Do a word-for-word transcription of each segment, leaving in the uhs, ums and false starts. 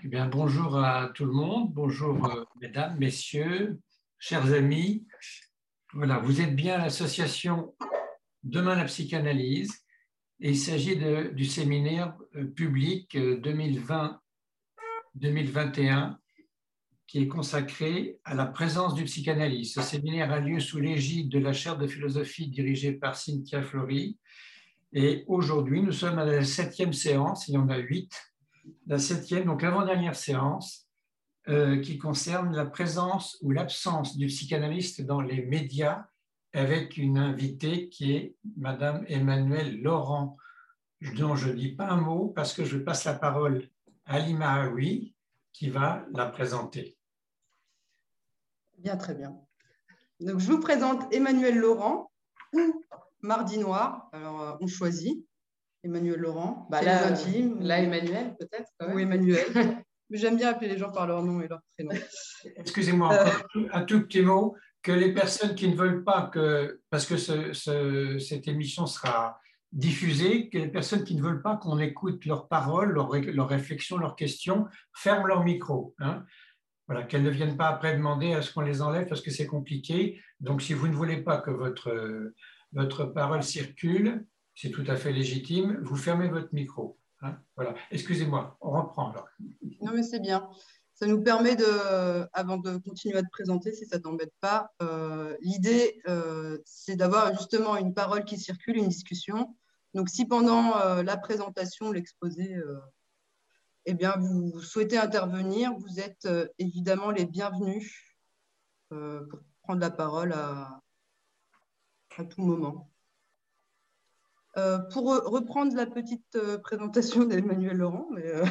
Eh bien, bonjour à tout le monde, bonjour euh, mesdames, messieurs, chers amis. Voilà, vous êtes bien à l'association Demain la psychanalyse et il s'agit de- du séminaire euh, public euh, deux mille vingt deux mille vingt et un qui est consacré à la présence du psychanalyste. Ce séminaire a lieu sous l'égide de la chaire de philosophie dirigée par Cynthia Fleury et aujourd'hui nous sommes à la septième séance, il y en a huit. La septième, donc l'avant-dernière séance, euh, qui concerne la présence ou l'absence du psychanalyste dans les médias, avec une invitée qui est Madame Emmanuelle Laurent, dont je ne dis pas un mot parce que je passe la parole à Ali Mahaoui, qui va la présenter. Bien, très bien. Donc, je vous présente Emmanuelle Laurent ou Mardi Noir. Alors, euh, on choisit. Emmanuelle Laurent, bah c'est là, les intimes. Là, Emmanuel, peut-être. Ou Emmanuel. J'aime bien appeler les gens par leur nom et leur prénom. Excusez-moi, encore euh... un tout petit mot, que les personnes qui ne veulent pas que, parce que ce, ce, cette émission sera diffusée, que les personnes qui ne veulent pas qu'on écoute leurs paroles, leurs, leurs réflexions, leurs questions, ferment leur micro. Hein. Voilà, qu'elles ne viennent pas après demander à ce qu'on les enlève parce que c'est compliqué. Donc, si vous ne voulez pas que votre, votre parole circule, c'est tout à fait légitime, vous fermez votre micro. Hein. Voilà. Excusez-moi, on reprend alors. Non, mais c'est bien. Ça nous permet de, avant de continuer à te présenter, si ça ne t'embête pas, euh, l'idée, euh, c'est d'avoir justement une parole qui circule, une discussion. Donc, si pendant euh, la présentation, l'exposé, euh, eh bien, vous souhaitez intervenir, vous êtes euh, évidemment les bienvenus euh, pour prendre la parole à, à tout moment. Euh, pour reprendre la petite euh, présentation d'Emmanuelle Laurent, mais, euh,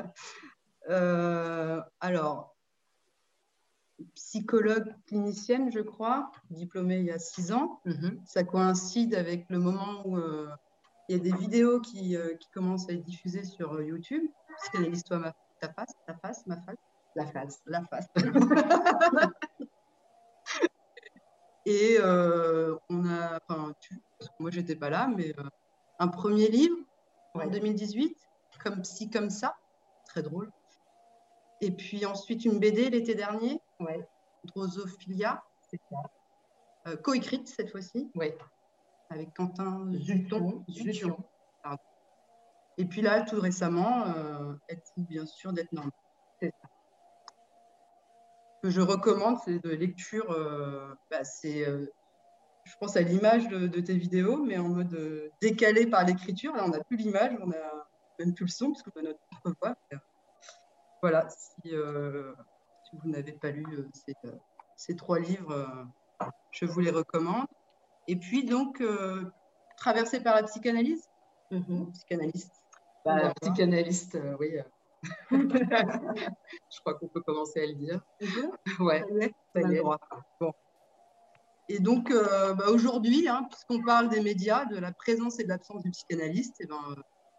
euh, alors, psychologue clinicienne, je crois, diplômée il y a six ans. Mm-hmm. Ça coïncide avec le moment où euh, il y a des vidéos qui, euh, qui commencent à être diffusées sur euh, YouTube. Psychanalyse-toi ma ta face, ta face, ma face, la face, la face. Et euh, on a, enfin, tu, parce que moi j'étais pas là, mais euh, un premier livre ouais. En deux mille dix-huit, comme Psy comme ça, très drôle. Et puis ensuite une B D l'été dernier, ouais. Drosophilia, c'est ça. Euh, coécrite cette fois-ci, ouais. Avec Quentin Zuton. Zuton. Et puis là, tout récemment, euh, Êtes-vous bien sûr d'être normal. C'est ça. Que je recommande, c'est de lecture, euh, bah, c'est, euh, je pense à l'image de, de tes vidéos, mais en mode euh, décalé par l'écriture. Là, on n'a plus l'image, on n'a même plus le son, parce qu'on a notre propre voix. Mais, euh, voilà, si, euh, si vous n'avez pas lu euh, ces, euh, ces trois livres, euh, je vous les recommande. Et puis, donc, euh, traversé par la psychanalyse, mm-hmm. Psychanalyste. Bah, psychanalyste, euh, oui. Je crois qu'on peut commencer à le dire. Mm-hmm. Ouais, ça y est, ça y est. Bon. Et donc, euh, bah aujourd'hui, hein, puisqu'on parle des médias, de la présence et de l'absence du psychanalyste, eh ben, euh,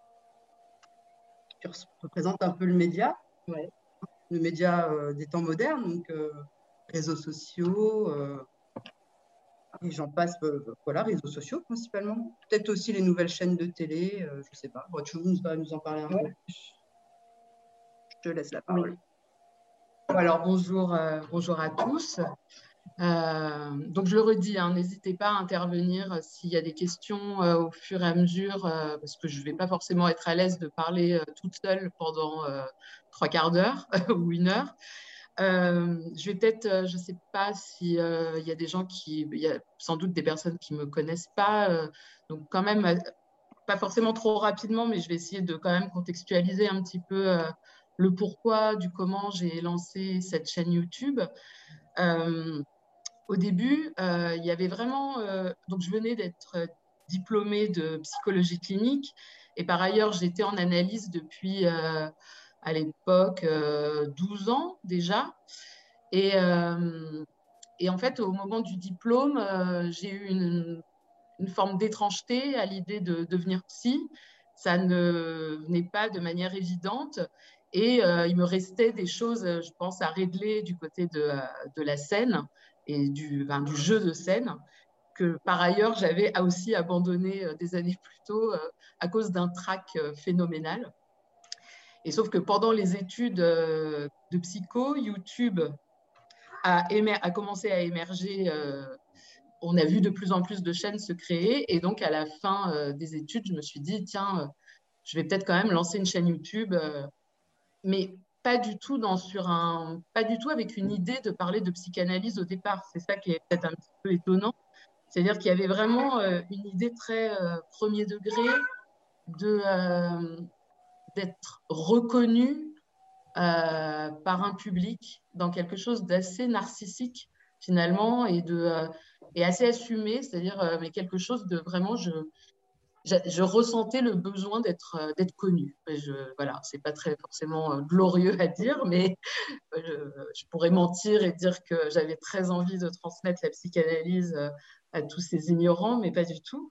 je représente un peu le média, ouais. Le média euh, des temps modernes, donc euh, réseaux sociaux, euh, et j'en passe, euh, voilà, réseaux sociaux principalement. Peut-être aussi les nouvelles chaînes de télé, euh, je ne sais pas. Bon, tu veux nous, nous en parler un ouais. peu plus? Je te laisse la parole. Oui. Bon, alors, bonjour, euh, bonjour à tous. Euh, donc, je le redis, hein, n'hésitez pas à intervenir s'il y a des questions euh, au fur et à mesure, euh, parce que je ne vais pas forcément être à l'aise de parler euh, toute seule pendant euh, trois quarts d'heure ou une heure. Euh, je vais peut-être, euh, je ne sais pas s'il euh, y a des gens qui, il y a sans doute des personnes qui ne me connaissent pas, euh, donc quand même, euh, pas forcément trop rapidement, mais je vais essayer de quand même contextualiser un petit peu euh, le pourquoi, du comment j'ai lancé cette chaîne YouTube. Euh, Au début, euh, il y avait vraiment… Euh, donc, je venais d'être diplômée de psychologie clinique et par ailleurs, j'étais en analyse depuis, euh, à l'époque, euh, douze ans déjà. Et, euh, et en fait, au moment du diplôme, euh, j'ai eu une, une forme d'étrangeté à l'idée de devenir psy. Ça ne venait pas de manière évidente. Et euh, il me restait des choses, je pense, à régler du côté de, de la scène et du, ben, du jeu de scène, que par ailleurs, j'avais aussi abandonné euh, des années plus tôt euh, à cause d'un trac euh, phénoménal. Et sauf que pendant les études euh, de psycho, YouTube a, émer a commencé à émerger. Euh, on a vu de plus en plus de chaînes se créer. Et donc, à la fin euh, des études, je me suis dit, tiens, euh, je vais peut-être quand même lancer une chaîne YouTube, euh, mais pas du tout dans, sur un, pas du tout avec une idée de parler de psychanalyse au départ. C'est ça qui est peut-être un petit peu étonnant. C'est-à-dire qu'il y avait vraiment euh, une idée très euh, premier degré de, euh, d'être reconnu euh, par un public dans quelque chose d'assez narcissique finalement et, de, euh, et assez assumé, c'est-à-dire euh, mais quelque chose de vraiment, je, je, je ressentais le besoin d'être euh, d'être connue. Et je, voilà, c'est pas très forcément euh, glorieux à dire, mais je, je pourrais mentir et dire que j'avais très envie de transmettre la psychanalyse euh, à tous ces ignorants, mais pas du tout.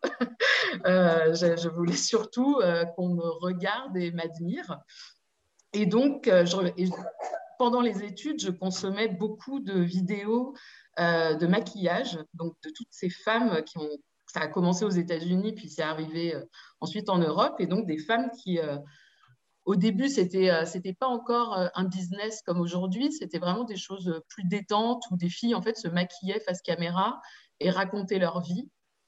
euh, je, je, voulais surtout euh, qu'on me regarde et m'admire. Et donc, euh, je, et pendant les études, je consommais beaucoup de vidéos euh, de maquillage, donc de toutes ces femmes qui ont. Ça a commencé aux États-Unis, puis c'est arrivé euh, ensuite en Europe, et donc des femmes qui, euh, au début, c'était euh, c'était pas encore euh, un business comme aujourd'hui, c'était vraiment des choses plus détentes où des filles en fait se maquillaient face caméra et racontaient leur vie.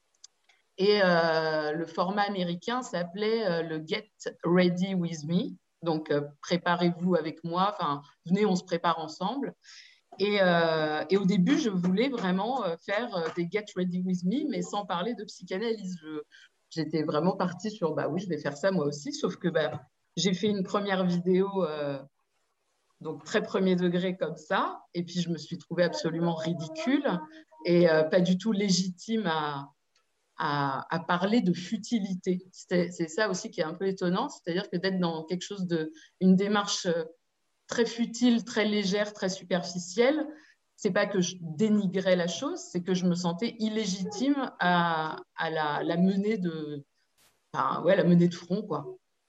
Et euh, le format américain s'appelait euh, le Get Ready With Me. Donc, euh, préparez-vous avec moi. Enfin, venez, on se prépare ensemble. Et, euh, et au début, je voulais vraiment euh, faire euh, des Get Ready With Me, mais sans parler de psychanalyse. Je, j'étais vraiment partie sur, bah oui, je vais faire ça moi aussi. Sauf que bah, j'ai fait une première vidéo, euh, donc très premier degré comme ça. Et puis, je me suis trouvée absolument ridicule et euh, pas du tout légitime à À, à parler de futilité. C'est, c'est ça aussi qui est un peu étonnant, c'est-à-dire que d'être dans quelque chose de, une démarche très futile, très légère, très superficielle, c'est pas que je dénigrais la chose, c'est que je me sentais illégitime à, à la, la mener de, enfin, ouais, la mener de front, quoi.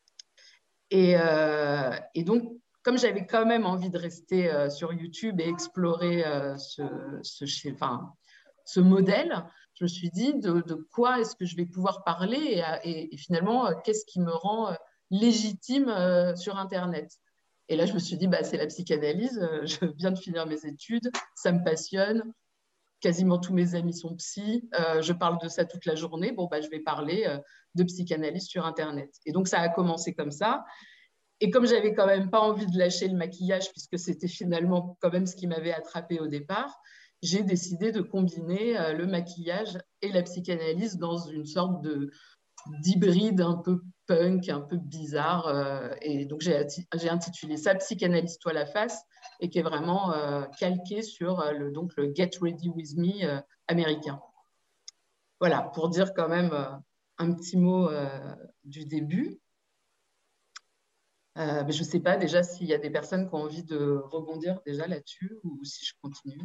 Et, euh, et donc, comme j'avais quand même envie de rester euh, sur YouTube et explorer euh, ce, ce, enfin, ce modèle, je me suis dit de, de quoi est-ce que je vais pouvoir parler et, et, et finalement, euh, qu'est-ce qui me rend euh, légitime euh, sur Internet. Et là, je me suis dit, bah, c'est la psychanalyse, euh, je viens de finir mes études, ça me passionne, quasiment tous mes amis sont psy, euh, je parle de ça toute la journée, bon, bah, je vais parler euh, de psychanalyse sur Internet. Et donc, ça a commencé comme ça. Et comme j'avais quand même pas envie de lâcher le maquillage, puisque c'était finalement quand même ce qui m'avait attrapé au départ, j'ai décidé de combiner euh, le maquillage et la psychanalyse dans une sorte de d'hybride un peu punk, un peu bizarre. Euh, et donc, j'ai, j'ai intitulé ça Psychanalyse-toi la face, et qui est vraiment euh, calqué sur euh, le, donc, le Get Ready With Me euh, américain. Voilà, pour dire quand même euh, un petit mot euh, du début. Euh, mais je ne sais pas déjà s'il y a des personnes qui ont envie de rebondir déjà là-dessus ou si je continue.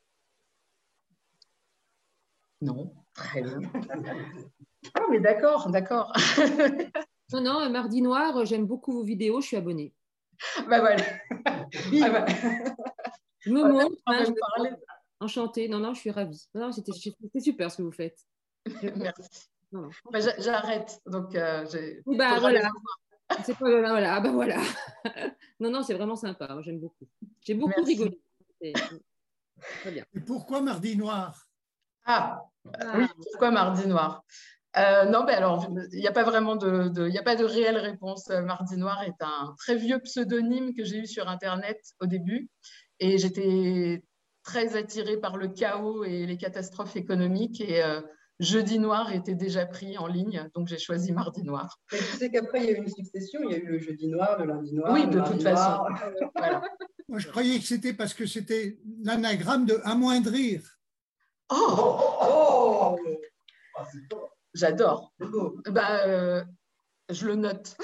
Non, très bien. Ah, mais d'accord, d'accord. Non, non, Mardi Noir, j'aime beaucoup vos vidéos, je suis abonnée. Bah voilà. Ah bah. Je me voilà, montre, hein, je me parler. Enchantée. Non, non, je suis ravie. Non, non, c'était, c'était super ce que vous faites. Merci. Non, non. Bah, j'arrête. Donc, euh, j'ai... Bah voilà. C'est pas voilà. Ah bah voilà. Non, non, c'est vraiment sympa. Moi, j'aime beaucoup. J'ai beaucoup Merci. rigolé. C'est très bien. Et pourquoi Mardi Noir? Ah, ah, oui, pourquoi Mardi Noir? Euh, non, ben alors, il n'y a pas vraiment de, de, y a pas de réelle réponse. Mardi Noir est un très vieux pseudonyme que j'ai eu sur Internet au début. Et j'étais très attirée par le chaos et les catastrophes économiques. Et euh, Jeudi Noir était déjà pris en ligne, donc j'ai choisi Mardi Noir. Mais tu sais qu'après, il y a eu une succession. Il y a eu le Jeudi Noir, le Lundi Noir. Oui, de toute façon. Voilà. Moi, je croyais que c'était parce que c'était l'anagramme de amoindrir. Oh, oh, oh J'adore. Bah, euh, je le note.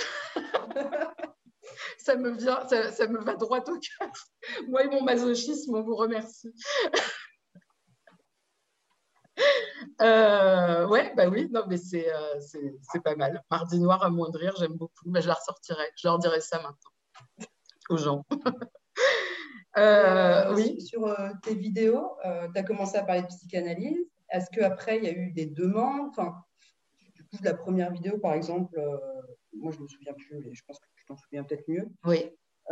Ça me vient, ça, ça me va droit au cœur. Moi et mon masochisme, on vous remercie. euh, ouais, bah oui, non, mais c'est, euh, c'est, c'est pas mal. Mardi Noir, amoindrir, j'aime beaucoup. Bah, je la ressortirai. Je leur dirai ça maintenant aux gens. euh, oui. Sur euh, tes vidéos, euh, tu as commencé à parler de psychanalyse. Est-ce qu'après, il y a eu des demandes? Enfin, de la première vidéo, par exemple, euh, moi je ne me souviens plus, mais je pense que je m'en souviens peut-être mieux. Oui.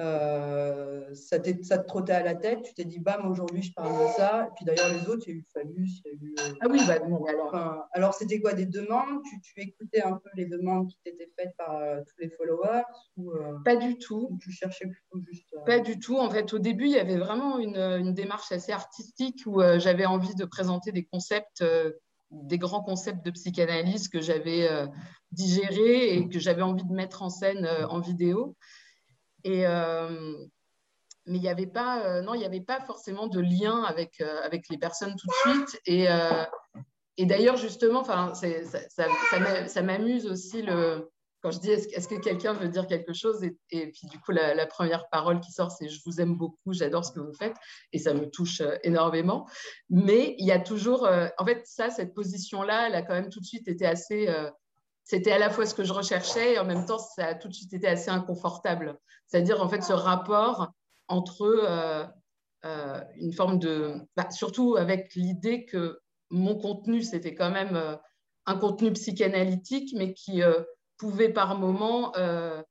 Euh, ça, ça te trottait à la tête, tu t'es dit, bam, aujourd'hui, je parle de ça. Et puis d'ailleurs, les autres, il y a eu Phallus, il y a eu... Euh... Ah oui, bah bon, alors... Enfin, alors, c'était quoi, des demandes? tu, tu écoutais un peu les demandes qui t'étaient faites par euh, tous les followers ou, euh, Pas du tout. Ou tu cherchais plutôt juste... Euh... Pas du tout. En fait, au début, il y avait vraiment une, une démarche assez artistique où euh, j'avais envie de présenter des concepts, euh, des grands concepts de psychanalyse que j'avais euh, digérés et que j'avais envie de mettre en scène euh, en vidéo. Et... Euh, mais il n'y avait pas, euh, non, il n'y avait pas forcément de lien avec, euh, avec les personnes tout de suite. Et, euh, et d'ailleurs, justement, ça, ça, ça, ça m'amuse aussi le, quand je dis est-ce, est-ce que quelqu'un veut dire quelque chose et, et puis du coup, la, la première parole qui sort, c'est « je vous aime beaucoup, j'adore ce que vous faites » et ça me touche euh, énormément. Mais il y a toujours, euh, en fait, ça, cette position-là, elle a quand même tout de suite été assez... Euh, c'était à la fois ce que je recherchais et en même temps, ça a tout de suite été assez inconfortable. C'est-à-dire, en fait, ce rapport entre euh, euh, une forme de... Bah, surtout avec l'idée que mon contenu, c'était quand même euh, un contenu psychanalytique, mais qui euh, pouvait par moments euh,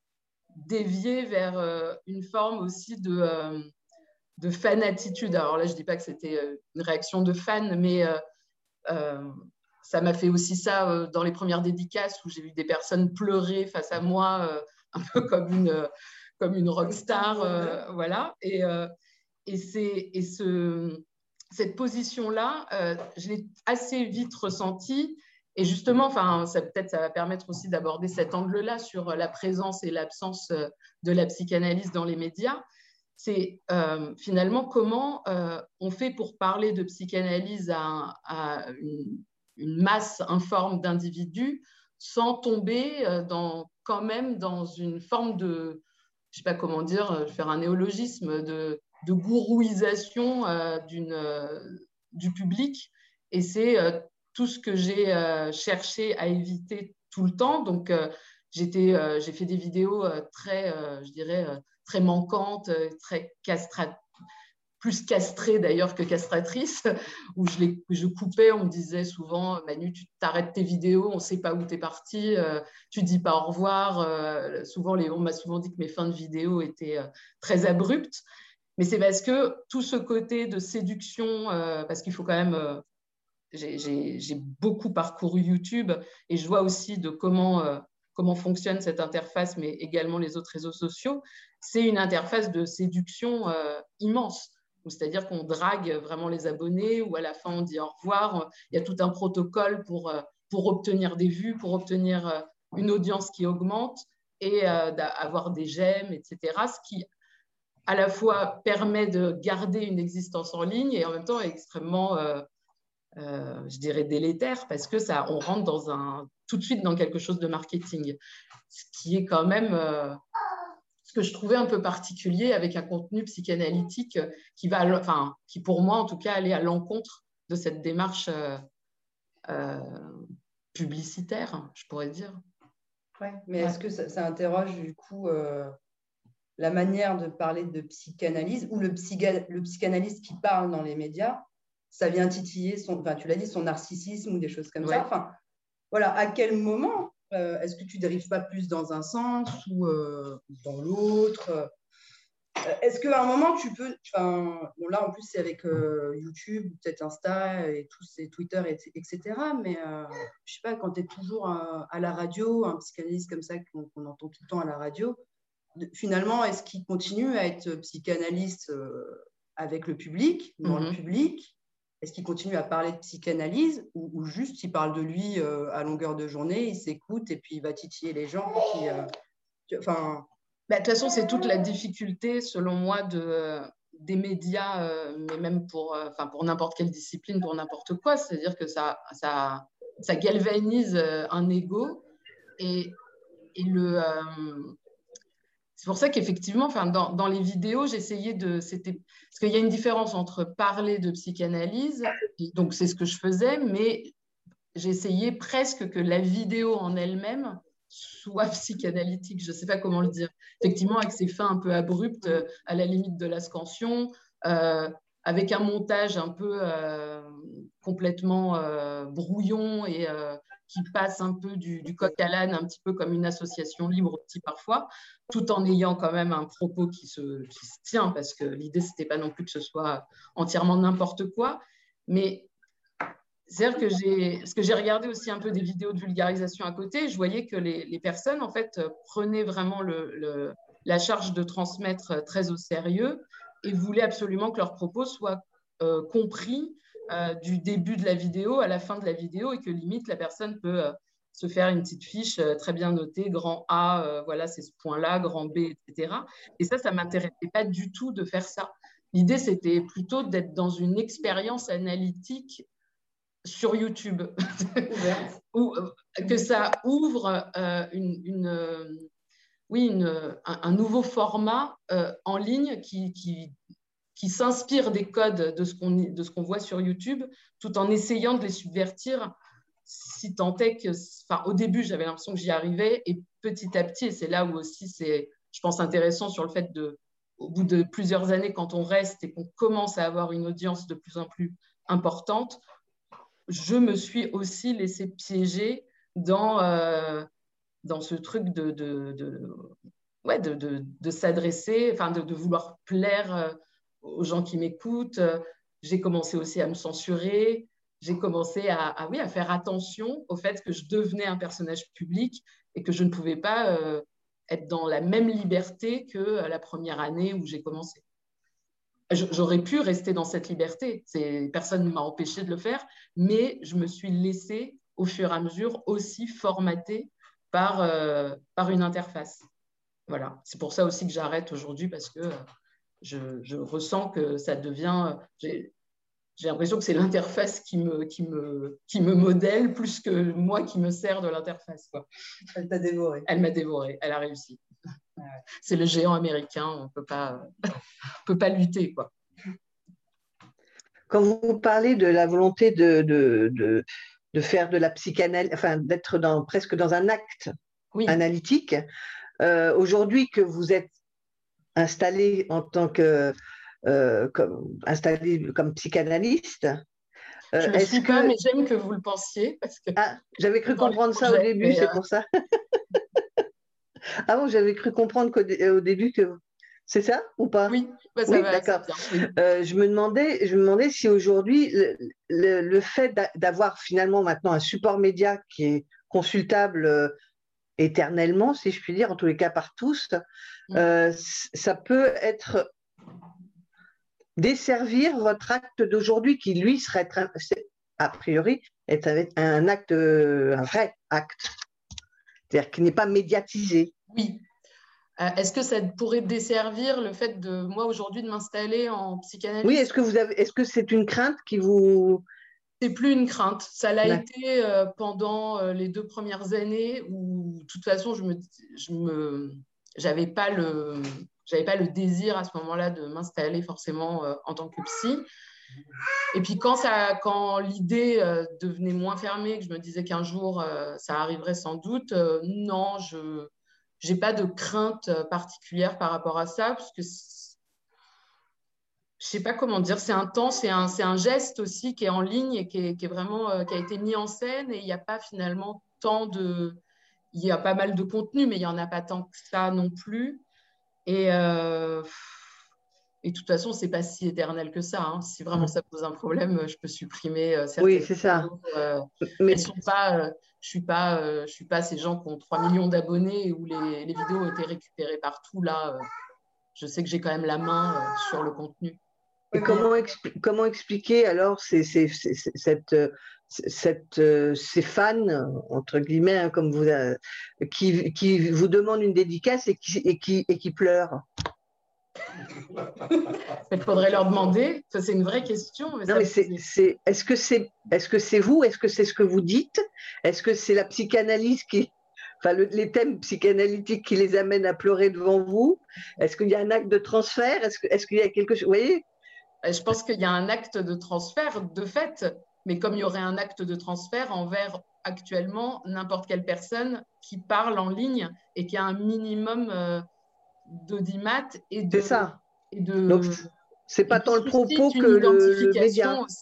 dévier vers euh, une forme aussi de, euh, de fanatitude. Alors là, je ne dis pas que c'était euh, une réaction de fan, mais euh, euh, ça m'a fait aussi ça euh, dans les premières dédicaces où j'ai vu des personnes pleurer face à moi, euh, un peu comme une... Euh, comme une rockstar, euh, voilà. Et, euh, et, c'est, et ce, cette position-là, euh, je l'ai assez vite ressentie. Et justement, enfin, ça, peut-être ça va permettre aussi d'aborder cet angle-là sur la présence et l'absence de la psychanalyse dans les médias. C'est euh, finalement comment euh, on fait pour parler de psychanalyse à, à une, une masse informe d'individus sans tomber dans, quand même dans une forme de... je ne sais pas comment dire, faire un néologisme de, de gourouisation euh, d'une, euh, du public. Et c'est euh, tout ce que j'ai euh, cherché à éviter tout le temps. Donc, euh, j'étais, euh, j'ai fait des vidéos euh, très, euh, je dirais, euh, très manquantes, très castrate, plus castrée d'ailleurs que castratrice, où je, les, je coupais, on me disait souvent « Manu, tu t'arrêtes tes vidéos, on ne sait pas où tu es parti, euh, tu ne dis pas au revoir euh, ». Souvent, les, on m'a souvent dit que mes fins de vidéos étaient euh, très abruptes, mais c'est parce que tout ce côté de séduction, euh, parce qu'il faut quand même... Euh, j'ai, j'ai, j'ai beaucoup parcouru YouTube et je vois aussi de comment... Euh, comment fonctionne cette interface, mais également les autres réseaux sociaux, c'est une interface de séduction euh, immense. C'est-à-dire qu'on drague vraiment les abonnés ou à la fin on dit au revoir. Il y a tout un protocole pour, pour obtenir des vues, pour obtenir une audience qui augmente et euh, avoir des j'aime, et cetera. Ce qui à la fois permet de garder une existence en ligne et en même temps est extrêmement, euh, euh, je dirais, délétère parce que ça, on rentre dans un, tout de suite dans quelque chose de marketing, ce qui est quand même... Euh, ce que je trouvais un peu particulier avec un contenu psychanalytique qui va, enfin, qui pour moi en tout cas, allait à l'encontre de cette démarche euh, euh, publicitaire, je pourrais dire. Ouais, mais ouais. Est-ce que ça, ça interroge du coup euh, la manière de parler de psychanalyse ou le, psyga, le psychanalyste qui parle dans les médias, ça vient titiller son, enfin, tu l'as dit, son narcissisme ou des choses comme ouais. ça. Enfin, voilà, à quel moment Euh, est-ce que tu ne dérives pas plus dans un sens ou euh, dans l'autre euh, Est-ce qu'à un moment, tu peux... Bon, là, en plus, c'est avec euh, YouTube, peut-être Insta et tous ces Twitter, et, etc. Mais euh, je ne sais pas, quand tu es toujours à, à la radio, un psychanalyste comme ça qu'on, qu'on entend tout le temps à la radio, de, finalement, est-ce qu'il continue à être psychanalyste euh, avec le public, dans mm-hmm. le public ? Est-ce qu'il continue à parler de psychanalyse ou, ou juste il parle de lui euh, à longueur de journée, il s'écoute et puis il va titiller les gens qui, euh, tu, enfin... bah, de toute façon, c'est toute la difficulté, selon moi, de, euh, des médias, euh, mais même pour, euh, pour n'importe quelle discipline, pour n'importe quoi. C'est-à-dire que ça, ça, ça galvanise un ego et, et le... Euh, c'est pour ça qu'effectivement, enfin, dans, dans les vidéos, j'essayais de... C'était, parce qu'il y a une différence entre parler de psychanalyse, donc c'est ce que je faisais, mais j'essayais presque que la vidéo en elle-même soit psychanalytique. Je ne sais pas comment le dire. Effectivement, avec ces fins un peu abruptes, euh, à la limite de la scansion, euh, avec un montage un peu euh, complètement euh, brouillon et, euh, qui passe un peu du, du coq à l'âne, un petit peu comme une association libre aussi parfois, tout en ayant quand même un propos qui se, qui se tient, parce que l'idée, ce n'était pas non plus que ce soit entièrement n'importe quoi. Mais c'est-à-dire que j'ai, parce que j'ai regardé aussi un peu des vidéos de vulgarisation à côté, je voyais que les, les personnes, en fait, prenaient vraiment le, le, la charge de transmettre très au sérieux et voulaient absolument que leurs propos soient euh, compris euh, du début de la vidéo à la fin de la vidéo, et que limite, la personne peut euh, se faire une petite fiche euh, très bien notée, grand A, euh, voilà, c'est ce point-là, grand B, et cetera. Et ça, ça ne m'intéressait pas du tout de faire ça. L'idée, c'était plutôt d'être dans une expérience analytique sur YouTube, ou que ça ouvre euh, une, une, euh, oui, une, un, un nouveau format euh, en ligne qui, qui, qui s'inspire des codes de ce qu'on de ce qu'on voit sur YouTube, tout en essayant de les subvertir, si tant est que, enfin, au début, j'avais l'impression que j'y arrivais, et petit à petit, et c'est là où aussi c'est, je pense, intéressant sur le fait de, au bout de plusieurs années, quand on reste et qu'on commence à avoir une audience de plus en plus importante, je me suis aussi laissée piéger dans, euh, dans ce truc de, de, de, ouais, de, de, de s'adresser, enfin de, de vouloir plaire aux gens qui m'écoutent. J'ai commencé aussi à me censurer. J'ai commencé à, à, oui, à faire attention au fait que je devenais un personnage public et que je ne pouvais pas euh, être dans la même liberté que la première année où j'ai commencé. J'aurais pu rester dans cette liberté. Personne ne m'a empêché de le faire, mais je me suis laissée, au fur et à mesure, aussi formater par, euh, par une interface. Voilà. C'est pour ça aussi que j'arrête aujourd'hui, parce que je, je ressens que ça devient... J'ai l'impression que c'est l'interface qui me, qui, me, qui me modèle plus que moi qui me sers de l'interface. Elle t'a dévoré. Elle m'a dévoré. Elle a réussi. C'est le géant américain, on ne peut pas, peut pas lutter, quoi. Quand vous parlez de la volonté de, de, de, de faire de la psychanalyse, enfin d'être dans, presque dans un acte oui. analytique, euh, aujourd'hui que vous êtes installé en tant que euh, comme, installé comme psychanalyste, euh, je ne le suis que... pas, mais j'aime que vous le pensiez. Parce que ah, j'avais cru comprendre ça au début, c'est euh... pour ça. Ah bon, j'avais cru comprendre qu'au dé au début que c'est ça ou pas? Oui, bah ça oui, va. D'accord. Oui. Euh, je me demandais, je me demandais si aujourd'hui le, le, le fait d'avoir finalement maintenant un support média qui est consultable euh, éternellement, si je puis dire, en tous les cas par tous, mmh. euh, ça peut être desservir votre acte d'aujourd'hui qui lui serait a priori est un acte, un vrai acte, c'est-à-dire qui n'est pas médiatisé. Oui. Euh, est-ce que ça pourrait desservir le fait de moi aujourd'hui de m'installer en psychanalyse? Oui, est-ce que vous avez, est-ce que c'est une crainte qui vous... C'est plus une crainte. Ça l'a été euh, pendant euh, les deux premières années où, de toute façon, je me, je me, j'avais pas le, j'avais pas le désir à ce moment-là de m'installer forcément euh, en tant que psy. Et puis quand ça, quand l'idée euh, devenait moins fermée, que je me disais qu'un jour euh, ça arriverait sans doute, euh, non, je j'ai pas de crainte particulière par rapport à ça, parce que je sais pas comment dire, c'est un temps, c'est un, c'est un geste aussi qui est en ligne et qui est, qui est vraiment, euh, qui a été mis en scène, et il n'y a pas finalement tant de, il y a pas mal de contenu, mais il n'y en a pas tant que ça non plus. Et, euh, et de toute façon, c'est pas si éternel que ça. Hein. Si vraiment ça pose un problème, je peux supprimer euh, certaines oui, c'est ça. Euh, mais elles sont pas, euh, je suis pas, euh, je suis pas ces gens qui ont trois millions d'abonnés où les, les vidéos ont été récupérées partout. Là, euh, je sais que j'ai quand même la main euh, sur le contenu. Et comment, expli comment expliquer alors ces, ces, ces, cette, cette, euh, ces fans, entre guillemets, hein, comme vous, euh, qui, qui vous demandent une dédicace et qui, et qui, et qui pleurent? Il faudrait leur demander. Ça, c'est une vraie question. Mais non, mais c'est, est-ce que c'est, est-ce que c'est vous? Est-ce que c'est ce que vous dites? Est-ce que c'est la psychanalyse qui, enfin, le, les thèmes psychanalytiques qui les amènent à pleurer devant vous? Est-ce qu'il y a un acte de transfert? Est-ce que, est-ce qu'il y a quelque chose? Vous voyez? Je pense qu'il y a un acte de transfert de fait, mais comme il y aurait un acte de transfert envers actuellement n'importe quelle personne qui parle en ligne et qui a un minimum euh, d'audimat et de. C'est ça. Et de donc, c'est pas tant le propos que le, le média. Aussi.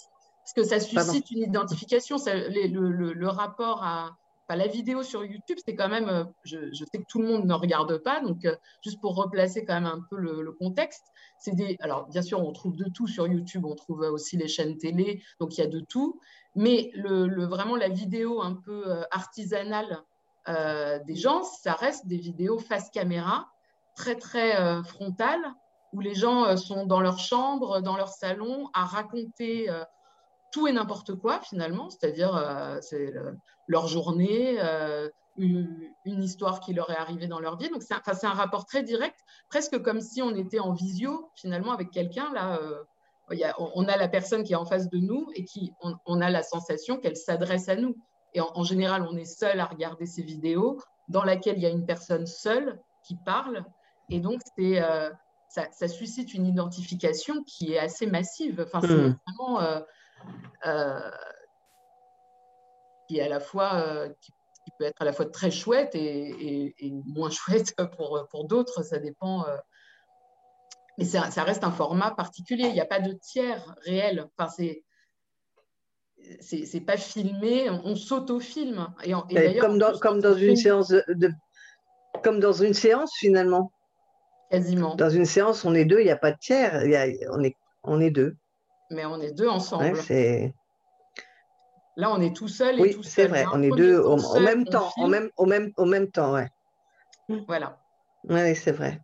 Parce que ça suscite Pardon. une identification. Ça, les, le, le, le rapport à enfin, la vidéo sur YouTube, c'est quand même, je, je sais que tout le monde ne regarde pas, donc euh, juste pour replacer quand même un peu le, le contexte, c'est des, alors bien sûr on trouve de tout sur YouTube, on trouve aussi les chaînes télé, donc il y a de tout, mais le, le, vraiment la vidéo un peu artisanale euh, des gens, ça reste des vidéos face caméra, très très euh, frontales, où les gens euh, sont dans leur chambre, dans leur salon, à raconter euh, tout et n'importe quoi finalement, c'est-à-dire euh, c'est le, leur journée, euh, une, une histoire qui leur est arrivée dans leur vie. Donc c'est un, enfin, c'est un rapport très direct, presque comme si on était en visio finalement avec quelqu'un. Là, euh, y a, on a la personne qui est en face de nous et qui, on, on a la sensation qu'elle s'adresse à nous. Et en, en général, on est seul à regarder ces vidéos dans laquelle il y a une personne seule qui parle. Et donc, c'est, euh, ça, ça suscite une identification qui est assez massive. Enfin, c'est mmh. vraiment... Euh, Euh, qui est à la fois euh, qui, qui peut être à la fois très chouette et, et, et moins chouette pour, pour d'autres, ça dépend. Euh, mais ça, ça reste un format particulier. Il n'y a pas de tiers réel. Enfin, c'est c'est, c'est pas filmé, on, on s'auto-filme. Et, et, et d'ailleurs, comme dans, plus, comme dans une filme, séance de, de, comme dans une séance finalement. Quasiment. Dans une séance, on est deux, il n'y a pas de tiers. Il y a, on est on est deux. Mais on est deux ensemble. Ouais, c'est... Là, on est tout seul et oui, tout seul. c'est vrai, on est deux au, seul, au même temps, au même, au, même, au même temps, ouais. Voilà. Oui, c'est vrai.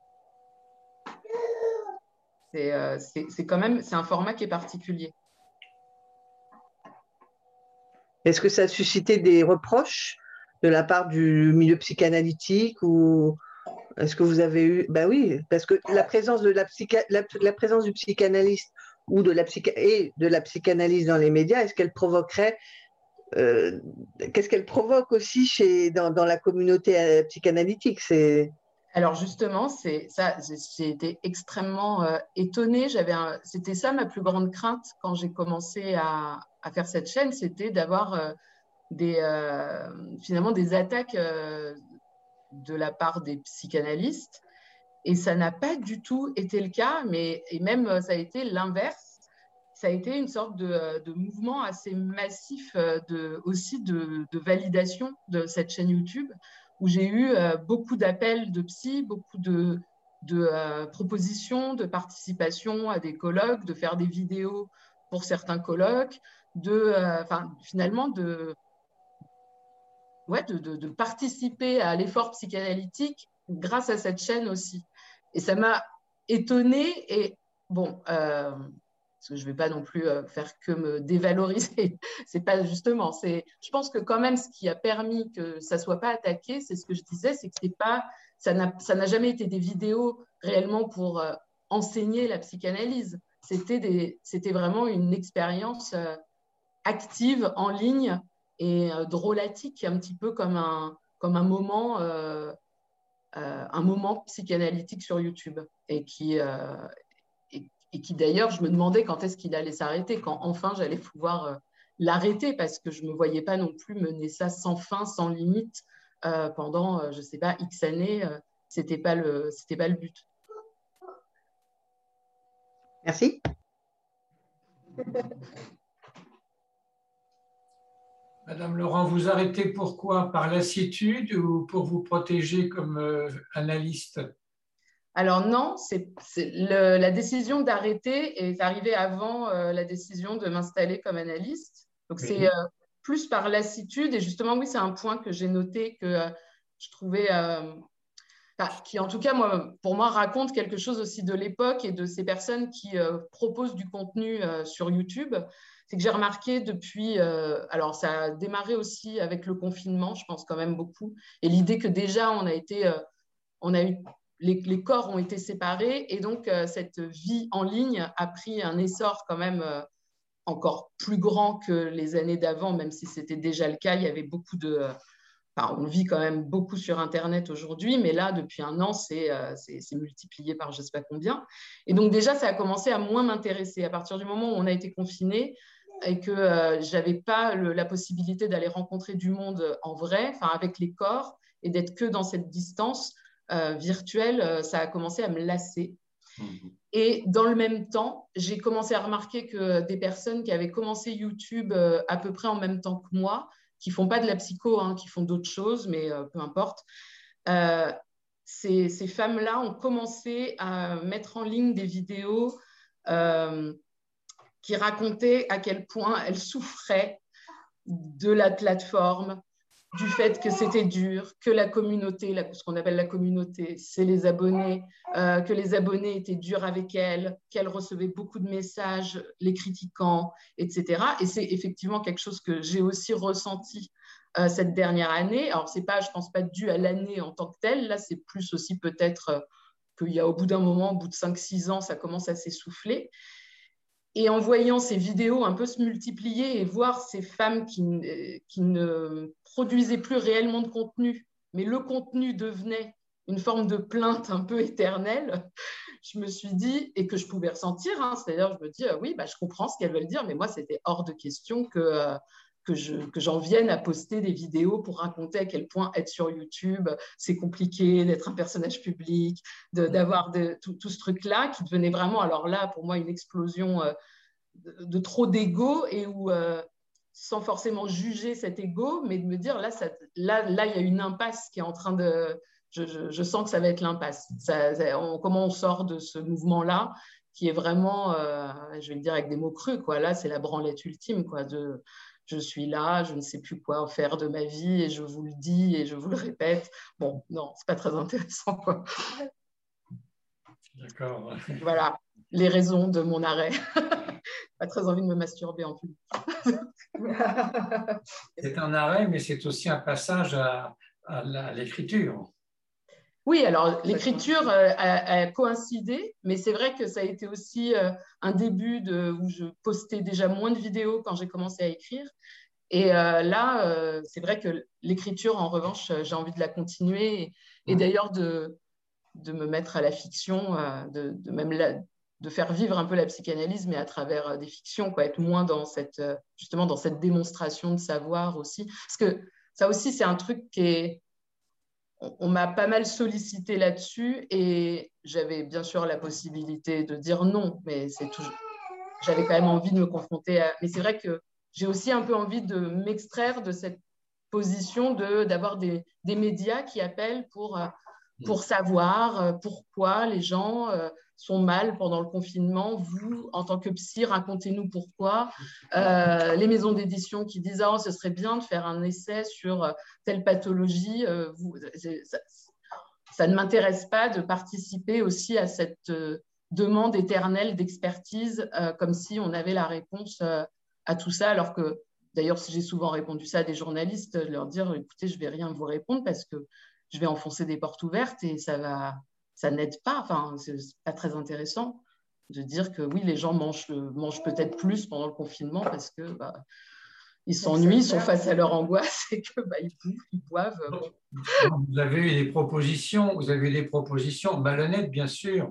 C'est, euh, c'est, c'est quand même, c'est un format qui est particulier. Est-ce que ça a suscité des reproches de la part du milieu psychanalytique ou est-ce que vous avez eu... Ben oui, parce que la présence, de la, psycha... la, la présence du psychanalyste ou de la, psycha... et de la psychanalyse dans les médias, est-ce qu'elle provoquerait... Euh, qu'est-ce qu'elle provoque aussi chez... dans, dans la communauté psychanalytique? C'est... Alors justement, c'est ça, j'ai, j'ai été extrêmement euh, étonnée. J'avais un... C'était ça ma plus grande crainte quand j'ai commencé à, à faire cette chaîne, c'était d'avoir euh, des, euh, finalement des attaques euh, de la part des psychanalystes. Et ça n'a pas du tout été le cas, mais et même ça a été l'inverse. Ça a été une sorte de, de mouvement assez massif de, aussi de, de validation de cette chaîne YouTube, où j'ai eu euh, beaucoup d'appels de psy, beaucoup de, de euh, propositions de participation à des colloques, de faire des vidéos pour certains colloques, de, euh, enfin, finalement de, ouais, de, de, de participer à l'effort psychanalytique grâce à cette chaîne aussi. Et ça m'a étonnée et bon, euh, parce que je ne vais pas non plus euh, faire que me dévaloriser, c'est pas justement, c'est, je pense que quand même ce qui a permis que ça ne soit pas attaqué, c'est ce que je disais, c'est que c'est pas, ça n'a, ça n'a jamais été des vidéos réellement pour euh, enseigner la psychanalyse, c'était, des, c'était vraiment une expérience euh, active en ligne et euh, drôlatique, un petit peu comme un, comme un moment euh, euh, un moment psychanalytique sur YouTube et qui, euh, et, et qui d'ailleurs, je me demandais quand est-ce qu'il allait s'arrêter, quand enfin j'allais pouvoir euh, l'arrêter parce que je ne me voyais pas non plus mener ça sans fin, sans limite euh, pendant, euh, je ne sais pas, X années. Euh, ce n'était pas le, c'était pas le but. Merci. Madame Laurent, vous arrêtez pourquoi? Par lassitude ou pour vous protéger comme euh, analyste? Alors non, c'est, c'est le, la décision d'arrêter est arrivée avant euh, la décision de m'installer comme analyste. Donc oui. c'est euh, plus par lassitude et justement, oui, c'est un point que j'ai noté que euh, je trouvais, euh, enfin, qui en tout cas, moi, pour moi, raconte quelque chose aussi de l'époque et de ces personnes qui euh, proposent du contenu euh, sur YouTube. C'est que j'ai remarqué depuis, euh, alors ça a démarré aussi avec le confinement, je pense quand même beaucoup, et l'idée que déjà on a été, euh, on a eu, les, les corps ont été séparés, et donc euh, cette vie en ligne a pris un essor quand même euh, encore plus grand que les années d'avant, même si c'était déjà le cas, il y avait beaucoup de, euh, enfin, on vit quand même beaucoup sur Internet aujourd'hui, mais là, depuis un an, c'est, euh, c'est, c'est multiplié par je ne sais pas combien, et donc déjà, ça a commencé à moins m'intéresser. À partir du moment où on a été confinés, et que euh, je n'avais pas le, la possibilité d'aller rencontrer du monde en vrai, enfin avec les corps, et d'être que dans cette distance euh, virtuelle, euh, ça a commencé à me lasser. Mmh. Et dans le même temps, j'ai commencé à remarquer que des personnes qui avaient commencé YouTube euh, à peu près en même temps que moi, qui ne font pas de la psycho, hein, qui font d'autres choses, mais euh, peu importe, euh, ces, ces femmes-là ont commencé à mettre en ligne des vidéos euh, qui racontaient à quel point elles souffraient de la plateforme, du fait que c'était dur, que la communauté, ce qu'on appelle la communauté, c'est les abonnés, euh, que les abonnés étaient durs avec elles, qu'elles recevaient beaucoup de messages les critiquant, et cetera. Et c'est effectivement quelque chose que j'ai aussi ressenti euh, cette dernière année. Alors, c'est pas, je ne pense pas dû à l'année en tant que telle, là, c'est plus aussi peut-être euh, qu'il y a au bout d'un moment, au bout de cinq six ans, ça commence à s'essouffler. Et en voyant ces vidéos un peu se multiplier et voir ces femmes qui, qui ne produisaient plus réellement de contenu, mais le contenu devenait une forme de plainte un peu éternelle, je me suis dit, et que je pouvais ressentir, hein, c'est-à-dire je me dis, euh, oui, bah, je comprends ce qu'elles veulent dire, mais moi, c'était hors de question que, euh, que, je, que j'en vienne à poster des vidéos pour raconter à quel point être sur YouTube, c'est compliqué, d'être un personnage public, de, d'avoir de, tout, tout ce truc-là qui devenait vraiment, alors là, pour moi, une explosion euh, de, de trop d'ego et où, euh, sans forcément juger cet ego, mais de me dire, là, ça, là, là, il y a une impasse qui est en train de... Je, je, je sens que ça va être l'impasse. Ça, ça, on, comment on sort de ce mouvement-là qui est vraiment, euh, je vais le dire avec des mots crus, quoi. Là, c'est la branlette ultime, quoi, de... Je suis là, je ne sais plus quoi faire de ma vie et je vous le dis et je vous le répète. Bon, non, c'est pas très intéressant, quoi. D'accord. Voilà, les raisons de mon arrêt. Pas très envie de me masturber en public. C'est un arrêt, mais c'est aussi un passage à, à, la, à l'écriture. Oui, alors l'écriture euh, a, a coïncidé, mais c'est vrai que ça a été aussi euh, un début de, où je postais déjà moins de vidéos quand j'ai commencé à écrire. Et euh, là, euh, c'est vrai que l'écriture, en revanche, j'ai envie de la continuer et, et d'ailleurs de, de me mettre à la fiction, euh, de, de même la, de faire vivre un peu la psychanalyse, mais à travers euh, des fictions, quoi, être moins dans cette, euh, justement dans cette démonstration de savoir aussi. Parce que ça aussi, c'est un truc qui est... On, on m'a pas mal sollicité là-dessus et j'avais bien sûr la possibilité de dire non, mais c'est toujours... j'avais quand même envie de me confronter à... Mais c'est vrai que j'ai aussi un peu envie de m'extraire de cette position de, d'avoir des, des médias qui appellent pour, pour savoir pourquoi les gens sont mal pendant le confinement. Vous, en tant que psy, racontez-nous pourquoi. Euh, les maisons d'édition qui disent oh, ce serait bien de faire un essai sur telle pathologie. Euh, vous, ça, ça ne m'intéresse pas de participer aussi à cette euh, demande éternelle d'expertise, euh, comme si on avait la réponse euh, à tout ça, alors que d'ailleurs, j'ai souvent répondu ça à des journalistes, leur dire écoutez, je ne vais rien vous répondre parce que je vais enfoncer des portes ouvertes et ça va, ça n'aide pas. Enfin, c'est pas très intéressant de dire que oui, les gens mangent, mangent peut-être plus pendant le confinement parce que bah, ils s'ennuient, ils sont face à leur angoisse et que bah, ils bouffent, ils boivent. Vous avez des propositions, vous avez des propositions malhonnêtes, bien sûr.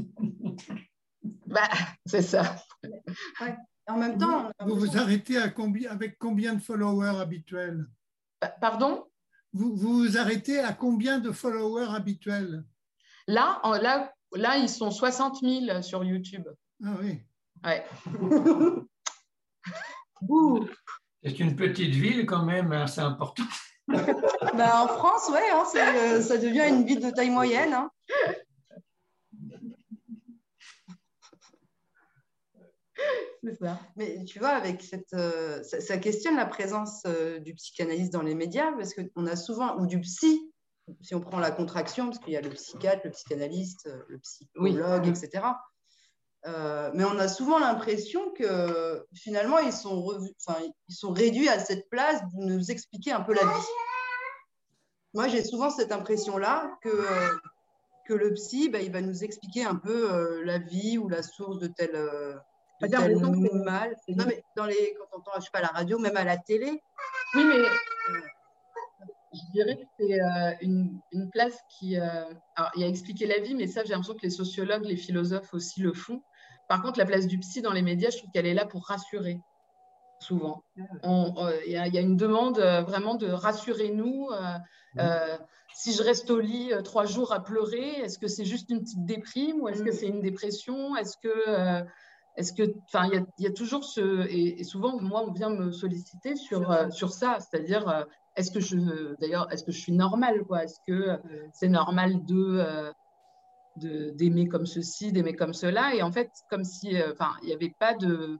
Bah, c'est ça. Ouais. En même temps, vous vous arrêtez à combien, avec combien de followers habituels? Pardon? Vous, vous vous arrêtez à combien de followers habituels? Là, en, là, là, ils sont soixante mille sur YouTube. Ah oui. Ouais. C'est une petite ville quand même, hein, c'est important. Ben, en France, ouais, hein, euh, ça devient une ville de taille moyenne. Hein. C'est ça. Mais tu vois, avec cette, euh, ça, ça questionne la présence euh, du psychanalyste dans les médias, parce qu'on a souvent, ou du psy, si on prend la contraction, parce qu'il y a le psychiatre, le psychanalyste, le psychologue, oui. et cetera. Euh, mais on a souvent l'impression que finalement, ils sont, revus, enfin, ils sont réduits à cette place de nous expliquer un peu la vie. Moi, j'ai souvent cette impression-là que, euh, que le psy, bah, il va nous expliquer un peu euh, la vie ou la source de tel... Euh, de tel mal. Non, mais dans les, quand on entend, je sais pas, à la radio, même à la télé. Oui, mais euh, je dirais que c'est euh, une, une place qui... Euh, alors, il y a expliqué la vie, mais ça, j'ai l'impression que les sociologues, les philosophes aussi le font. Par contre, la place du psy dans les médias, je trouve qu'elle est là pour rassurer. souvent. Il euh, y, y a une demande euh, vraiment de rassurez-nous. Euh, euh, si je reste au lit euh, trois jours à pleurer, est-ce que c'est juste une petite déprime ou est-ce que c'est une dépression? Est-ce que, euh, est-ce que, enfin, il y, y a toujours ce, et, et souvent moi on vient me solliciter sur euh, sur ça, c'est-à-dire euh, est-ce que je, d'ailleurs, est-ce que je suis normale, quoi? Est-ce que c'est normal de euh, de d'aimer comme ceci, d'aimer comme cela? Et en fait, comme si, enfin, euh, il n'y avait pas de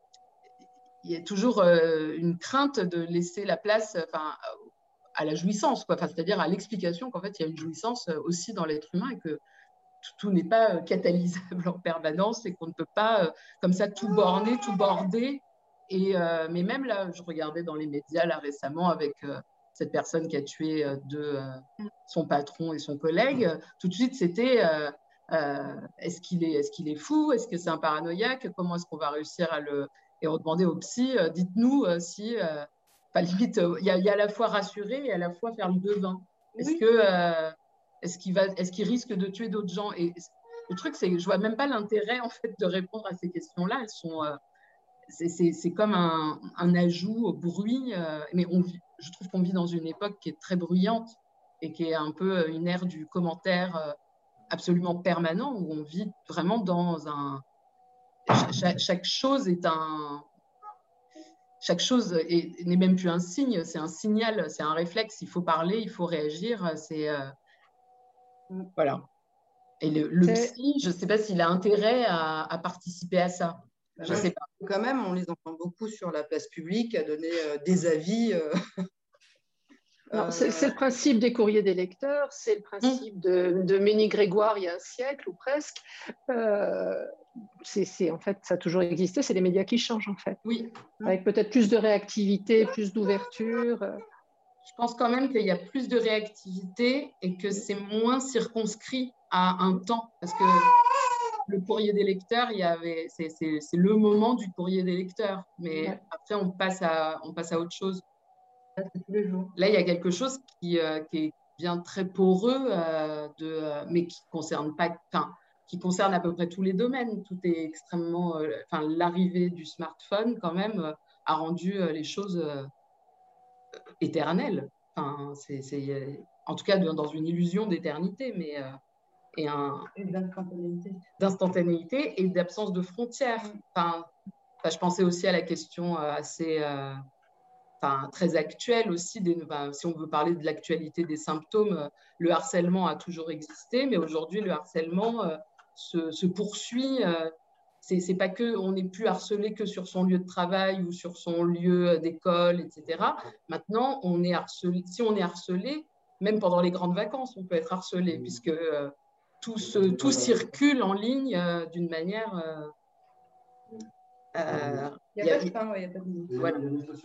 il y a toujours euh, une crainte de laisser la place enfin, à la jouissance, quoi. Enfin, c'est-à-dire à l'explication qu'en fait, il y a une jouissance aussi dans l'être humain et que tout, tout n'est pas catalysable en permanence et qu'on ne peut pas, euh, comme ça, tout borner, tout border. Et, euh, mais même là, je regardais dans les médias là, récemment avec euh, cette personne qui a tué euh, de, euh, son patron et son collègue, tout de suite, c'était euh, euh, est-ce qu'il est, est-ce qu'il est fou? Est-ce que c'est un paranoïaque? Comment est-ce qu'on va réussir à le... Et on demandait au psy, euh, dites-nous euh, si, euh, enfin, limite, il euh, y, y a à la fois rassurer et à la fois faire le devin. Est-ce oui. que, euh, est-ce qu'il va, est-ce qu'il risque de tuer d'autres gens? Et le truc, c'est que je vois même pas l'intérêt en fait de répondre à ces questions-là. Elles sont, euh, c'est, c'est, c'est comme un, un ajout au bruit. Euh, mais on vit, je trouve qu'on vit dans une époque qui est très bruyante et qui est un peu une ère du commentaire euh, absolument permanent où on vit vraiment dans un Chaque, chaque chose est un, chaque chose est, n'est même plus un signe, c'est un signal, c'est un réflexe. Il faut parler, il faut réagir. C'est euh... voilà. Et le, le psy, je ne sais pas s'il a intérêt à, à participer à ça. Je ouais, sais pas. Quand même, on les entend beaucoup sur la place publique à donner euh, des avis. Euh... Non, c'est, c'est le principe des courriers des lecteurs, c'est le principe de, de Ménie-Grégoire il y a un siècle ou presque. Euh, c'est, c'est, en fait, ça a toujours existé, c'est les médias qui changent en fait. Oui. Avec peut-être plus de réactivité, plus d'ouverture. Je pense quand même qu'il y a plus de réactivité et que c'est moins circonscrit à un temps. Parce que le courrier des lecteurs, il y avait, c'est, c'est, c'est le moment du courrier des lecteurs. Mais ouais. Après, on passe, à, on passe à autre chose. Là, il y a quelque chose qui, euh, qui est bien très poreux, euh, de, euh, mais qui concerne pas, enfin, qui concerne à peu près tous les domaines. Tout est extrêmement, euh, enfin, l'arrivée du smartphone quand même euh, a rendu euh, les choses euh, éternelles. Enfin, c'est, c'est, en tout cas de, dans une illusion d'éternité, mais euh, et un et d'instantanéité, d'instantanéité et d'absence de frontières. Enfin, enfin, je pensais aussi à la question euh, assez euh, Enfin, très actuel aussi, des, ben, si on veut parler de l'actualité des symptômes, le harcèlement a toujours existé, mais aujourd'hui, le harcèlement euh, se, se poursuit. Euh, c'est, c'est pas que on n'est plus harcelé que sur son lieu de travail ou sur son lieu d'école, et cetera. Maintenant, on est harcelé, si on est harcelé, même pendant les grandes vacances, on peut être harcelé, puisque euh, tout, se, tout circule en ligne euh, d'une manière... Euh, Euh, il n'y a, a pas de fin, il n'y a pas de voilà.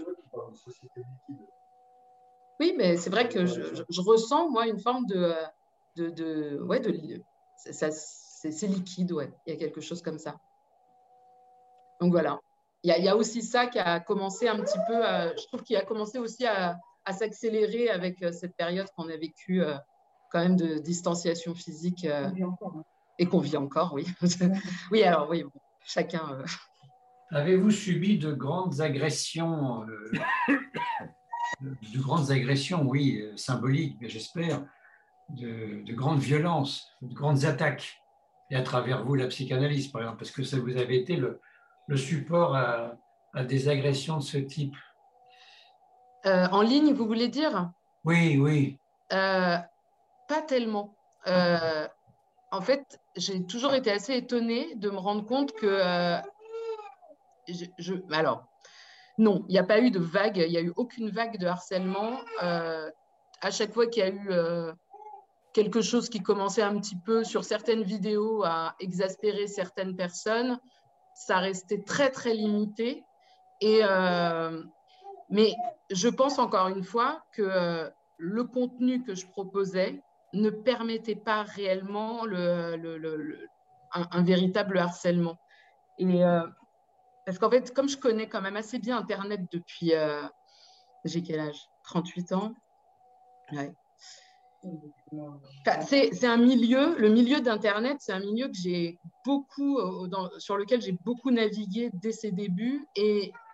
Oui, mais c'est vrai que je, je, je ressens, moi, une forme de... de, de, ouais, de ça, c'est, c'est liquide, ouais. Il y a quelque chose comme ça. Donc voilà. Il y a, il y a aussi ça qui a commencé un petit peu, à, je trouve qu'il a commencé aussi à, à s'accélérer avec cette période qu'on a vécue euh, quand même de distanciation physique. Euh, on vit encore, hein. Et qu'on vit encore, oui. Oui, alors oui, bon, chacun... Euh, Avez-vous subi de grandes agressions, euh, de grandes agressions, oui, symboliques, mais j'espère, de, de grandes violences, de grandes attaques, et à travers vous, la psychanalyse, par exemple, parce que ça vous avez été le, le support à, à des agressions de ce type. Euh, en ligne, vous voulez dire? Oui, oui. Euh, pas tellement. Euh, en fait, j'ai toujours été assez étonnée de me rendre compte que... Euh, Je, je, alors, non, il n'y a pas eu de vague, il n'y a eu aucune vague de harcèlement. Euh, à chaque fois qu'il y a eu euh, quelque chose qui commençait un petit peu sur certaines vidéos à exaspérer certaines personnes, ça restait très, très limité. Et, euh, mais je pense encore une fois que euh, le contenu que je proposais ne permettait pas réellement le, le, le, le, un, un véritable harcèlement. Et... Euh, Parce qu'en fait, comme je connais quand même assez bien Internet depuis, euh, j'ai quel âge? trente-huit ans. Ouais. Enfin, c'est, c'est un milieu, le milieu d'Internet, c'est un milieu que j'ai beaucoup, euh, dans, sur lequel j'ai beaucoup navigué dès ses débuts. Et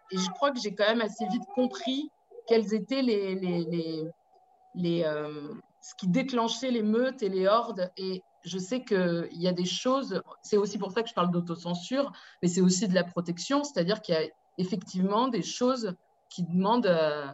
et je crois que j'ai quand même assez vite compris quels étaient les, les, les, les, euh, ce qui déclenchait les meutes et les hordes. Et je sais qu'il y a des choses, c'est aussi pour ça que je parle d'autocensure, mais c'est aussi de la protection, c'est-à-dire qu'il y a effectivement des choses qui demandent euh,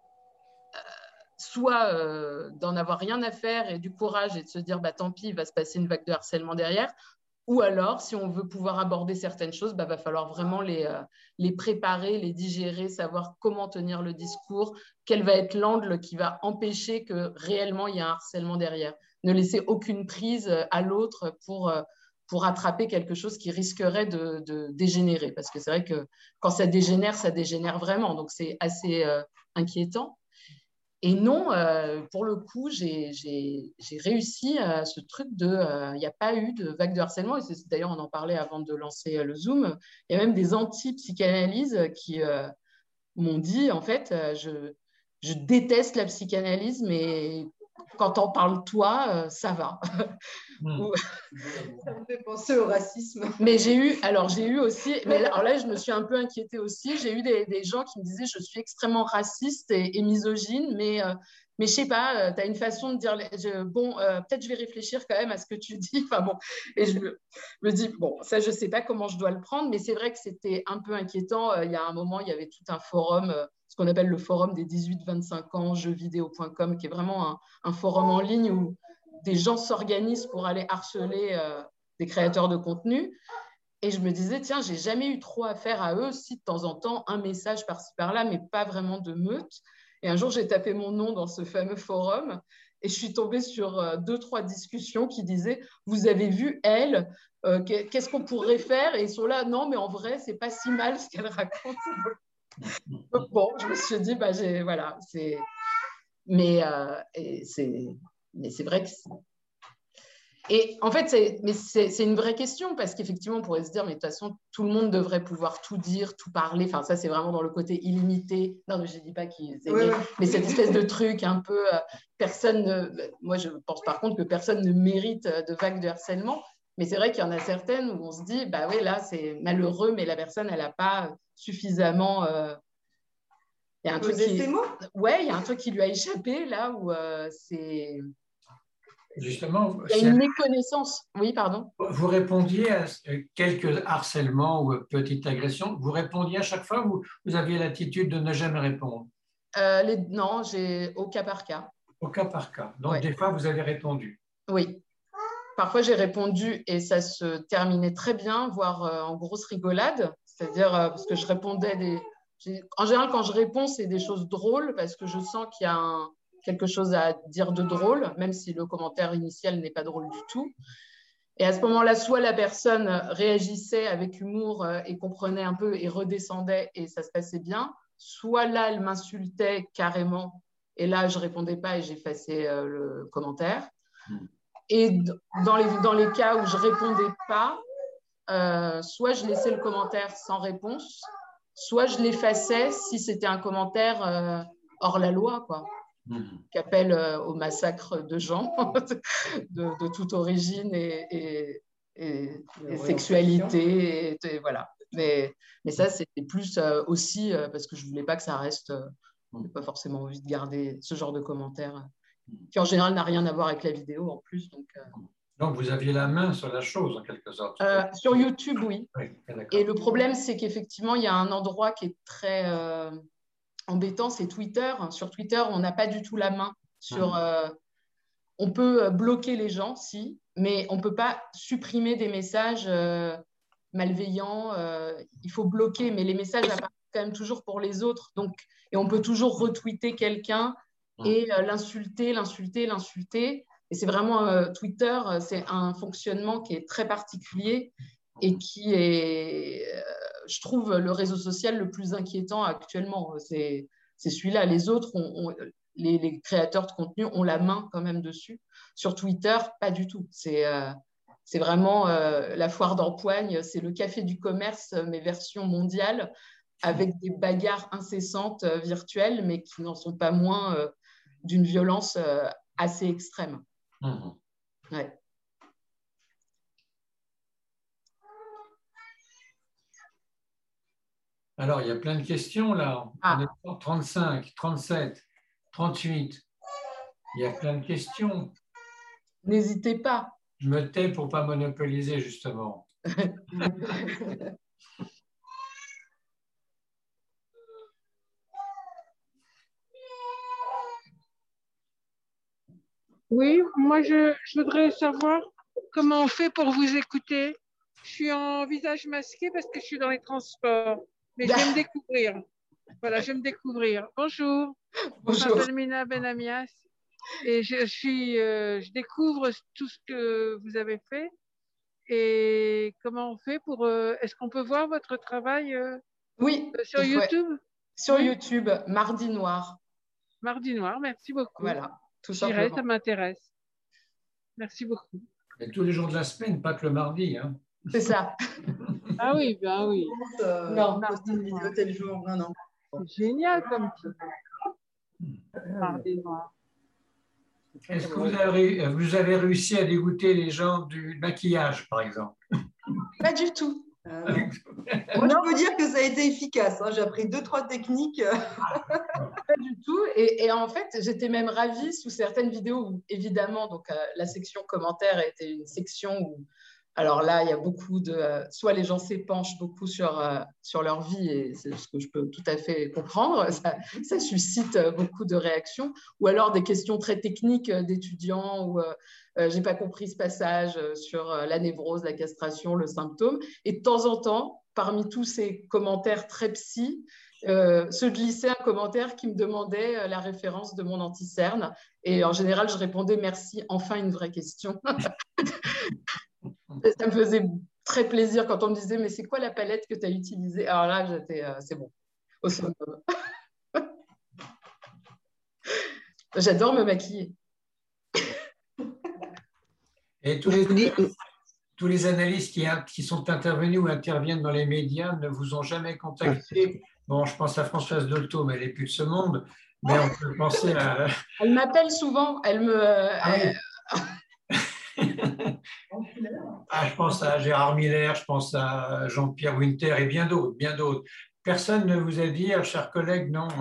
soit euh, d'en avoir rien à faire et du courage et de se dire bah, tant pis, il va se passer une vague de harcèlement derrière, ou alors si on veut pouvoir aborder certaines choses, bah, va falloir vraiment les, euh, les préparer, les digérer, savoir comment tenir le discours, quel va être l'angle qui va empêcher que réellement il y ait un harcèlement derrière. Ne laisser aucune prise à l'autre pour, euh, pour attraper quelque chose qui risquerait de, de dégénérer. Parce que c'est vrai que quand ça dégénère, ça dégénère vraiment. Donc c'est assez euh, inquiétant. Et non, euh, pour le coup, j'ai réussi à ce truc de... Il euh, n'y a pas eu de vague de harcèlement. Et d'ailleurs, on en parlait avant de lancer euh, le Zoom. Il y a même des anti-psychanalyses qui euh, m'ont dit, en fait, euh, je, je déteste la psychanalyse, mais quand on parle toi, euh, ça va. Mmh. Ça me fait penser au racisme. Mais j'ai eu, alors j'ai eu aussi, mais là, alors là, je me suis un peu inquiétée aussi. J'ai eu des, des gens qui me disaient je suis extrêmement raciste et, et misogyne, mais, euh, mais je sais pas, euh, tu as une façon de dire, je, bon, euh, peut-être je vais réfléchir quand même à ce que tu dis. Enfin bon, et je me, me dis, bon, ça, je sais pas comment je dois le prendre, mais c'est vrai que c'était un peu inquiétant. Euh, il y a un moment, il y avait tout un forum, euh, ce qu'on appelle le forum des dix-huit vingt-cinq ans, jeux vidéo point com, qui est vraiment un, un forum en ligne où des gens s'organisent pour aller harceler euh, des créateurs de contenu. Et je me disais, tiens, j'ai jamais eu trop affaire à eux, si de temps en temps, un message par-ci par-là, mais pas vraiment de meute. Et un jour, j'ai tapé mon nom dans ce fameux forum et je suis tombée sur euh, deux, trois discussions qui disaient, vous avez vu elle, euh, qu'est-ce qu'on pourrait faire? Et ils sont là, non, mais en vrai, c'est pas si mal ce qu'elle raconte. Donc, bon, je me suis dit, bah, j'ai, voilà, c'est... Mais euh, c'est... Mais c'est vrai que... Et en fait, c'est une vraie question parce qu'effectivement, on pourrait se dire, mais de toute façon, tout le monde devrait pouvoir tout dire, tout parler. Enfin, ça, c'est vraiment dans le côté illimité. Non, mais je ne dis pas qu'il est ouais, ouais. Mais cette espèce de truc un peu, euh, personne ne... Moi, je pense par contre que personne ne mérite de vagues de harcèlement. Mais c'est vrai qu'il y en a certaines où on se dit, bah oui, là, c'est malheureux, mais la personne, elle n'a pas suffisamment... Euh... Il y a un truc qui... Ouais, il y a un truc qui lui a échappé, là, où euh, c'est... Justement, il y a une méconnaissance. Oui, pardon. Vous répondiez à quelques harcèlements ou petites agressions. Vous répondiez à chaque fois ou vous aviez l'attitude de ne jamais répondre? euh, les... Non, j'ai au cas par cas. Au cas par cas. Donc, ouais. Des fois, vous avez répondu. Oui. Parfois, j'ai répondu et ça se terminait très bien, voire euh, en grosse rigolade. C'est-à-dire, euh, parce que je répondais des... En général, quand je réponds, c'est des choses drôles parce que je sens qu'il y a un... quelque chose à dire de drôle, même si le commentaire initial n'est pas drôle du tout. Et à ce moment-là, soit la personne réagissait avec humour et comprenait un peu et redescendait et ça se passait bien, soit là, elle m'insultait carrément et là, je ne répondais pas et j'effaçais le commentaire. Et dans les, dans les cas où je ne répondais pas, euh, soit je laissais le commentaire sans réponse, soit je l'effaçais si c'était un commentaire euh, hors la loi, quoi. Mmh. Qui appelle euh, au massacre de gens de, de toute origine et, et, et, et sexualité. Et, et, voilà. Mais, mais ça, c'était plus euh, aussi euh, parce que je ne voulais pas que ça reste. Euh, je n'ai pas forcément envie de garder ce genre de commentaires qui, en général, n'a rien à voir avec la vidéo en plus. Donc, euh... donc vous aviez la main sur la chose, en quelque sorte. Euh, sur YouTube, oui. oui et le problème, c'est qu'effectivement, il y a un endroit qui est très... Euh, embêtant, c'est Twitter. Sur Twitter, on n'a pas du tout la main sur... Euh, on peut bloquer les gens, si, mais on ne peut pas supprimer des messages euh, malveillants. Euh, il faut bloquer, mais les messages apparaissent quand même toujours pour les autres. Donc, et on peut toujours retweeter quelqu'un et euh, l'insulter, l'insulter, l'insulter. Et c'est vraiment... Euh, Twitter, c'est un fonctionnement qui est très particulier et qui est... Euh, je trouve le réseau social le plus inquiétant actuellement. C'est celui-là. Les autres, ont, ont, les, les créateurs de contenu ont la main quand même dessus. Sur Twitter, pas du tout. C'est euh, vraiment euh, la foire d'empoigne. C'est le café du commerce, mais version mondiale, avec des bagarres incessantes euh, virtuelles, mais qui n'en sont pas moins euh, d'une violence euh, assez extrême. Mmh. Ouais. Alors, il y a plein de questions là. Ah. On est trente-cinq, trente-sept, trente-huit. Il y a plein de questions. N'hésitez pas. Je me tais pour ne pas monopoliser, justement. Oui, moi je, je voudrais savoir comment on fait pour vous écouter. Je suis en visage masqué parce que je suis dans les transports, mais je vais me découvrir. Voilà, je vais me découvrir. Bonjour, Bonjour. je m'appelle Mina Benamias et je, suis, euh, je découvre tout ce que vous avez fait. Et comment on fait pour... Euh, est-ce qu'on peut voir votre travail euh, Oui, euh, sur YouTube? Sur oui. YouTube, Mardi Noir. Mardi Noir, merci beaucoup. Voilà, tout J'irai, simplement. ça m'intéresse. Merci beaucoup. Et tous les jours de la semaine, pas que le mardi. Hein. C'est ça. Ah oui, ben oui. Euh, non, poster une vidéo tel jour, non, non. C'est génial comme titre. Mardi Noir. Est-ce que vous avez, vous avez réussi à dégoûter les gens du maquillage, par exemple? Pas du tout. Euh, Moi, je peux dire que ça a été efficace. Hein. J'ai appris deux, trois techniques. Pas du tout. Et, et en fait, j'étais même ravie sous certaines vidéos où, évidemment, donc, euh, la section commentaires était une section où, alors là, il y a beaucoup de... Euh, soit les gens s'épanchent beaucoup sur, euh, sur leur vie, et c'est ce que je peux tout à fait comprendre, ça, ça suscite beaucoup de réactions, ou alors des questions très techniques d'étudiants où euh, euh, j'ai pas compris ce passage sur euh, la névrose, la castration, le symptôme. Et de temps en temps, parmi tous ces commentaires très psy, euh, se glissait un commentaire qui me demandait euh, la référence de mon anti-cerne. Et en général, je répondais merci, enfin une vraie question. Ça me faisait très plaisir quand on me disait mais c'est quoi la palette que tu as utilisée? Alors là, j'étais, euh, c'est bon, au summum. J'adore me maquiller. Et tous les, tous les analystes qui, qui sont intervenus ou interviennent dans les médias ne vous ont jamais contacté? Bon, je pense à Françoise Dolto, mais elle n'est plus de ce monde. Mais on peut penser à... Elle m'appelle souvent. Elle me... Ah, elle... ah, je pense à Gérard Miller, je pense à Jean-Pierre Winter et bien d'autres, bien d'autres. Personne ne vous a dit, chers collègues, non?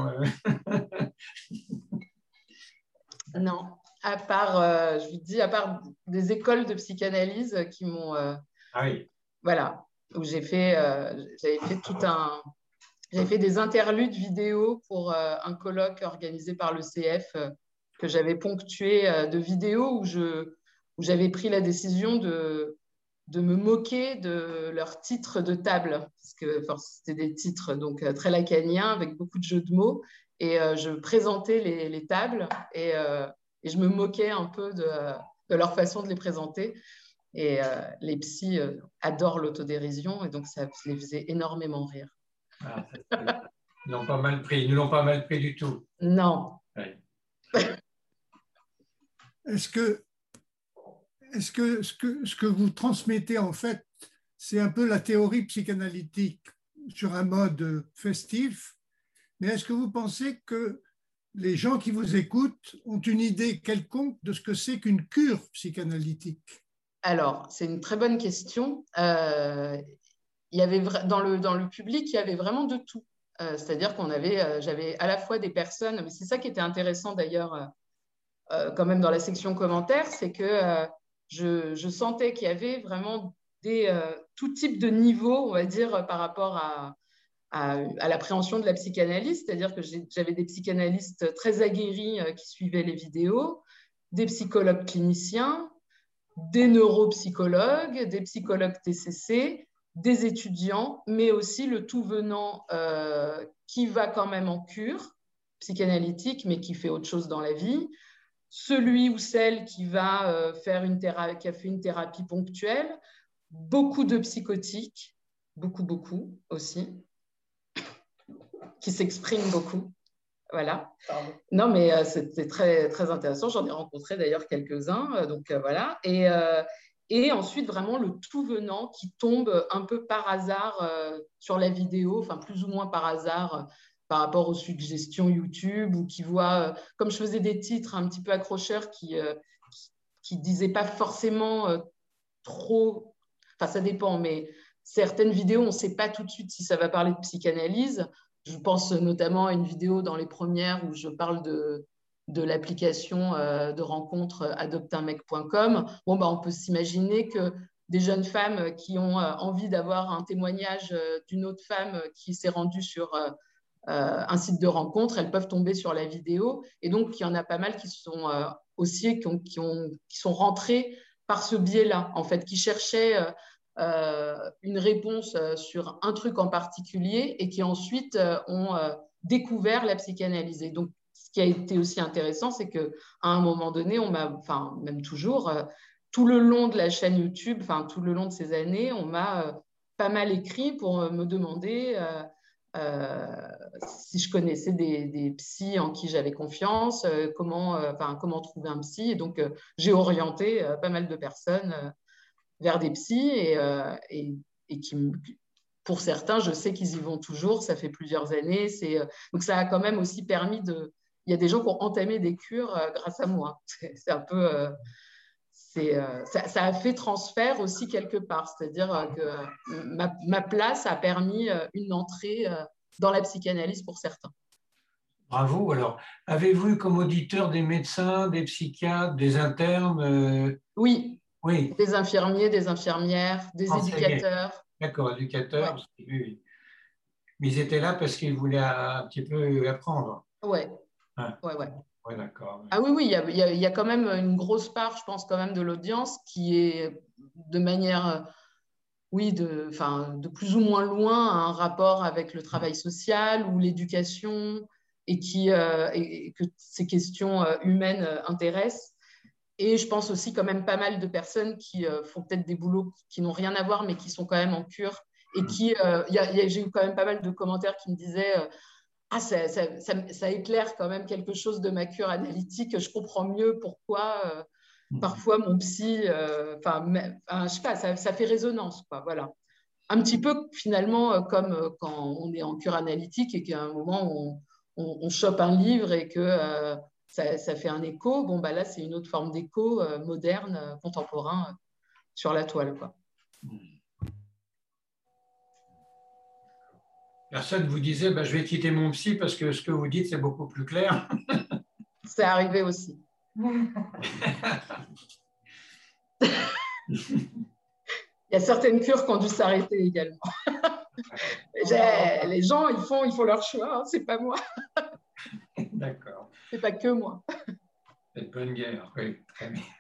Non, à part, euh, je vous dis, à part des écoles de psychanalyse qui m'ont... Euh, ah oui. Voilà, où j'ai fait, euh, j'avais fait tout un... J'avais fait des interludes vidéo pour euh, un colloque organisé par le C F euh, que j'avais ponctué euh, de vidéos où je, où j'avais pris la décision de, de me moquer de leurs titres de table, parce que c'était des titres donc, très lacaniens avec beaucoup de jeux de mots, et euh, je présentais les, les tables et, euh, et je me moquais un peu de, de leur façon de les présenter. Et euh, les psys euh, adorent l'autodérision, et donc ça les faisait énormément rire. Ah, ils l'ont pas mal pris, ils ne l'ont pas mal pris du tout. Non. Oui. Est-ce que, est-ce que, ce que ce que vous transmettez, en fait, c'est un peu la théorie psychanalytique sur un mode festif, mais est-ce que vous pensez que les gens qui vous écoutent ont une idée quelconque de ce que c'est qu'une cure psychanalytique? Alors, c'est une très bonne question. Euh, il y avait dans le, dans le public, il y avait vraiment de tout. Euh, c'est-à-dire qu'on avait, euh, j'avais à la fois des personnes, mais c'est ça qui était intéressant d'ailleurs euh, euh, quand même dans la section commentaires, c'est que euh, je, je sentais qu'il y avait vraiment des, euh, tout type de niveau, on va dire, par rapport à, à, à l'appréhension de la psychanalyse. C'est-à-dire que j'avais des psychanalystes très aguerris euh, qui suivaient les vidéos, des psychologues cliniciens, des neuropsychologues, des psychologues T C C, des étudiants, mais aussi le tout venant euh, qui va quand même en cure psychanalytique, mais qui fait autre chose dans la vie, celui ou celle qui va euh, faire une thérapie, qui a fait une thérapie ponctuelle, beaucoup de psychotiques, beaucoup, beaucoup aussi, qui s'expriment beaucoup. Voilà. Pardon. Non, mais euh, c'était très, très intéressant. J'en ai rencontré d'ailleurs quelques-uns. Euh, donc euh, voilà. Et, euh, et ensuite, vraiment le tout venant qui tombe un peu par hasard euh, sur la vidéo, enfin plus ou moins par hasard euh, par rapport aux suggestions YouTube, ou qui voit, euh, comme je faisais des titres un petit peu accrocheurs qui ne euh, qui, qui disaient pas forcément euh, trop. Enfin, ça dépend, mais certaines vidéos, on ne sait pas tout de suite si ça va parler de psychanalyse. Je pense notamment à une vidéo dans les premières où je parle de, de l'application euh, de rencontre adopte un mec point com. Bon, bah, on peut s'imaginer que des jeunes femmes qui ont euh, envie d'avoir un témoignage euh, d'une autre femme qui s'est rendue sur euh, euh, un site de rencontre, elles peuvent tomber sur la vidéo. Et donc, il y en a pas mal qui sont euh, aussi qui, ont, qui, ont, qui sont rentrés par ce biais-là, en fait, qui cherchaient euh, euh, une réponse euh, sur un truc en particulier et qui ensuite euh, ont euh, découvert la psychanalyse. Et donc, ce qui a été aussi intéressant, c'est qu'à un moment donné, on m'a, enfin, même toujours, euh, tout le long de la chaîne YouTube, enfin, tout le long de ces années, on m'a euh, pas mal écrit pour me demander euh, euh, si je connaissais des, des psys en qui j'avais confiance, euh, comment, euh, enfin, comment trouver un psy. Et donc, euh, j'ai orienté euh, pas mal de personnes euh, vers des psys et, euh, et, et qui, pour certains, je sais qu'ils y vont toujours, ça fait plusieurs années. C'est, euh, donc, ça a quand même aussi permis de... Il y a des gens qui ont entamé des cures euh, grâce à moi. C'est, c'est un peu... Euh, c'est, euh, ça, ça a fait transfert aussi quelque part. C'est-à-dire euh, que ma, ma place a permis euh, une entrée euh, dans la psychanalyse pour certains. Bravo. Alors, avez-vous eu comme auditeur des médecins, des psychiatres, des internes euh... Oui. Oui. Des infirmiers, des infirmières, des Enseignés. Éducateurs. D'accord, éducateurs. Ouais. Oui, oui. Mais ils étaient là parce qu'ils voulaient un petit peu apprendre. Ouais. Hein. Ouais, ouais. Ouais, d'accord. Ah oui, oui, il y, a, il, y a, il y a quand même une grosse part, je pense, quand même de l'audience qui est de manière, oui, de, enfin, de plus ou moins loin un rapport avec le travail social ou l'éducation et, qui, euh, et, et que ces questions humaines intéressent. Et je pense aussi quand même pas mal de personnes qui euh, font peut-être des boulots qui n'ont rien à voir, mais qui sont quand même en cure et qui, euh, y a, y a, j'ai eu quand même pas mal de commentaires qui me disaient euh, ah, ça, ça, ça, ça éclaire quand même quelque chose de ma cure analytique. Je comprends mieux pourquoi euh, parfois mon psy, euh, enfin, je sais pas, ça, ça fait résonance, quoi. Voilà. Un petit peu finalement euh, comme euh, quand on est en cure analytique et qu'à un moment on, on, on chope un livre et que euh, ça, ça fait un écho. Bon, bah là, c'est une autre forme d'écho euh, moderne, euh, contemporain euh, sur la toile, quoi. Personne vous disait bah, je vais quitter mon psy parce que ce que vous dites c'est beaucoup plus clair. C'est arrivé aussi. Il y a certaines cures qui ont dû s'arrêter également. Les gens, ils font, ils font leur choix, hein, c'est pas moi. D'accord. C'est pas que moi. C'est une bonne guerre, oui. Très bien.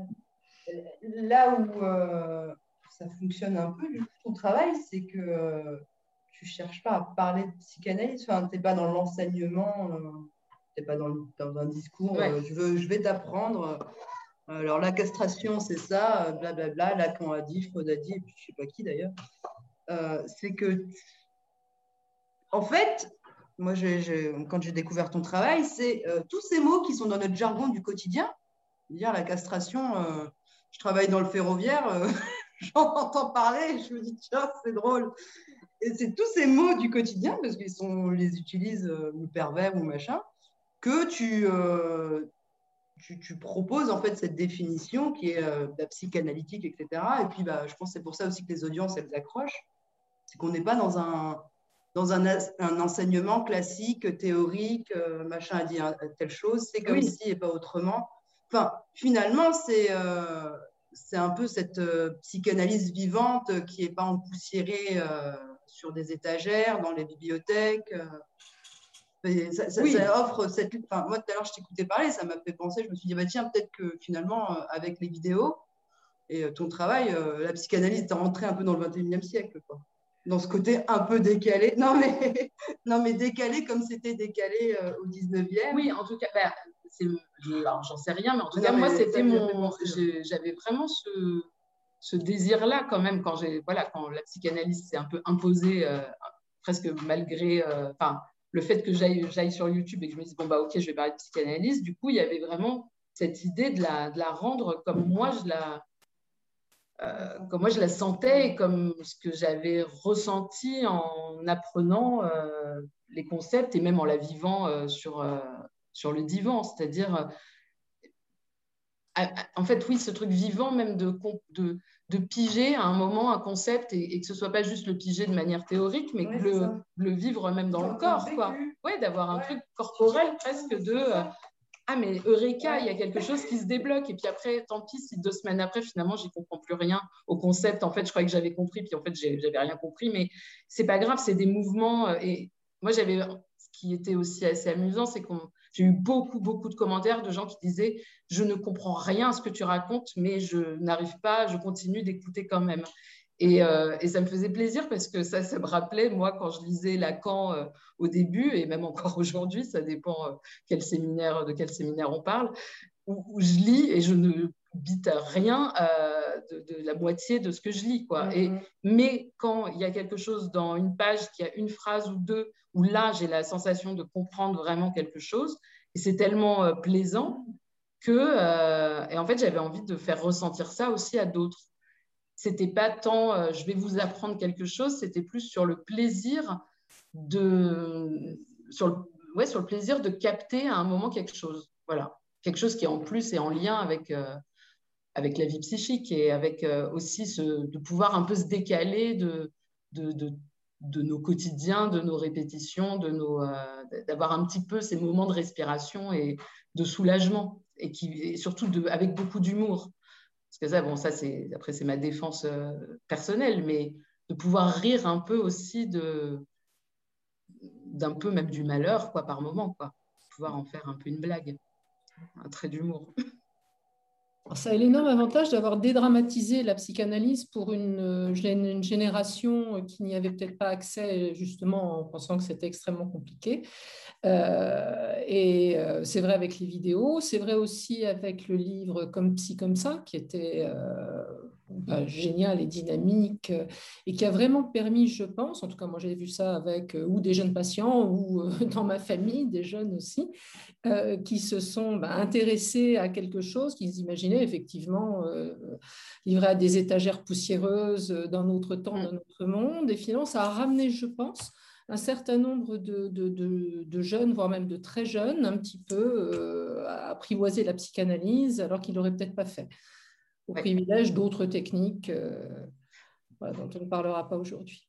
Là où euh, ça fonctionne un peu, du coup, ton travail, c'est que euh, tu ne cherches pas à parler de psychanalyse, enfin, tu n'es pas dans l'enseignement, euh, tu n'es pas dans, le, dans un discours, ouais. euh, je, veux, je vais t'apprendre. Euh, alors, la castration, c'est ça, blablabla, Lacan a dit, Freud a dit, et puis je ne sais pas qui d'ailleurs. Euh, c'est que, en fait, moi, j'ai, j'ai, quand j'ai découvert ton travail, c'est euh, tous ces mots qui sont dans notre jargon du quotidien. Dire la castration, euh, je travaille dans le ferroviaire, euh, j'en entends parler, je me dis tiens, c'est drôle. Et c'est tous ces mots du quotidien, parce qu'ils sont, on les utilise euh, ou pervers ou machin, que tu, euh, tu, tu proposes en fait cette définition qui est euh, la psychanalytique, et cetera. Et puis bah, je pense que c'est pour ça aussi que les audiences elles accrochent, c'est qu'on n'est pas dans un dans un, un enseignement classique, théorique, euh, machin a dit hein, telle chose, c'est comme oui. si et pas autrement. Enfin, finalement, c'est euh, c'est un peu cette euh, psychanalyse vivante qui n'est pas empoussiérée euh, sur des étagères, dans les bibliothèques. Euh, ça, ça, oui. ça offre cette... Enfin, moi, tout à l'heure, je t'écoutais parler, ça m'a fait penser, je me suis dit, bah, tiens, peut-être que finalement, euh, avec les vidéos et euh, ton travail, euh, la psychanalyse est rentrée un peu dans le vingt et unième siècle, quoi. Dans ce côté un peu décalé. Non, mais, non, mais décalé comme c'était décalé euh, au dix-neuvième. Oui, en tout cas... Bah... j'en sais rien, mais en tout non, cas, moi, c'était mon. J'avais vraiment ce, ce désir-là, quand même, quand, voilà, quand la psychanalyse s'est un peu imposée, euh, presque malgré. Enfin, euh, le fait que j'aille sur YouTube et que je me dise, bon, bah, ok, je vais parler de psychanalyse, du coup, il y avait vraiment cette idée de la, de la rendre comme moi, je la. Euh, comme moi je la sentais et comme ce que j'avais ressenti en apprenant euh, les concepts et même en la vivant euh, sur, euh, sur le divan, c'est-à-dire en fait, oui, ce truc vivant même de, de, de piger à un moment un concept et, et que ce ne soit pas juste le piger de manière théorique, mais ouais, que le, le vivre même dans le corps, quoi. Ouais, d'avoir un ouais. truc corporel presque de euh, ah, mais Eureka, il y a quelque chose qui se débloque. Et puis après, tant pis si deux semaines après, finalement, je n'y comprends plus rien au concept. En fait, je croyais que j'avais compris, puis en fait, je n'avais rien compris. Mais ce n'est pas grave, c'est des mouvements. Et moi, j'avais ce qui était aussi assez amusant, c'est que j'ai eu beaucoup, beaucoup de commentaires de gens qui disaient « Je ne comprends rien à ce que tu racontes, mais je n'arrive pas, je continue d'écouter quand même. » Et, euh, et ça me faisait plaisir parce que ça, ça me rappelait, moi, quand je lisais Lacan euh, au début, et même encore aujourd'hui, ça dépend euh, quel séminaire, de quel séminaire on parle, où, où je lis et je ne bite à rien euh, de, de la moitié de ce que je lis, quoi. Mm-hmm. Et, mais quand il y a quelque chose dans une page, qui a une phrase ou deux, où là, j'ai la sensation de comprendre vraiment quelque chose, et c'est tellement euh, plaisant que, euh, et en fait, j'avais envie de faire ressentir ça aussi à d'autres. C'était pas tant euh, je vais vous apprendre quelque chose, c'était plus sur le plaisir de sur le, ouais, sur le plaisir de capter à un moment quelque chose, voilà, quelque chose qui en plus est en lien avec euh, avec la vie psychique et avec euh, aussi ce, de pouvoir un peu se décaler de de, de, de nos quotidiens, de nos répétitions, de nos euh, d'avoir un petit peu ces moments de respiration et de soulagement et qui et surtout de, avec beaucoup d'humour. Parce que ça, bon, ça, c'est, après, c'est ma défense euh, personnelle, mais de pouvoir rire un peu aussi de, d'un peu même du malheur, quoi, par moment, quoi. Pouvoir en faire un peu une blague, un trait d'humour. Alors, ça a l'énorme avantage d'avoir dédramatisé la psychanalyse pour une, une génération qui n'y avait peut-être pas accès, justement, en pensant que c'était extrêmement compliqué. Euh, et euh, c'est vrai avec les vidéos, c'est vrai aussi avec le livre Comme Psy Comme Ça, qui était euh, bah, génial et dynamique euh, et qui a vraiment permis, je pense, en tout cas moi j'ai vu ça avec euh, ou des jeunes patients ou euh, dans ma famille, des jeunes aussi, euh, qui se sont bah, intéressés à quelque chose qu'ils imaginaient effectivement euh, livré à des étagères poussiéreuses d'un autre temps, d'un autre monde. Et finalement, ça a ramené, je pense, un certain nombre de, de, de, de jeunes, voire même de très jeunes, un petit peu euh, à apprivoiser la psychanalyse, alors qu'ils n'auraient peut-être pas fait, au ouais. privilège d'autres techniques euh, voilà, dont on ne parlera pas aujourd'hui.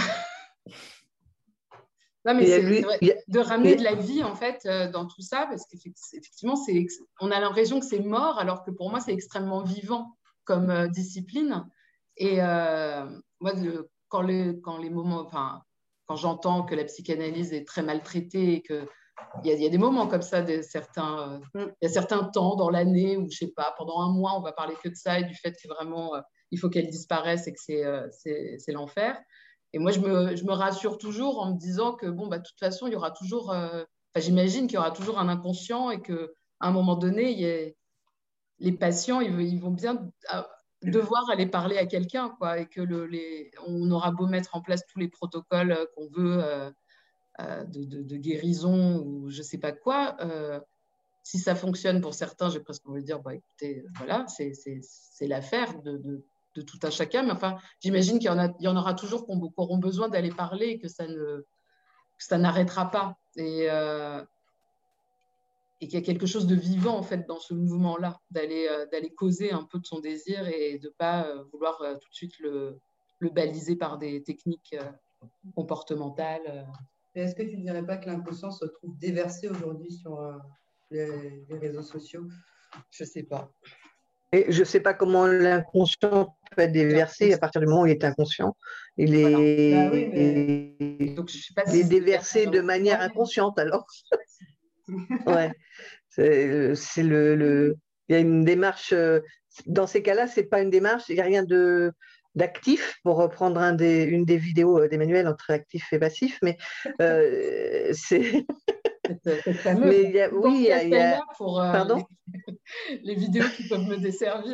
Non, mais c'est, lui, c'est vrai, a, de ramener de la vie, en fait, euh, dans tout ça, parce qu'effectivement, c'est, on a l'impression que c'est mort, alors que pour moi, c'est extrêmement vivant comme euh, discipline. Et euh, moi, le, quand, les, quand les moments... Enfin, quand j'entends que la psychanalyse est très maltraitée et qu'il y, y a des moments comme ça, de certains, euh, il y a certains temps dans l'année où, je ne sais pas, pendant un mois, on va parler que de ça et du fait que vraiment, euh, il faut qu'elle disparaisse et que c'est, euh, c'est, c'est l'enfer. Et moi, je me, je me rassure toujours en me disant que, bon, bah, de toute façon, il y aura toujours, euh, enfin, j'imagine qu'il y aura toujours un inconscient et qu'à un moment donné, il y a, les patients, ils, ils vont bien devoir aller parler à quelqu'un, quoi, et que le, les, on aura beau mettre en place tous les protocoles qu'on veut euh, euh, de, de, de guérison ou je ne sais pas quoi. Euh, si ça fonctionne pour certains, j'ai presque envie de dire, bah, écoutez, voilà, c'est, c'est, c'est l'affaire de, de, de tout un chacun. Mais enfin, j'imagine qu'il y en, a, il y en aura toujours qui auront besoin d'aller parler et que ça, ne, que ça n'arrêtera pas. Et, euh, et qu'il y a quelque chose de vivant, en fait, dans ce mouvement-là, d'aller, euh, d'aller causer un peu de son désir et de ne pas euh, vouloir euh, tout de suite le, le baliser par des techniques euh, comportementales. Euh. Mais est-ce que tu ne dirais pas que l'inconscient se trouve déversé aujourd'hui sur euh, les, les réseaux sociaux? Je ne sais pas. Et je ne sais pas comment l'inconscient peut être déversé à partir du moment où il est inconscient. Il est, voilà. Bah oui, mais... Donc, je sais pas il si est déversé de manière ouais. inconsciente alors. Ouais, c'est, c'est le, le, il y a une démarche. Dans ces cas-là, c'est pas une démarche. Il n'y a rien de d'actif pour reprendre un des, une des vidéos d'Emmanuel entre actif et passif, mais euh, c'est. Mais il y a, oui, il y a, il y a... pour euh, Pardon les, les vidéos qui peuvent me desservir.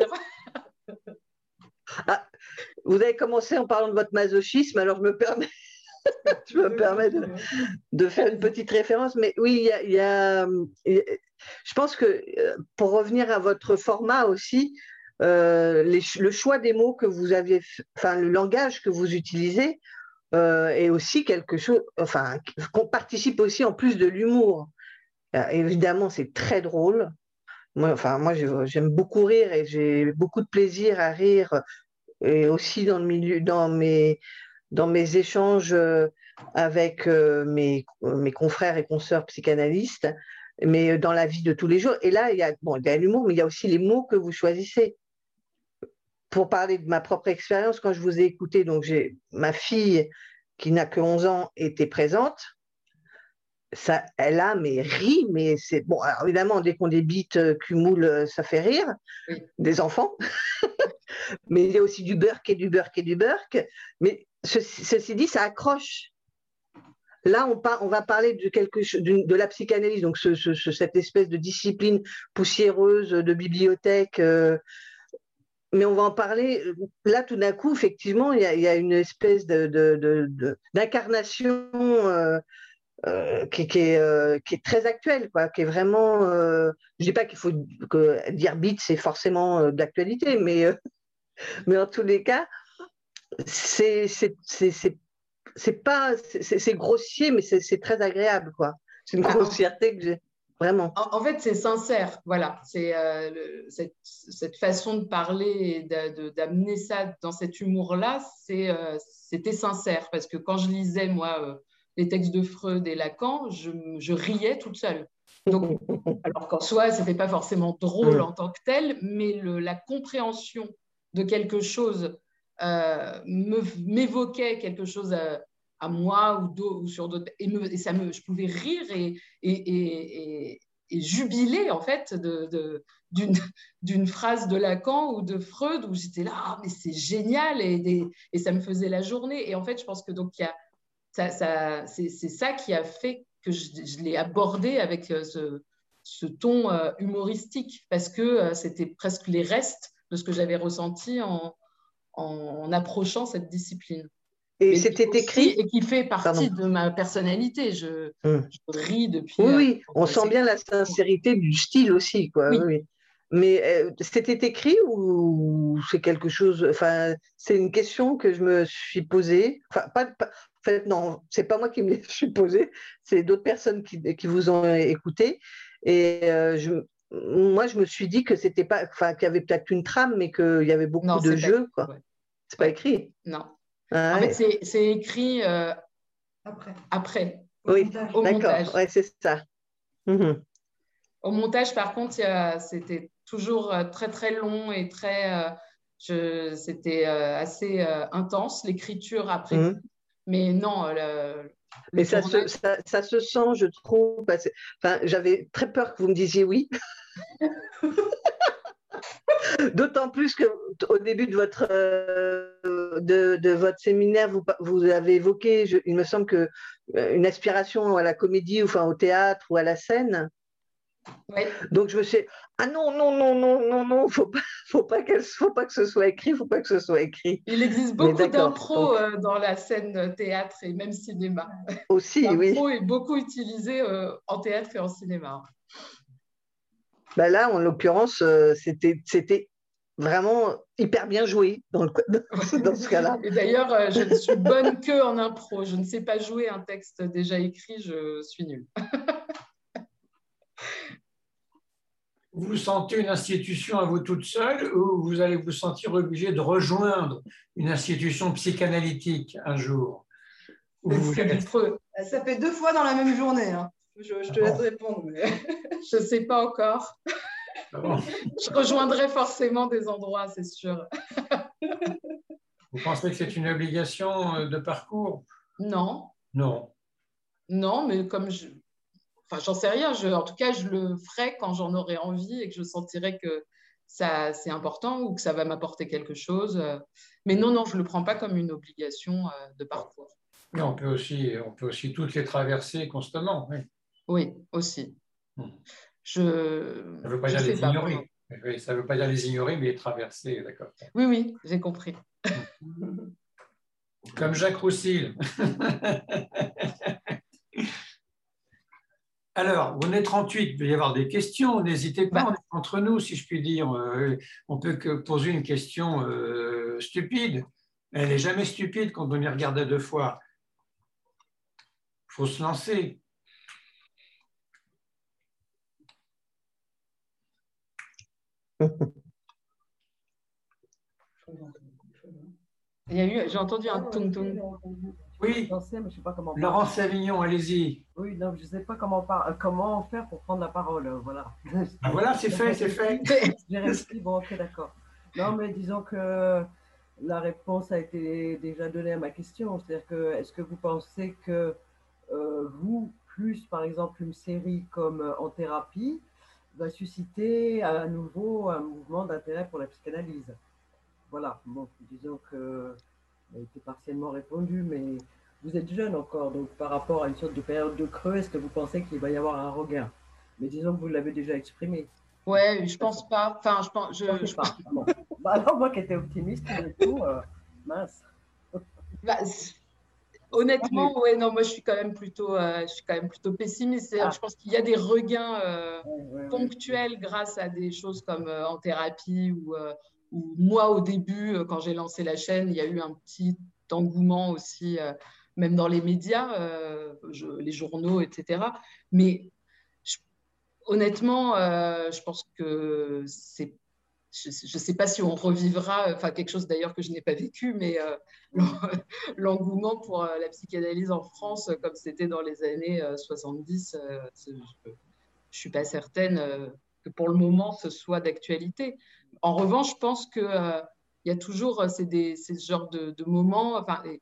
Ah, vous avez commencé en parlant de votre masochisme, alors je me permets. Je me permets de, de faire une petite référence, mais oui, il y a, il y a, je pense que pour revenir à votre format aussi, euh, les, le choix des mots que vous aviez, enfin le langage que vous utilisez euh, est aussi quelque chose, enfin, qu'on participe aussi en plus de l'humour. Euh, évidemment, c'est très drôle. moi, enfin, moi j'aime beaucoup rire et j'ai beaucoup de plaisir à rire, et aussi dans le milieu, dans mes, dans mes échanges avec mes, mes confrères et consoeurs psychanalystes, mais dans la vie de tous les jours. Et là, il y a, bon, il y a l'humour, mais il y a aussi les mots que vous choisissez. Pour parler de ma propre expérience, quand je vous ai écouté, donc j'ai ma fille qui n'a que onze ans était présente. Ça, elle a mais ri, mais c'est bon. Alors évidemment, dès qu'on débite Cumoul, ça fait rire, oui. Des enfants. Mais il y a aussi du burk et du burk et du burk. Mais ceci, ceci dit, ça accroche. Là, on, par, on va parler de, quelque, de, de la psychanalyse, donc ce, ce, cette espèce de discipline poussiéreuse de bibliothèque. Euh, mais on va en parler. Là, tout d'un coup, effectivement, il y a, il y a une espèce de, de, de, de, d'incarnation euh, euh, qui, qui, est, euh, qui est très actuelle, quoi, qui est vraiment. Euh, je ne dis pas qu'il faut que dire bite, c'est forcément euh, d'actualité, mais, euh, mais en tous les cas, c'est, c'est, c'est, c'est, c'est pas, c'est, c'est grossier, mais c'est, c'est très agréable, quoi. C'est une grossièreté que j'ai. Vraiment. En, en fait, c'est sincère, voilà. C'est euh, le, cette, cette façon de parler et de, de, d'amener ça dans cet humour-là, c'est, euh, c'était sincère. Parce que quand je lisais, moi, euh, les textes de Freud et Lacan, je, je riais toute seule. Donc, alors qu'en soi, ce n'était pas forcément drôle en tant que tel, mais le, la compréhension de quelque chose euh, me, m'évoquait quelque chose à, à moi ou, ou sur d'autres, et, me, et ça me, je pouvais rire et, et, et, et, et jubiler en fait de, de, d'une, d'une phrase de Lacan ou de Freud où j'étais là, ah, mais c'est génial, et, et, et ça me faisait la journée. Et en fait, je pense que donc il y a, ça, ça, c'est, c'est ça qui a fait que je, je l'ai abordé avec ce, ce ton euh, humoristique, parce que euh, c'était presque les restes de ce que j'avais ressenti en, en, en approchant cette discipline. Et mais c'était écrit et qui fait partie Pardon. de ma personnalité. Je, hum. je ris depuis. Oui, oui. Euh, on sent bien la sincérité du style aussi, quoi. Oui. Oui. Mais euh, c'était écrit ou c'est quelque chose. Enfin, c'est une question que je me suis posée. Enfin, pas, pas, en fait, non, c'est pas moi qui me l'ai suis posée. C'est d'autres personnes qui, qui vous ont écouté. Et euh, je, moi, je me suis dit que c'était pas, enfin, qu'il y avait peut-être une trame, mais qu'il y avait beaucoup non, de jeux, pas, quoi. Ouais. C'est pas ouais. écrit. Non. Ah, en ouais. fait, c'est, c'est écrit euh, après. Après. Au oui, montage. Au d'accord. Montage. Ouais, c'est ça. Mmh. Au montage, par contre, a, c'était toujours très, très long et très. Euh, je, c'était euh, assez euh, intense, l'écriture après. Mmh. Mais non. Le, Mais ça se, ça, ça se sent, je trouve. Parce que, enfin, j'avais très peur que vous me disiez oui. D'autant plus qu'au début de votre, euh, de, de votre séminaire, vous, vous avez évoqué, je, il me semble, que, euh, une aspiration à la comédie, enfin au théâtre ou à la scène. Oui. Donc je me suis dit, ah non, non, non, non, non, non, faut pas, faut pas qu'elle, faut pas que ce soit écrit, faut pas que ce soit écrit. Il existe beaucoup d'impro donc... euh, dans la scène théâtre et même cinéma. Aussi, oui. L'impro est beaucoup utilisé euh, en théâtre et en cinéma. Ben là, en l'occurrence, euh, c'était, c'était vraiment hyper bien joué dans, le, dans ce cas-là. Et d'ailleurs, euh, je ne suis bonne que en impro. Je ne sais pas jouer un texte déjà écrit, je suis nulle. Vous sentez une institution à vous toute seule ou vous allez vous sentir obligé de rejoindre une institution psychanalytique un jour? Vous... Ça fait deux fois dans la même journée. Hein. Je, je te ah laisse bon. répondre. Mais... je ne sais pas encore. Ah bon. Je rejoindrai forcément des endroits, c'est sûr. Vous pensez que c'est une obligation de parcours? Non. Non. Non, mais comme je... Enfin, j'en sais rien. Je... En tout cas, je le ferai quand j'en aurai envie et que je sentirai que ça, c'est important ou que ça va m'apporter quelque chose. Mais non, non, je ne le prends pas comme une obligation de parcours. Mais on peut aussi, on peut aussi toutes les traverser constamment. Oui, oui aussi. Hmm. Je... Ça ne veut pas dire les ignorer. Oui, ça ne veut pas dire les ignorer, mais les traverser, d'accord. Oui, oui, j'ai compris. Comme Jacques Roussel. Alors, on est trente-huit, il peut y avoir des questions, n'hésitez pas, bah. on est entre nous, si je puis dire. Euh, on peut que poser une question euh, stupide. Elle n'est jamais stupide quand on y regarde à deux fois. Il faut se lancer. Il y a eu, j'ai entendu un tung-tung. Oui, Danser, mais je sais pas comment Laurence Savignon, allez-y. Oui, non, je ne sais pas comment, par... comment faire pour prendre la parole. Voilà, ah, voilà c'est fait, c'est fait. J'ai réussi, bon, ok, d'accord. Non, mais disons que la réponse a été déjà donnée à ma question. C'est-à-dire que, est-ce que vous pensez que euh, vous, plus par exemple une série comme euh, En thérapie, va susciter à nouveau un mouvement d'intérêt pour la psychanalyse? Voilà, bon, disons que ça a été partiellement répondu, mais vous êtes jeune encore, donc par rapport à une sorte de période de creux, est-ce que vous pensez qu'il va y avoir un regain? Mais disons que vous l'avez déjà exprimé. Ouais, je pense pas. Enfin, je pense. Je, je pense pas. Bon. Bah alors, moi qui étais optimiste, du coup, euh, mince. Bah, honnêtement, ouais, non, moi je suis quand même plutôt, euh, je suis quand même plutôt pessimiste. Ah. Je pense qu'il y a des regains euh, ouais, ouais, ponctuels ouais. grâce à des choses comme euh, En thérapie ou, euh, ou moi au début, euh, quand j'ai lancé la chaîne, il y a eu un petit engouement aussi, euh, même dans les médias, euh, je, les journaux, et cetera. Mais je, honnêtement, euh, je pense que c'est je ne sais pas si on revivra, enfin quelque chose d'ailleurs que je n'ai pas vécu, mais euh, l'engouement pour euh, la psychanalyse en France, comme c'était dans les années euh, soixante-dix, euh, je ne suis pas certaine euh, que pour le moment ce soit d'actualité. En revanche, je pense qu'il euh, y a toujours euh, ces, des, ces genres de, de moments, enfin, et,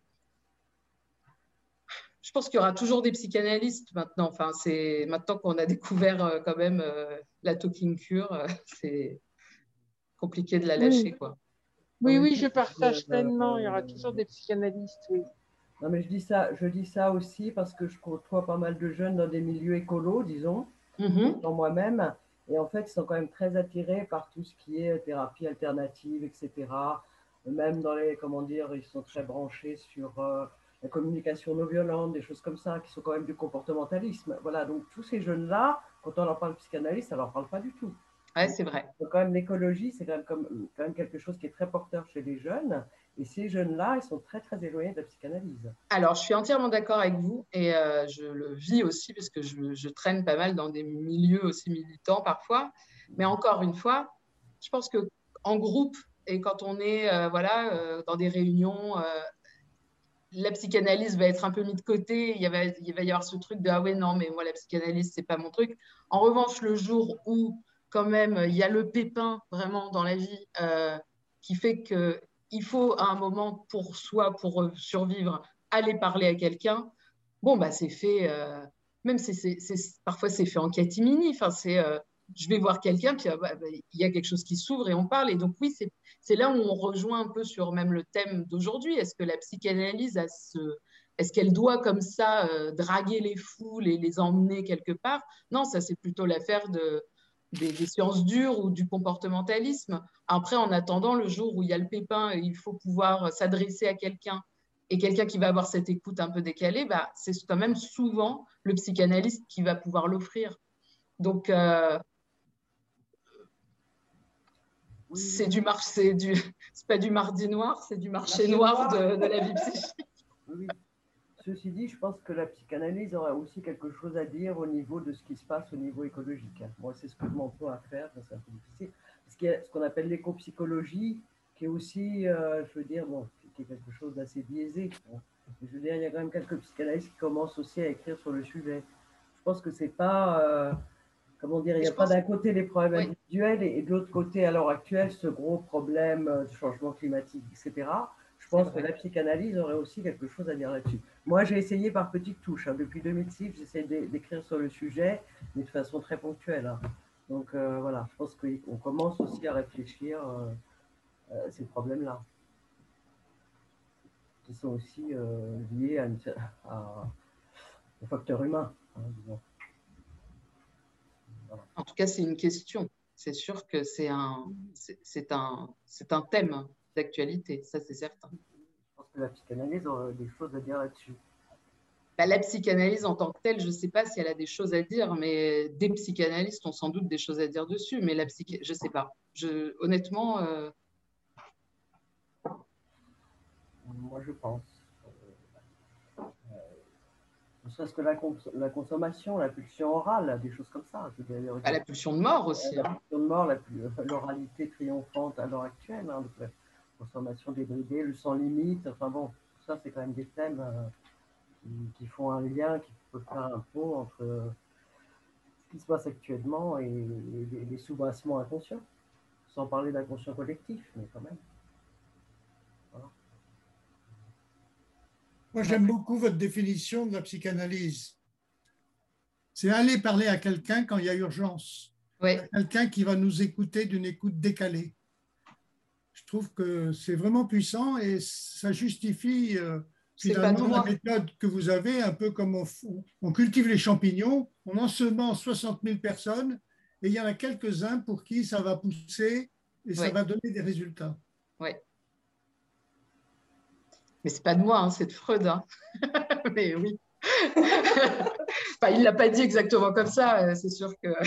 je pense qu'il y aura toujours des psychanalystes maintenant. Enfin, c'est maintenant qu'on a découvert euh, quand même euh, la talking cure, euh, c'est compliqué de la lâcher, oui. quoi. Oui, oui, je partage pleinement. Il y aura toujours des psychanalystes, oui. Non, mais je dis ça, je dis ça aussi parce que je côtoie pas mal de jeunes dans des milieux écolos, disons, mm-hmm. dans moi-même, et en fait, ils sont quand même très attirés par tout ce qui est thérapie alternative, et cetera. Même dans les, comment dire, ils sont très branchés sur euh, la communication non violente, des choses comme ça, qui sont quand même du comportementalisme. Voilà, donc tous ces jeunes-là, quand on leur parle de psychanalyse, ça leur parle pas du tout. Ouais, c'est vrai. Donc, quand même, l'écologie, c'est quand même, comme, quand même quelque chose qui est très porteur chez les jeunes. Et ces jeunes-là, ils sont très, très éloignés de la psychanalyse. Alors, je suis entièrement d'accord avec vous et euh, je le vis aussi parce que je, je traîne pas mal dans des milieux aussi militants parfois. Mais encore une fois, je pense qu'en groupe et quand on est euh, voilà, euh, dans des réunions, euh, la psychanalyse va être un peu mise de côté. Il va, il va y avoir ce truc de « Ah ouais, non, mais moi, la psychanalyse, c'est pas mon truc ». En revanche, le jour où quand même, il y a le pépin vraiment dans la vie euh, qui fait qu'il faut à un moment pour soi, pour survivre, aller parler à quelqu'un. Bon, bah, c'est fait, euh, même c'est, c'est, c'est, parfois c'est fait en catimini. Enfin, c'est, euh, je vais voir quelqu'un, puis bah, bah, il y a quelque chose qui s'ouvre et on parle. Et donc, oui, c'est, c'est là où on rejoint un peu sur même le thème d'aujourd'hui. Est-ce que la psychanalyse a ce. Est-ce qu'elle doit comme ça euh, draguer les foules et les emmener quelque part? Non, ça, c'est plutôt l'affaire de. Des, des sciences dures ou du comportementalisme. Après, en attendant, le jour où il y a le pépin et il faut pouvoir s'adresser à quelqu'un et quelqu'un qui va avoir cette écoute un peu décalée, bah, c'est quand même souvent le psychanalyste qui va pouvoir l'offrir. Donc, euh, oui. c'est du marché, c'est du, c'est pas du mardi noir, c'est du marché, marché noir, noir. De, de la vie psychique. Oui. Ceci dit, je pense que la psychanalyse aura aussi quelque chose à dire au niveau de ce qui se passe au niveau écologique. Moi, c'est ce que je m'emploie à faire, c'est un peu difficile. Parce qu'il y a ce qu'on appelle l'éco-psychologie, qui est aussi, euh, je veux dire, bon, qui est quelque chose d'assez biaisé. Bon. Je veux dire, il y a quand même quelques psychanalystes qui commencent aussi à écrire sur le sujet. Je pense que c'est pas, euh, comment dire, il n'y a pas d'un côté les problèmes oui. individuels et, et de l'autre côté, à l'heure actuelle, ce gros problème de changement climatique, et cetera. Je pense que la psychanalyse aurait aussi quelque chose à dire là-dessus. Moi, j'ai essayé par petites touches. Hein. Depuis deux mille six, j'essaie d'écrire sur le sujet, mais de façon très ponctuelle. Hein. Donc euh, voilà, je pense qu'on commence aussi à réfléchir euh, à ces problèmes-là, qui sont aussi euh, liés à, une, à, aux facteurs humains. Hein, disons. Voilà. En tout cas, c'est une question. C'est sûr que c'est un, c'est un, c'est un thème d'actualité, ça c'est certain. Je pense que la psychanalyse aurait des choses à dire là-dessus. Bah, la psychanalyse en tant que telle, je ne sais pas si elle a des choses à dire, mais des psychanalystes ont sans doute des choses à dire dessus, mais la psych... je ne sais pas. Je... Honnêtement... Euh... Moi, je pense. Euh, serait-ce que la, cons la consommation, la pulsion orale, des choses comme ça. À la pulsion de mort aussi. La hein. pulsion de mort, l'oralité triomphante à l'heure actuelle, hein, donc la consommation débridée, le sans limite, enfin bon, tout ça c'est quand même des thèmes euh, qui, qui font un lien, qui peuvent faire un pont entre euh, ce qui se passe actuellement et, et les, les soubassements inconscients, sans parler d'inconscient collectif, mais quand même. Voilà. Moi, j'aime beaucoup votre définition de la psychanalyse. C'est aller parler à quelqu'un quand il y a urgence. Oui. Quelqu'un qui va nous écouter d'une écoute décalée. Je trouve que c'est vraiment puissant et ça justifie euh, finalement la méthode que vous avez, un peu comme on, on cultive les champignons, on ensemence soixante mille personnes et il y en a quelques-uns pour qui ça va pousser et ça oui. va donner des résultats. Oui. Mais c'est pas de moi, hein, c'est de Freud. Hein. Mais oui. Enfin, il ne l'a pas dit exactement comme ça, c'est sûr que.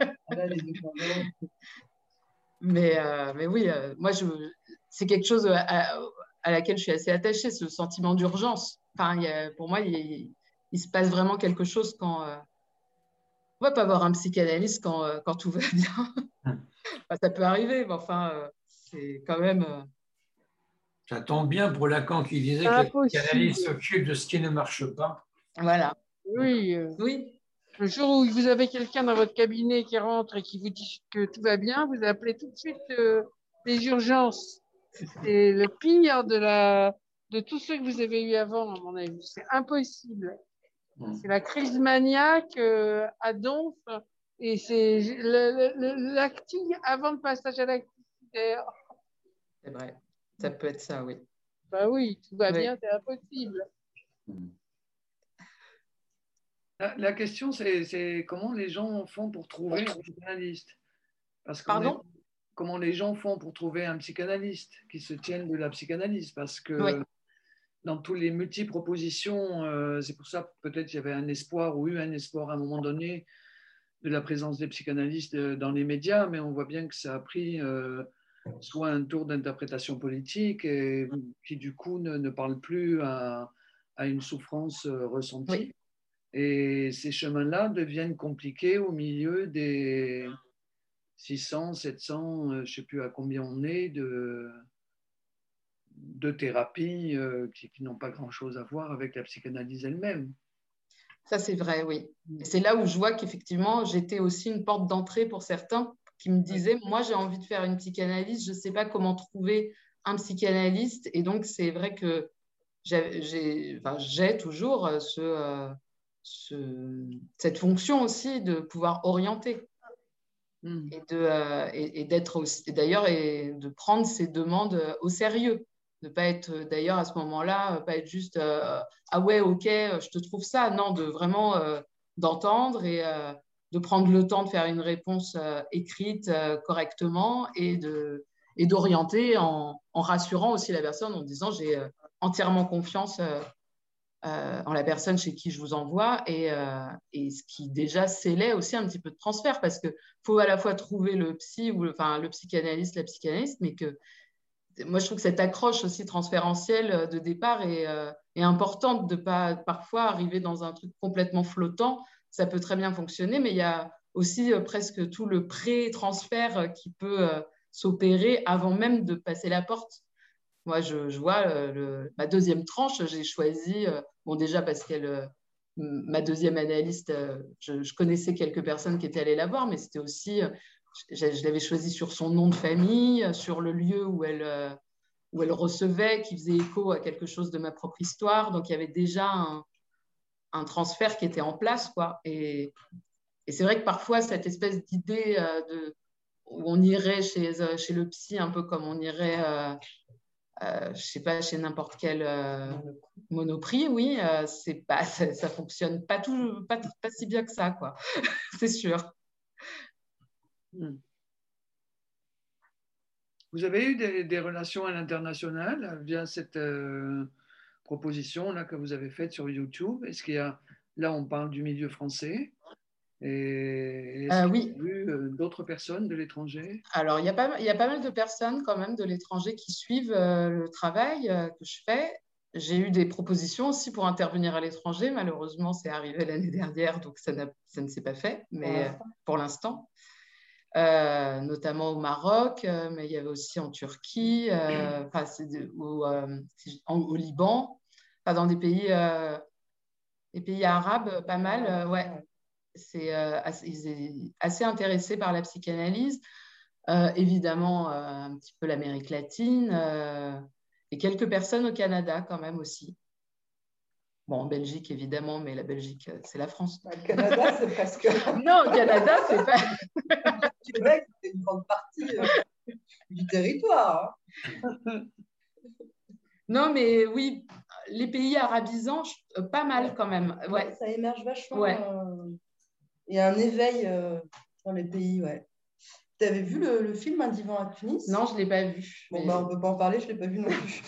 mais, euh, mais oui, euh, moi, c'est quelque chose à, à laquelle je suis assez attachée, ce sentiment d'urgence. Enfin, il y a, pour moi, il, il se passe vraiment quelque chose quand. Euh, on ne va pas voir un psychanalyste quand, euh, quand tout va bien. Enfin, ça peut arriver, mais enfin, euh, c'est quand même. Euh, Ça tombe bien pour Lacan qui disait que le psychanalyste s'occupe de ce qui ne marche pas. Voilà. Oui. Euh, oui. Le jour où vous avez quelqu'un dans votre cabinet qui rentre et qui vous dit que tout va bien, vous appelez tout de suite euh, les urgences. C'est le pire de, la, de tous ceux que vous avez eu avant, à mon avis. C'est impossible. Mmh. C'est la crise maniaque euh, à donf. Et c'est l'acting avant le passage à l'activité. C'est vrai. Ça peut être ça, oui. Bah oui, tout va oui. bien, c'est impossible. La, la question, c'est comment les gens font pour trouver un psychanalyste. Parce Pardon est, comment les gens font pour trouver un psychanalyste qui se tienne de la psychanalyse. Parce que oui. dans toutes les multi-propositions, euh, c'est pour ça peut-être qu'il y avait un espoir ou eu un espoir à un moment donné de la présence des psychanalystes dans les médias, mais on voit bien que ça a pris... Euh, soit un tour d'interprétation politique et qui du coup ne, ne parle plus à, à une souffrance ressentie. Oui. Et ces chemins-là deviennent compliqués au milieu des six cents, sept cents, je ne sais plus à combien on est, de, de thérapies qui, qui n'ont pas grand-chose à voir avec la psychanalyse elle-même. Ça, c'est vrai, oui. Et c'est là où je vois qu'effectivement, j'étais aussi une porte d'entrée pour certains qui me disaient, moi, j'ai envie de faire une psychanalyse, je ne sais pas comment trouver un psychanalyste. Et donc, c'est vrai que j'ai enfin, toujours ce, euh, ce, cette fonction aussi de pouvoir orienter mm. et, de, euh, et, et d'être aussi, d'ailleurs, et de prendre ces demandes au sérieux. De ne pas être, d'ailleurs, à ce moment-là, pas être juste euh, « Ah ouais, ok, je te trouve ça ». Non, de vraiment euh, d'entendre et euh, de prendre le temps de faire une réponse euh, écrite euh, correctement et de et d'orienter en, en rassurant aussi la personne en disant « J'ai euh, entièrement confiance euh, euh, en la personne chez qui je vous envoie » et, euh, et ce qui déjà scellait aussi un petit peu de transfert parce qu'il faut à la fois trouver le psy ou le, enfin, le psychanalyste, la psychanalyste, mais que moi, je trouve que cette accroche aussi transférentielle de départ est, euh, est importante de ne pas parfois arriver dans un truc complètement flottant. Ça peut très bien fonctionner, mais il y a aussi euh, presque tout le pré-transfert qui peut euh, s'opérer avant même de passer la porte. Moi, je, je vois euh, le, ma deuxième tranche, j'ai choisi, euh, bon déjà parce qu'elle, euh, ma deuxième analyste, euh, je, je connaissais quelques personnes qui étaient allées la voir, mais c'était aussi... Euh, Je, je l'avais choisie sur son nom de famille, sur le lieu où elle, euh, où elle recevait, qui faisait écho à quelque chose de ma propre histoire. Donc, il y avait déjà un, un transfert qui était en place, quoi. Et, et c'est vrai que parfois, cette espèce d'idée euh, de, où on irait chez, euh, chez le psy, un peu comme on irait, euh, euh, je sais pas, chez n'importe quel euh, Monoprix, oui, euh, c'est pas, ça, ça fonctionne pas, tout, pas, pas si bien que ça, quoi. C'est sûr. Vous avez eu des, des relations à l'international via cette euh, proposition-là que vous avez faite sur YouTube? Est-ce qu'il y a, là on parle du milieu français, et est-ce euh, qu'il oui. y a eu euh, d'autres personnes de l'étranger? Alors, il y, a pas, il y a pas mal de personnes quand même de l'étranger qui suivent euh, le travail euh, que je fais. j'ai eu des propositions aussi pour intervenir à l'étranger. Malheureusement, c'est arrivé l'année dernière, donc ça, ça ne s'est pas fait, mais pour l'instant. Euh, notamment au Maroc, euh, mais il y avait aussi en Turquie, euh, de, au, euh, au Liban, dans des pays, euh, des pays arabes, pas mal. Euh, ouais. C'est euh, assez, assez intéressé par la psychanalyse. Euh, évidemment, euh, un petit peu l'Amérique latine euh, et quelques personnes au Canada quand même aussi. Bon, en Belgique, évidemment, mais la Belgique, c'est la France. Le Canada, c'est presque... Non, le Canada, c'est pas... Le Québec, c'est une grande partie euh, du territoire. Hein. Non, mais oui, les pays arabisants, pas mal quand même. Ouais. Ça émerge vachement. Ouais. Euh... Il y a un éveil euh, dans les pays, ouais. Tu avais vu le, le film Un divan à Tunis? Non, je ne l'ai pas vu. Bon, mais... bah, on ne peut pas en parler, je ne l'ai pas vu non plus.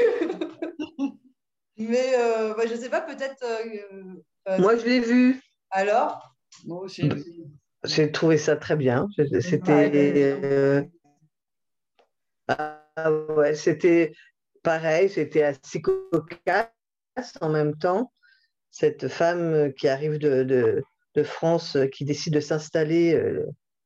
Mais euh, bah, je ne sais pas, peut-être... Euh, euh, Moi, je l'ai vu. Alors? Moi aussi. J'ai trouvé ça très bien. C'était... Euh... Ah, ouais, c'était pareil, c'était assez cocasse en même temps. Cette femme qui arrive de, de, de France, qui décide de s'installer, euh,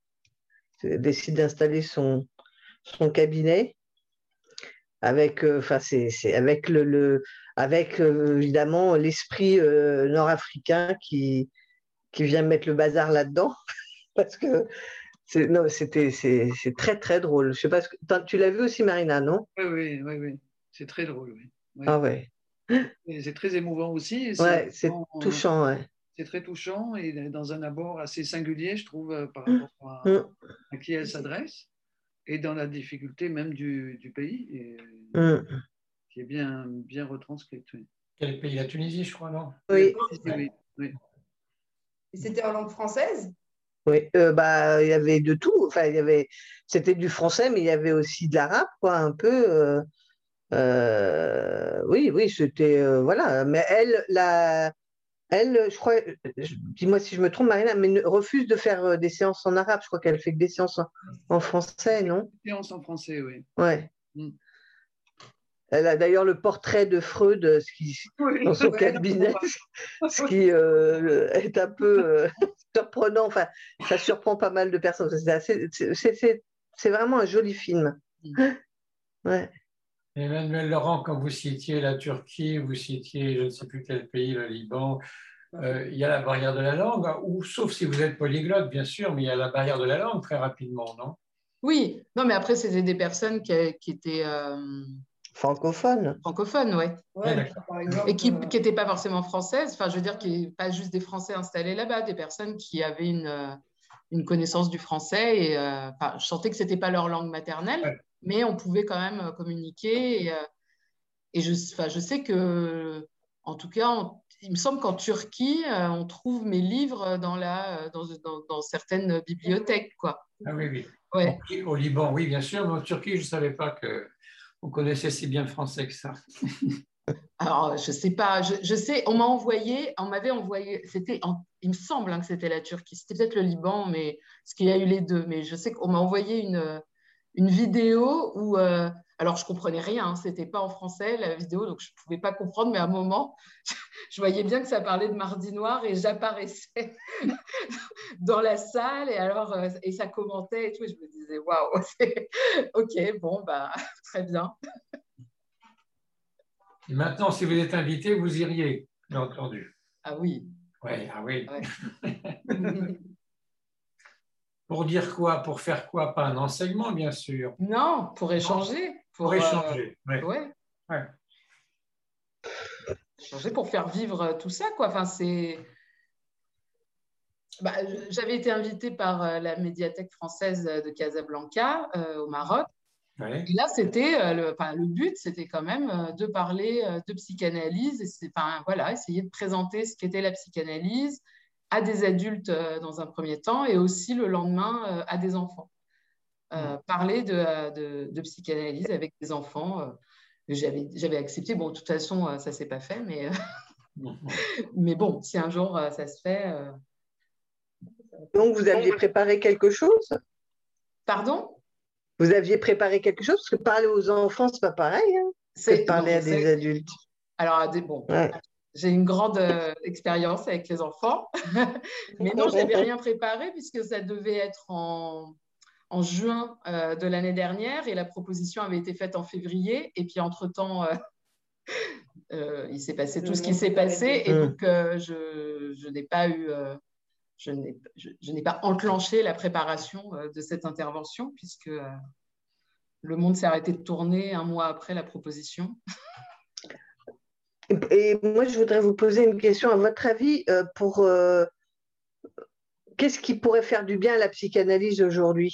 décide d'installer son, son cabinet avec, enfin, euh, c'est, c'est avec le, le avec euh, évidemment l'esprit euh, nord-africain qui, qui vient mettre le bazar là-dedans, parce que c'est, non, c'était, c'est, c'est très très drôle. Je sais pas, tu l'as vu aussi, Marina, non? Oui, oui, oui, oui. C'est très drôle, oui. oui. Ah ouais. Et c'est très émouvant aussi. C'est, ouais, c'est touchant, ouais. C'est très touchant et dans un abord assez singulier, je trouve, par rapport à, mmh. à qui elle s'adresse et dans la difficulté même du, du pays, et, mmh. qui est bien, bien retranscrite. Oui. Quel pays? La Tunisie, je crois, non? Oui. oui, oui. Et c'était en langue française? Oui, euh, bah, il y avait de tout. Enfin, il y avait, c'était du français, mais il y avait aussi de l'arabe, quoi, un peu. Euh, euh, oui, oui, c'était, euh, voilà. Mais elle, la, elle, je crois, dis-moi si je me trompe, Marina, mais ne, refuse de faire des séances en arabe. Je crois qu'elle fait que des séances en, en français, non? Des séances en français, oui. Ouais. Mm. Elle a d'ailleurs le portrait de Freud ce qui, oui, dans son ouais, cabinet, ce qui euh, est un peu euh, surprenant. Enfin, ça surprend pas mal de personnes. C'est, assez, c'est, c'est, c'est vraiment un joli film. Ouais. Emmanuel Laurent, quand vous citiez la Turquie, vous citiez je ne sais plus quel pays, le Liban, euh, il y a la barrière de la langue, ou sauf si vous êtes polyglotte, bien sûr, mais il y a la barrière de la langue très rapidement, non? Oui, non, mais après, c'était des personnes qui, qui étaient... Euh... Francophones. Francophones, oui. Ouais, et qui n'étaient pas forcément françaises. Enfin, je veux dire, qui, pas juste des Français installés là-bas, des personnes qui avaient une, une connaissance du français. Et, euh, enfin, je sentais que ce n'était pas leur langue maternelle, ouais. mais on pouvait quand même communiquer. Et, euh, et je, enfin, je sais que, en tout cas, on, il me semble qu'en Turquie, euh, on trouve mes livres dans, la, dans, dans, dans certaines bibliothèques, quoi. Ah oui, oui. Ouais. Au, au Liban, oui, bien sûr, mais en Turquie, je ne savais pas que on connaissait si bien le français que ça. Alors, je ne sais pas, je, je sais, on m'a envoyé, on m'avait envoyé, c'était, en, il me semble hein, que c'était la Turquie, c'était peut-être le Liban, mais parce qu'il y a eu les deux, mais je sais qu'on m'a envoyé une, une vidéo où, euh, alors je ne comprenais rien, hein, ce n'était pas en français la vidéo, donc je ne pouvais pas comprendre, mais à un moment, je voyais bien que ça parlait de Mardi Noir et j'apparaissais dans la salle et alors, et ça commentait et tout, et je me disais, waouh, ok, bon, bah, très bien. Et maintenant, si vous êtes invité, vous iriez, j'ai entendu. Ah oui. Ouais, ah oui. Ouais. Pour dire quoi? Pour faire quoi? Pas un enseignement, bien sûr. Non, pour échanger. Pour, pour échanger, euh, ouais. Ouais. ouais. Échanger pour faire vivre tout ça, quoi. Enfin, c'est... Bah, j'avais été invitée par la médiathèque française de Casablanca, euh, au Maroc. Ouais. Et là, c'était euh, le, enfin, le but, c'était quand même euh, de parler euh, de psychanalyse, et c'est, enfin, voilà, essayer de présenter ce qu'était la psychanalyse à des adultes euh, dans un premier temps, et aussi le lendemain euh, à des enfants. Euh, mmh. Parler de, de, de psychanalyse avec des enfants, euh, j'avais, j'avais accepté. Bon, de toute façon, euh, ça ne s'est pas fait, mais, euh, mmh. mais bon, si un jour euh, ça se fait. Euh... Donc, vous aviez préparé quelque chose? Pardon? Vous aviez préparé quelque chose? Parce que parler aux enfants, ce n'est pas pareil. Hein, c'est que parler non, à des adultes. Alors, des, bon, Ouais. j'ai une grande euh, expérience avec les enfants, mais non, je n'avais rien préparé puisque ça devait être en, en juin euh, de l'année dernière et la proposition avait été faite en février. Et puis, entre-temps, euh, euh, il s'est passé tout ce qui s'est passé et donc euh, je, je n'ai pas eu, euh, je n'ai je, je n'ai pas enclenché la préparation euh, de cette intervention puisque euh, le monde s'est arrêté de tourner un mois après la proposition. Et moi, je voudrais vous poser une question. À votre avis, euh, pour euh, qu'est-ce qui pourrait faire du bien à la psychanalyse aujourd'hui?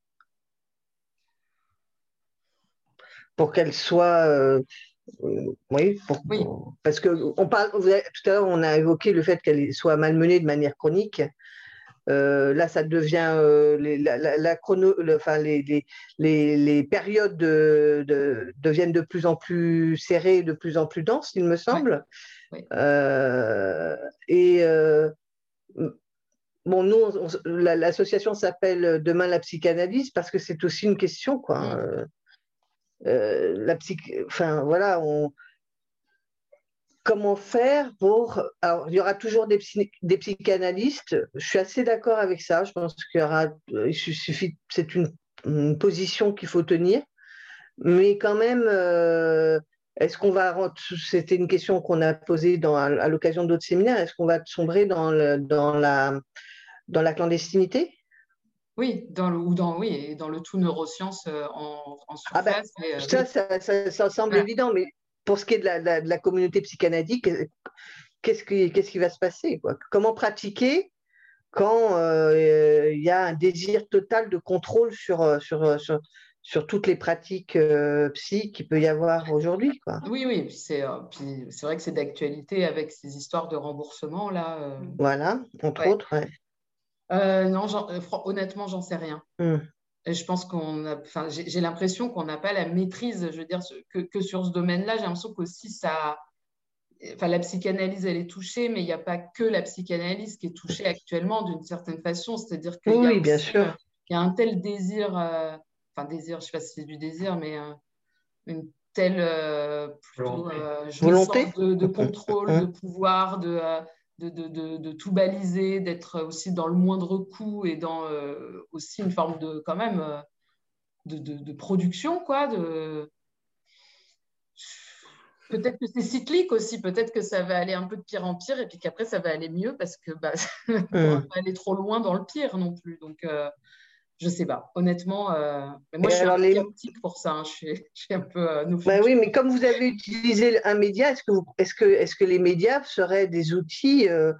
Pour qu'elle soit, euh, euh, oui, pour, Oui. pour- parce que on parle, vous avez- tout à l'heure, on a évoqué le fait qu'elle soit malmenée de manière chronique. Euh, là, ça devient euh, les, la, la, la chrono, le, enfin, les, les, les, les périodes de, de, deviennent de plus en plus serrées, de plus en plus denses, il me semble. Oui. Oui. Euh, et euh, bon, nous, on, la, l'association s'appelle Demain la psychanalyse parce que c'est aussi une question, quoi. Mm. Euh, euh, la psych, enfin, voilà, on, comment faire pour... Alors, il y aura toujours des, psy... des psychanalystes. Je suis assez d'accord avec ça. Je pense qu'il y aura... Il suffit... C'est une, une position qu'il faut tenir. Mais quand même, euh... est-ce qu'on va... C'était une question qu'on a posée dans... à l'occasion d'autres séminaires. Est-ce qu'on va sombrer dans, le... dans, la... dans la clandestinité? Oui, dans le, ou dans, oui, dans le tout neurosciences euh, en, en surface. Ah ben, mais, euh, ça, oui. ça, ça, ça semble Voilà. évident, mais pour ce qui est de la, de la, de la communauté psychanalytique, qu'est-ce qui, qu'est-ce qui va se passer, quoi? Comment pratiquer quand il euh, y a un désir total de contrôle sur, sur, sur, sur toutes les pratiques euh, psy qu'il peut y avoir aujourd'hui, quoi? Oui, oui, puis c'est, euh, puis c'est vrai que c'est d'actualité avec ces histoires de remboursement, là. Euh... Voilà, entre ouais. autres, ouais. Euh, non, j'en, euh, honnêtement, j'en sais rien. Mm. Et je pense qu'on a, enfin, j'ai, j'ai l'impression qu'on n'a pas la maîtrise, je veux dire, que, que sur ce domaine-là. J'ai l'impression qu'aussi ça, enfin, la psychanalyse, elle est touchée, mais il n'y a pas que la psychanalyse qui est touchée actuellement d'une certaine façon. C'est-à-dire qu'il oui, y a oui, bien aussi, sûr. euh, il y a un tel désir, euh, enfin désir, je ne sais pas si c'est du désir, mais euh, une telle euh, plutôt, euh, volonté de, de contrôle, de pouvoir, de, euh, de, de, de, de tout baliser, d'être aussi dans le moindre coup et dans euh, aussi une forme de, quand même, euh, de, de, de production, quoi, de... Peut-être que c'est cyclique aussi, peut-être que ça va aller un peu de pire en pire et puis qu'après ça va aller mieux parce que bah, on ne pourra pas aller trop loin dans le pire non plus. Donc, euh, je ne sais pas. Honnêtement, euh, mais moi Et je suis alors, un peu les... sceptique pour ça. Hein. Je, suis, je suis un peu euh, no bah oui, mais comme vous avez utilisé un média, est-ce que, vous, est-ce que, est-ce que les médias seraient des outils euh,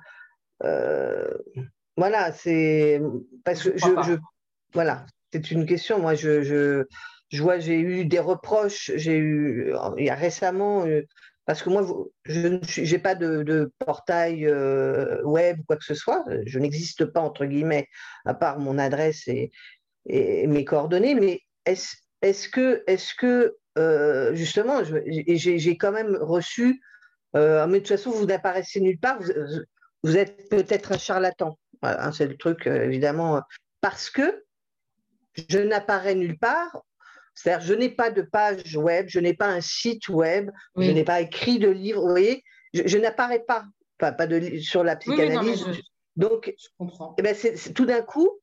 euh, voilà, c'est parce que je, je, voilà, c'est une question. Moi, je, je, je vois, j'ai eu des reproches, j'ai eu il y a récemment, euh, parce que moi, je ne suis, j'ai pas de, de portail euh, web ou quoi que ce soit. Je n'existe pas entre guillemets, à part mon adresse et, et mes coordonnées. Mais est-ce, est-ce que, est-ce que euh, justement, je, j'ai, j'ai quand même reçu. Euh, mais de toute façon, vous n'apparaissez nulle part. Vous, vous êtes peut-être un charlatan. Voilà, c'est le truc, euh, évidemment, euh, parce que je n'apparais nulle part. C'est-à-dire, je n'ai pas de page web, je n'ai pas un site web, oui. Je n'ai pas écrit de livre. Vous voyez, je, je n'apparais pas, pas, pas de, sur la psychanalyse. Oui, oui, non, je, Donc, je comprends. Eh ben, c'est, c'est, tout d'un coup,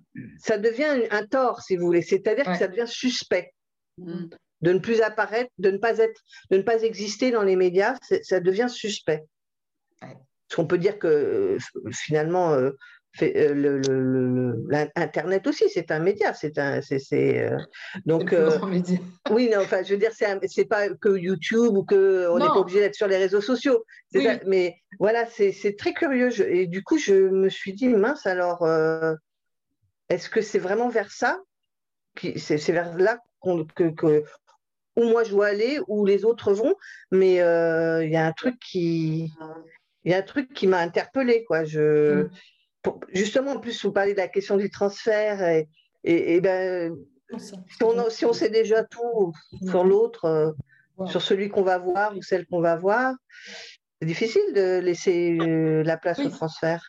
ça devient un, un tort, si vous voulez. C'est-à-dire ouais. que ça devient suspect. Mm. De ne plus apparaître, de ne pas être, de ne pas exister dans les médias, ça devient suspect. Ouais. Parce qu'on peut dire que euh, finalement, euh, fait, euh, le, le, le, l'Internet aussi, c'est un média, c'est un, c'est, c'est euh, donc c'est euh, média. Oui, non, enfin, je veux dire, c'est, un, c'est pas que YouTube ou que on n'est pas obligé d'être sur les réseaux sociaux. C'est oui. ça, mais voilà, c'est, c'est très curieux. Je, et du coup, je me suis dit mince, alors, euh, est-ce que c'est vraiment vers ça, qui, c'est, c'est vers là qu'on, que, que où moi je dois aller, où les autres vont, mais il euh, y a un truc qui, il y a un truc qui m'a interpellée, quoi. Je, mm. pour, justement, en plus, vous parlez de la question du transfert, et, et, et ben, si on, si on sait déjà tout sur l'autre, euh, wow. sur celui qu'on va voir ou celle qu'on va voir, c'est difficile de laisser euh, la place oui. au transfert.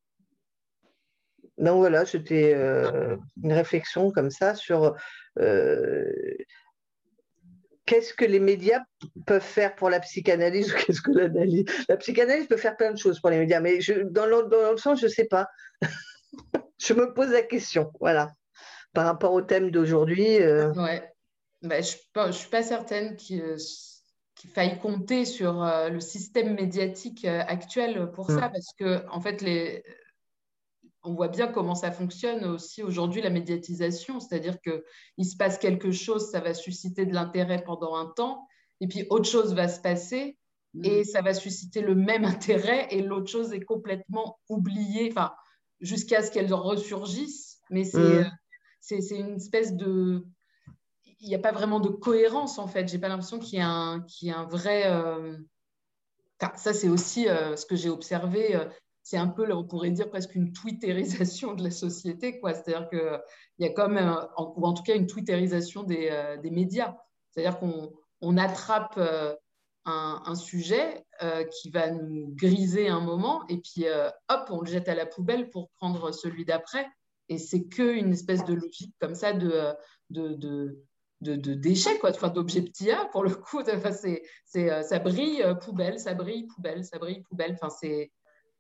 Donc voilà, c'était euh, une réflexion comme ça sur. Euh, qu'est-ce que les médias peuvent faire pour la psychanalyse ou qu'est-ce que l'analyse? La psychanalyse peut faire plein de choses pour les médias, mais je, dans, le, dans le sens, je ne sais pas. Je me pose la question, voilà. Par rapport au thème d'aujourd'hui. Euh... Ouais. Ben, je ne suis pas certaine qu'il euh, qu'il faille compter sur euh, le système médiatique euh, actuel pour ça, parce que en fait, les, on voit bien comment ça fonctionne aussi aujourd'hui, la médiatisation, c'est-à-dire qu'il se passe quelque chose, ça va susciter de l'intérêt pendant un temps, et puis autre chose va se passer, et ça va susciter le même intérêt, et l'autre chose est complètement oubliée, enfin, jusqu'à ce qu'elle ressurgisse, mais c'est mmh. c'est, c'est une espèce de... Il n'y a pas vraiment de cohérence, en fait. Je n'ai pas l'impression qu'il y ait un, qu'il y ait un vrai... Euh... Enfin, ça, c'est aussi euh, ce que j'ai observé. Euh, c'est un peu, on pourrait dire, presque une twitterisation de la société, quoi. C'est-à-dire qu'il y a comme, euh, en, ou en tout cas, une twitterisation des, euh, des médias. C'est-à-dire qu'on on attrape euh, un, un sujet euh, qui va nous griser un moment, et puis, euh, hop, on le jette à la poubelle pour prendre celui d'après. Et c'est qu'une espèce de logique comme ça de... de, de De, de déchets, quoi, enfin, d'objets petits A, pour le coup. Enfin, c'est, c'est, euh, ça brille, euh, poubelle, ça brille, poubelle, ça brille, poubelle. Enfin, c'est,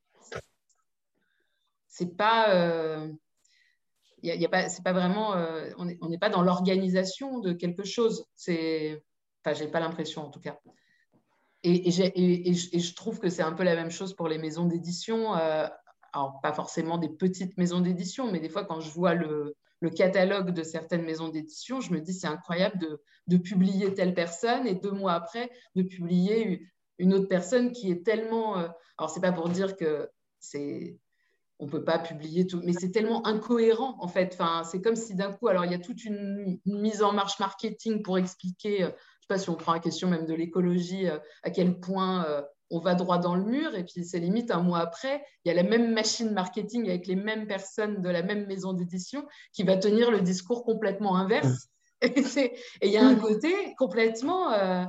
c'est pas... Euh, y a, y a pas c'est pas vraiment... Euh, on n'est on n'est pas dans l'organisation de quelque chose. C'est, enfin, j'ai pas l'impression, en tout cas. Et, et, j'ai, et, et, je, et je trouve que c'est un peu la même chose pour les maisons d'édition. Euh, alors, pas forcément des petites maisons d'édition, mais des fois, quand je vois le... le catalogue de certaines maisons d'édition, je me dis c'est incroyable de, de publier telle personne et deux mois après de publier une autre personne qui est tellement... Euh, alors, c'est pas pour dire que c'est... on peut pas publier tout, mais c'est tellement incohérent, en fait. Enfin, c'est comme si d'un coup, alors il y a toute une, une mise en marche marketing pour expliquer, euh, je sais pas si on prend la question même de l'écologie, euh, à quel point... Euh, on va droit dans le mur, et puis c'est limite un mois après, il y a la même machine marketing avec les mêmes personnes de la même maison d'édition qui va tenir le discours complètement inverse. Et il y a un côté complètement... Euh,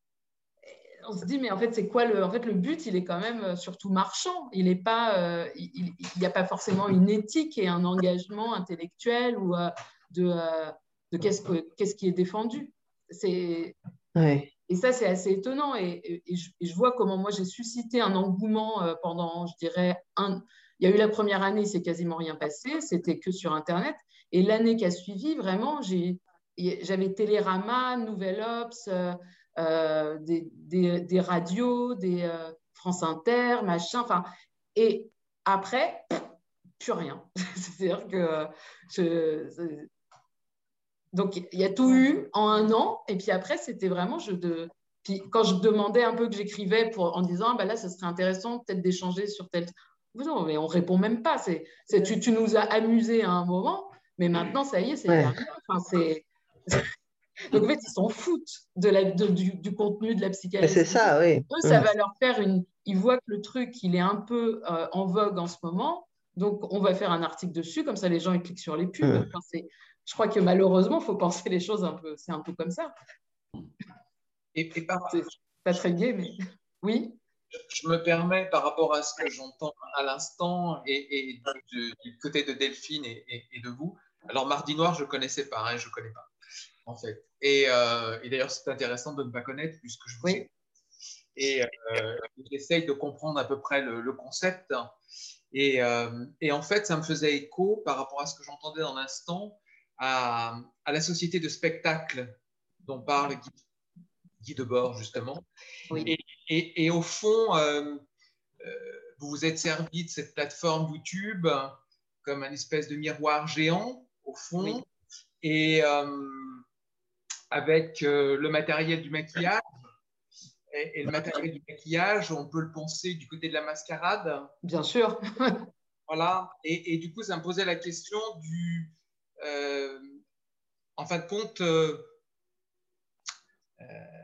on se dit, mais en fait, c'est quoi le... En fait, le but, il est quand même surtout marchand. Il n'est pas... Euh, il n'y a pas forcément une éthique et un engagement intellectuel ou euh, de, euh, de qu'est-ce, que, qu'est-ce qui est défendu. C'est... Ouais. Et ça, c'est assez étonnant. Et, et, et, je, et je vois comment moi, j'ai suscité un engouement euh, pendant, je dirais, un... il y a eu la première année, c'est quasiment rien passé, c'était que sur Internet. Et l'année qui a suivi, vraiment, j'ai... j'avais Télérama, Nouvelle Obs, euh, euh, des, des, des radios, des euh, France Inter, machin. Enfin, et après, pff, plus rien. C'est-à-dire que... Euh, je, donc, il y a tout eu en un an. Et puis après, c'était vraiment... Je de... Puis quand je demandais un peu que j'écrivais pour, en disant, ah, ben là, ça serait intéressant peut-être d'échanger sur tel... Non, mais on ne répond même pas. C'est, c'est, tu, tu nous as amusés à un moment, mais maintenant, ça y est, c'est terminé. Enfin, c'est... Donc, en fait, ils s'en foutent de la, de, du, du contenu de la psychanalyse. C'est ça, oui. Eux, ça va leur faire une... Ils voient que le truc, il est un peu euh, en vogue en ce moment. Donc, on va faire un article dessus. Comme ça, les gens, ils cliquent sur les pubs. Enfin, c'est... Je crois que malheureusement, il faut penser les choses un peu. C'est un peu comme ça. Et, et par... C'est pas très gai, mais oui. Je me permets, par rapport à ce que j'entends à l'instant, et, et du, du côté de Delphine et, et, et de vous. Alors, Mardi Noir, je ne connaissais pas, hein, je ne connais pas, en fait. Et, euh, et d'ailleurs, c'est intéressant de ne pas connaître, puisque je vous oui. sais. Et euh, j'essaye de comprendre à peu près le, le concept. Et, euh, et en fait, ça me faisait écho, par rapport à ce que j'entendais dans l'instant, à, à la société de spectacle dont parle Guy, Guy Debord, justement. Oui. Et, et, et au fond, euh, euh, vous vous êtes servi de cette plateforme YouTube comme un espèce de miroir géant, au fond, oui. et euh, avec euh, le matériel du maquillage. Et, et le matériel du maquillage, on peut le penser du côté de la mascarade. Bien sûr. Voilà. Et, et du coup, ça me posait la question du... Euh, en fin de compte, euh, euh,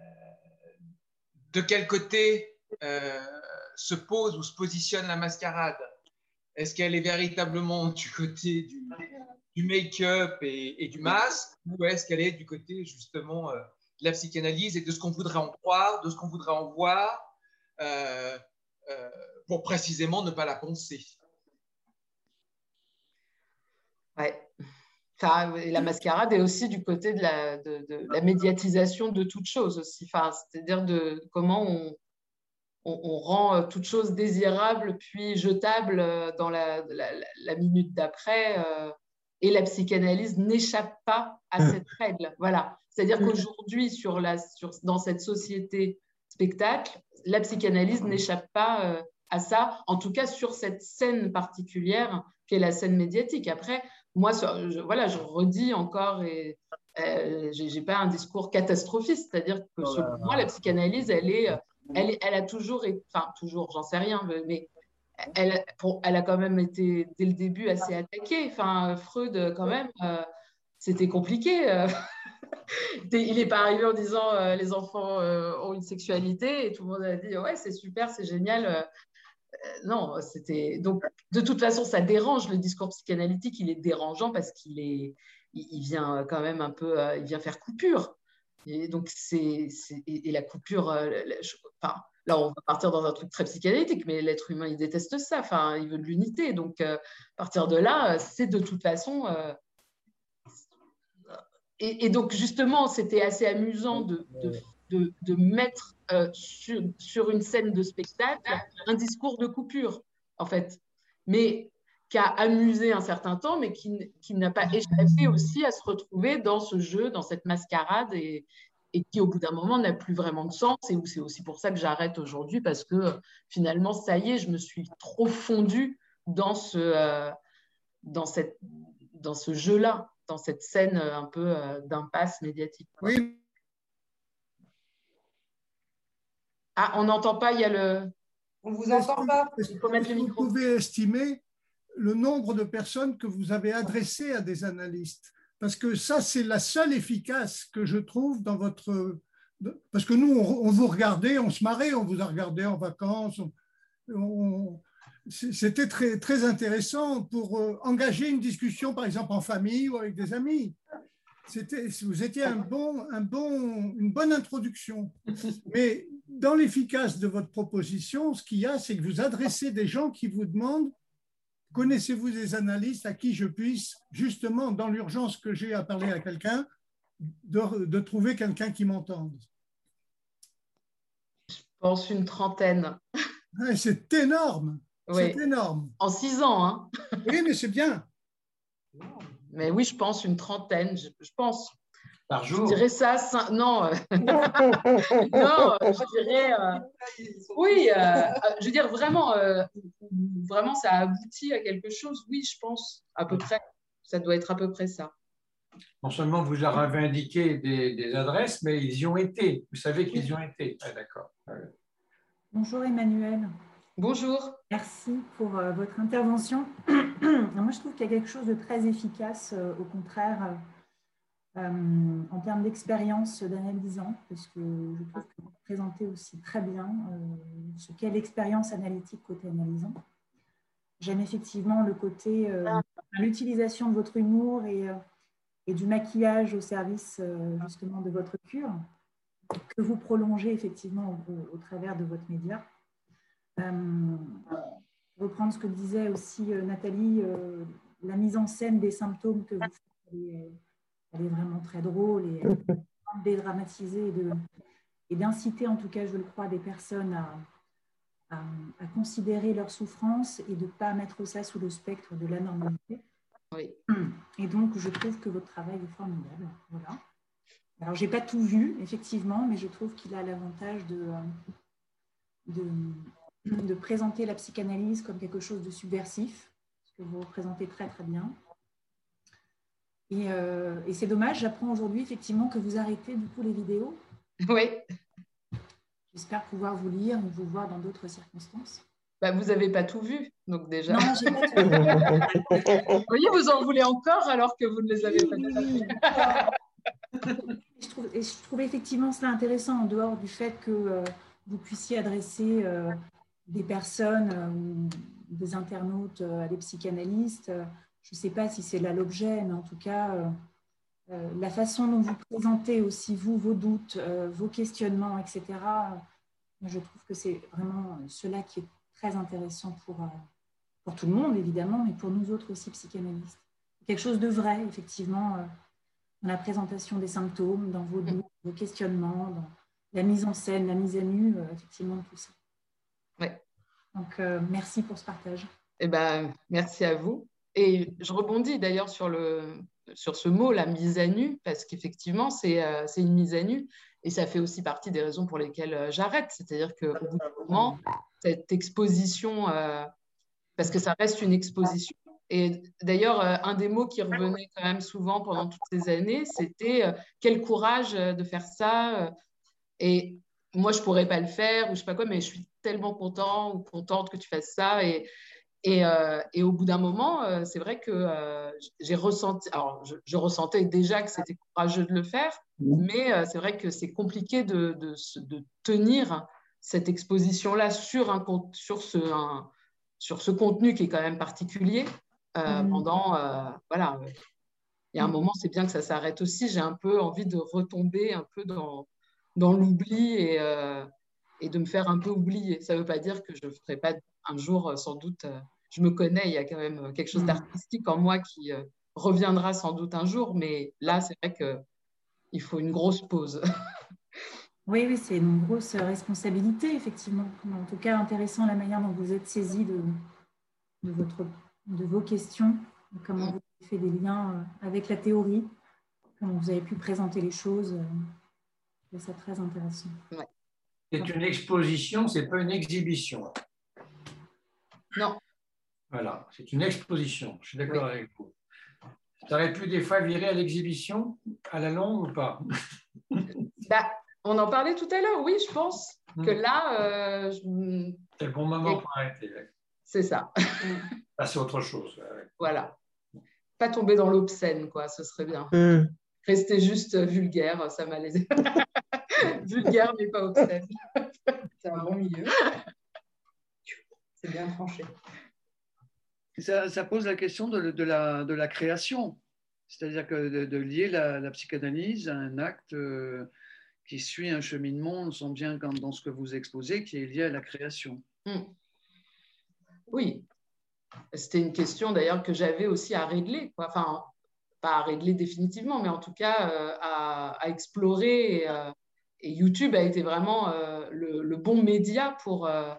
de quel côté euh, se pose ou se positionne la mascarade? Est-ce qu'elle est véritablement du côté du, du make-up et, et du masque, ou est-ce qu'elle est du côté justement euh, de la psychanalyse et de ce qu'on voudrait en croire, de ce qu'on voudrait en voir, euh, euh, pour précisément ne pas la penser? Ouais. Enfin, et la mascarade est aussi du côté de la, de, de la médiatisation de toute chose aussi. Enfin, c'est-à-dire de comment on, on, on rend toute chose désirable puis jetable dans la, la, la minute d'après. Euh, et la psychanalyse n'échappe pas à cette règle. Voilà. C'est-à-dire qu'aujourd'hui, sur la, sur, dans cette société spectacle, la psychanalyse n'échappe pas euh, à ça, en tout cas sur cette scène particulière qu'est la scène médiatique. Après, moi, je, voilà, je redis encore, et euh, je n'ai pas un discours catastrophiste, c'est-à-dire que selon moi, la psychanalyse, elle, est, elle, elle a toujours, été, enfin toujours, j'en sais rien, mais elle, pour, elle a quand même été, dès le début, assez attaquée. Enfin, Freud, quand même, euh, c'était compliqué. Euh, il n'est pas arrivé en disant euh, les enfants euh, ont une sexualité et tout le monde a dit ouais, c'est super, c'est génial. Euh, non, c'était. Donc, de toute façon, ça dérange. Le discours psychanalytique, il est dérangeant parce qu'il est, il, il vient quand même un peu, euh, il vient faire coupure. Et donc, c'est, c'est et, et la coupure, euh, la, je, enfin, là, on va partir dans un truc très psychanalytique, mais l'être humain, il déteste ça. Enfin, il veut de l'unité. Donc, euh, à partir de là, c'est de toute façon. Euh, et, et donc, justement, c'était assez amusant de, de, de, de mettre euh, sur, sur une scène de spectacle un discours de coupure, en fait, mais qui a amusé un certain temps, mais qui, qui n'a pas échappé aussi à se retrouver dans ce jeu, dans cette mascarade, et, et qui, au bout d'un moment, n'a plus vraiment de sens. Et c'est aussi pour ça que j'arrête aujourd'hui, parce que finalement, ça y est, je me suis trop fondue dans ce, euh, dans cette, dans ce jeu-là, dans cette scène un peu euh, d'impasse médiatique. Oui. Ah, on n'entend pas, il y a le... On ne vous entend pas. Il faut mettre le micro. Vous pouvez estimer le nombre de personnes que vous avez adressées à des analystes. Parce que ça, c'est la seule efficace que je trouve dans votre... Parce que nous, on, on vous regardait, on se marrait, on vous a regardé en vacances. On, on... C'était très, très intéressant pour engager une discussion, par exemple, en famille ou avec des amis. C'était, vous étiez un bon, un bon, une bonne introduction. Mais dans l'efficace de votre proposition, ce qu'il y a, c'est que vous adressez des gens qui vous demandent « Connaissez-vous des analystes à qui je puisse, justement, dans l'urgence que j'ai à parler à quelqu'un, de, de trouver quelqu'un qui m'entende ?» Je pense une trentaine. Ouais, c'est énorme. Oui. C'est énorme. En six ans, hein. Oui, mais c'est bien. Mais oui, je pense une trentaine, je, je pense. Par jour? Je dirais ça, cinq, non. non, je dirais, euh, oui, euh, je veux dire vraiment, euh, vraiment ça aboutit à quelque chose, oui, je pense, à peu près, ça doit être à peu près ça. Non seulement vous leur avez indiqué des, des adresses, mais ils y ont été, vous savez qu'ils y ont été. Ah, d'accord. Bonjour Emmanuel. Bonjour. Merci pour euh, votre intervention. Moi, je trouve qu'il y a quelque chose de très efficace, euh, au contraire, euh, en termes d'expérience d'analysant, parce que je trouve que vous présentez aussi très bien euh, ce qu'est l'expérience analytique côté analysant. J'aime effectivement le côté, euh, l'utilisation de votre humour et, euh, et du maquillage au service euh, justement de votre cure, que vous prolongez effectivement au, au travers de votre média. Euh, reprendre ce que disait aussi euh, Nathalie, euh, la mise en scène des symptômes que vous faites, elle est, elle est vraiment très drôle et euh, dédramatisée et d'inciter en tout cas, je le crois, des personnes à, à, à considérer leur souffrance et de ne pas mettre ça sous le spectre de l'anormalité. Oui. Et donc, je trouve que votre travail est formidable. Voilà. Alors, je n'ai pas tout vu, effectivement, mais je trouve qu'il a l'avantage de... de de présenter la psychanalyse comme quelque chose de subversif, ce que vous représentez très très bien. Et, euh, et c'est dommage, j'apprends aujourd'hui effectivement que vous arrêtez du coup les vidéos. Oui. J'espère pouvoir vous lire ou vous voir dans d'autres circonstances. Bah, vous n'avez pas tout vu, donc déjà. Non, j'ai pas tout vu. Vous voyez, vous en voulez encore alors que vous ne les avez oui, pas oui, oui. Oui. je, trouve, et je trouvais effectivement cela intéressant en dehors du fait que euh, vous puissiez adresser euh, des personnes euh, ou des internautes euh, à des psychanalystes. Euh, je ne sais pas si c'est là l'objet, mais en tout cas, euh, euh, la façon dont vous présentez aussi, vous, vos doutes, euh, vos questionnements, et cetera, euh, je trouve que c'est vraiment cela qui est très intéressant pour, euh, pour tout le monde, évidemment, mais pour nous autres aussi psychanalystes. quelque chose de vrai, effectivement, euh, dans la présentation des symptômes, dans vos doutes, vos questionnements, dans la mise en scène, la mise à nu, euh, effectivement, tout ça. Ouais. Donc, euh, merci pour ce partage. Eh ben, merci à vous. Et je rebondis d'ailleurs sur, le, sur ce mot, la mise à nu, parce qu'effectivement, c'est euh, c'est une mise à nu. Et ça fait aussi partie des raisons pour lesquelles euh, j'arrête. C'est-à-dire qu'au bout d'un moment, cette exposition, euh, parce que ça reste une exposition. Et d'ailleurs, euh, un des mots qui revenait quand même souvent pendant toutes ces années, c'était euh, quel courage euh, de faire ça. euh, Et moi, je ne pourrais pas le faire, ou je ne sais pas quoi, mais je suis tellement content ou contente que tu fasses ça. Et, et, euh, et au bout d'un moment, euh, c'est vrai que euh, j'ai ressenti, alors je, je ressentais déjà que c'était courageux de le faire, mais euh, c'est vrai que c'est compliqué de, de, de tenir cette exposition-là sur, un, sur, ce, un, sur ce contenu qui est quand même particulier euh, mmh. pendant, euh, voilà, il y a un moment, c'est bien que ça s'arrête aussi. J'ai un peu envie de retomber un peu dans, dans l'oubli et, euh, et de me faire un peu oublier. Ça ne veut pas dire que je ne ferai pas un jour, sans doute, euh, je me connais, il y a quand même quelque chose d'artistique en moi qui euh, reviendra sans doute un jour, mais là, c'est vrai qu'il faut une grosse pause. Oui, oui, c'est une grosse responsabilité, effectivement. En tout cas, intéressant la manière dont vous êtes saisi de, de, votre, de vos questions, comment vous avez fait des liens avec la théorie, comment vous avez pu présenter les choses. C'est ça très intéressant. Ouais. C'est une exposition, ce n'est pas une exhibition. Non. Voilà, c'est une exposition, je suis d'accord oui. avec vous. Tu aurais pu des fois virer à l'exhibition, à la longue ou pas? Bah, on en parlait tout à l'heure, oui, je pense que là... Euh, je... C'est le bon moment pour arrêter. C'est ça. Passer à autre chose. Ouais. Voilà. Pas tomber dans l'obscène, quoi, ce serait bien. Mm. Rester juste vulgaire, ça m'a laissé. Vulgaire, mais pas obscène. C'est un bon milieu. C'est bien tranché. Ça, ça pose la question de, de, la, de la création. C'est-à-dire que de, de lier la, la psychanalyse à un acte euh, qui suit un cheminement, on sent bien quand, dans ce que vous exposez, qui est lié à la création. Mm. Oui. C'était une question d'ailleurs que j'avais aussi à régler. Quoi. Enfin, pas à régler définitivement, mais en tout cas euh, à, à explorer. Et, euh, et YouTube a été vraiment euh, le, le bon média pour, euh,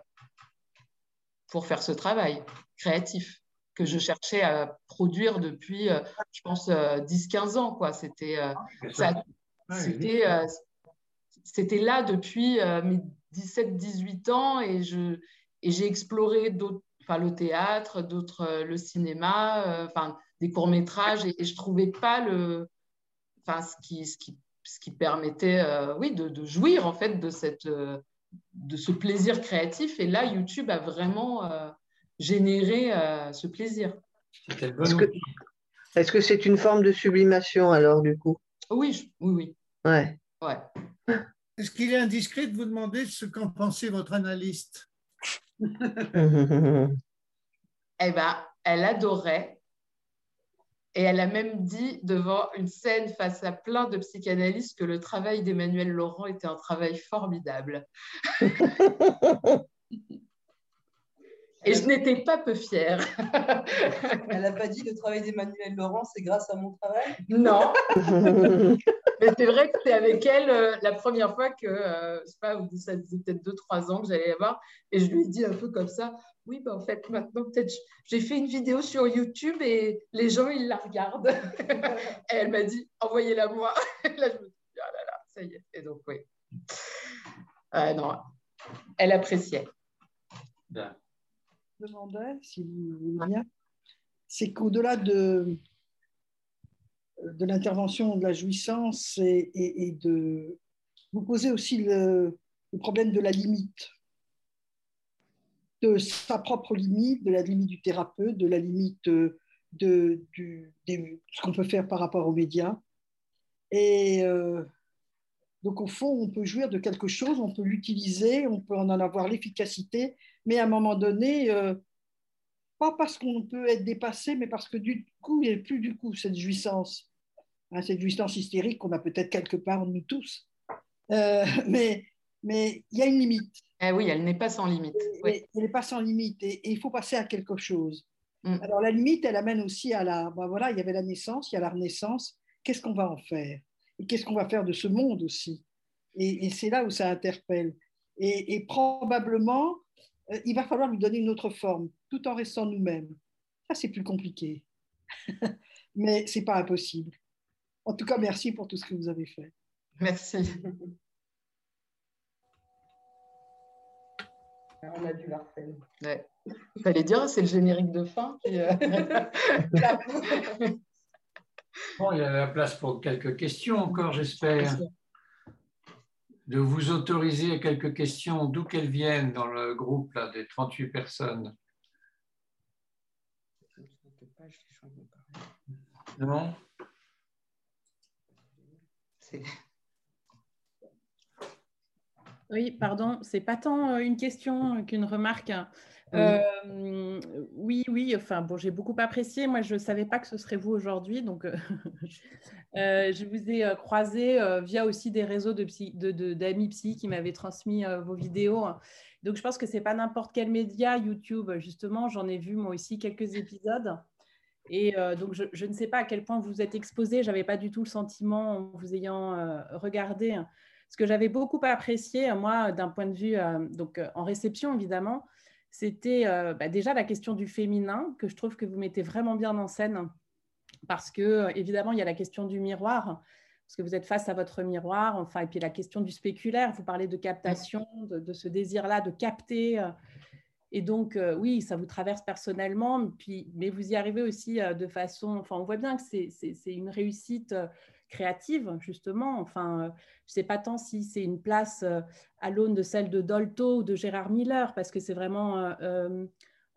pour faire ce travail créatif que je cherchais à produire depuis, euh, je pense, euh, dix quinze ans. Quoi. C'était, euh, ça, c'était, euh, c'était là depuis euh, mes dix-sept dix-huit ans et, je, et j'ai exploré d'autres, enfin, le théâtre, d'autres, euh, le cinéma, euh, enfin, des courts-métrages et, et je ne trouvais pas le, enfin, ce, qui, ce, qui, ce qui permettait euh, oui, de, de jouir en fait, de, cette, euh, de ce plaisir créatif. Et là, YouTube a vraiment euh, généré euh, ce plaisir. Est-ce que, est-ce que c'est une forme de sublimation alors du coup? Oui, je, oui, oui. Ouais. Ouais. Est-ce qu'il est indiscret de vous demander ce qu'en pensait votre analyste? Eh bien, elle adorait. Et elle a même dit devant une scène face à plein de psychanalystes que le travail d'Emmanuel Laurent était un travail formidable. Et je n'étais pas peu fière. Elle n'a pas dit le travail d'Emmanuel Laurent, c'est grâce à mon travail? Non. Mais c'est vrai que c'est avec elle euh, la première fois que, euh, je sais pas, ça faisait peut-être deux trois ans que j'allais la voir. Et je lui ai dit un peu comme ça, oui, bah, en fait, maintenant, peut-être, j'ai fait une vidéo sur YouTube et les gens, ils la regardent. Et elle m'a dit, envoyez-la moi. Et là, je me suis dit, ah là là, ça y est. Et donc, oui. Euh, non, elle appréciait. Bien. Je demandais, si vous voulez bien, c'est qu'au-delà de, de l'intervention de la jouissance et, et, et de vous posez aussi le, le problème de la limite, de sa propre limite, de la limite du thérapeute, de la limite de, de, du, de ce qu'on peut faire par rapport aux médias. Et euh, donc, au fond, on peut jouir de quelque chose, on peut l'utiliser, on peut en avoir l'efficacité, mais à un moment donné, euh, pas parce qu'on peut être dépassé, mais parce que du coup, il n'y a plus du coup cette jouissance, hein, cette jouissance hystérique qu'on a peut-être quelque part en nous tous. Euh, mais, mais il y a une limite. Eh oui, elle n'est pas sans limite. Et, oui. Elle n'est pas sans limite et, et il faut passer à quelque chose. Mm. Alors la limite, elle amène aussi à la... Ben voilà, il y avait la naissance, il y a la renaissance. Qu'est-ce qu'on va en faire? Et qu'est-ce qu'on va faire de ce monde aussi? Et, et c'est là où ça interpelle. Et, et probablement, euh, il va falloir lui donner une autre forme, tout en restant nous-mêmes. Ça, c'est plus compliqué. Mais ce n'est pas impossible. En tout cas, merci pour tout ce que vous avez fait. Merci. On a du Marcel. Ouais. Il fallait dire, c'est le générique de fin. Puis, euh... Bon, il y a la place pour quelques questions encore, j'espère. De vous autoriser à quelques questions, d'où qu'elles viennent dans le groupe là, des trente-huit personnes. Non? Oui, pardon, c'est pas tant une question qu'une remarque. Euh, oui, oui, enfin bon, j'ai beaucoup apprécié. Moi, je ne savais pas que ce serait vous aujourd'hui, donc euh, euh, je vous ai euh, croisé euh, via aussi des réseaux de psy, de, de, d'amis psy qui m'avaient transmis euh, vos vidéos. Donc, je pense que c'est pas n'importe quel média, YouTube. Justement, j'en ai vu moi aussi quelques épisodes. Et euh, donc, je, je ne sais pas à quel point vous êtes exposé. Je n'avais pas du tout le sentiment, en vous ayant euh, regardé. Ce que j'avais beaucoup apprécié, moi, d'un point de vue, euh, donc euh, en réception, évidemment, c'était euh, bah, déjà la question du féminin, que je trouve que vous mettez vraiment bien en scène. Parce que, euh, évidemment, il y a la question du miroir, parce que vous êtes face à votre miroir, enfin, et puis la question du spéculaire. Vous parlez de captation, de, de ce désir-là de capter. Euh, Et donc, euh, oui, ça vous traverse personnellement, puis, mais vous y arrivez aussi euh, de façon… Enfin, on voit bien que c'est, c'est, c'est une réussite euh, créative, justement. Enfin, euh, je ne sais pas tant si c'est une place euh, à l'aune de celle de Dolto ou de Gérard Miller, parce que c'est vraiment, euh,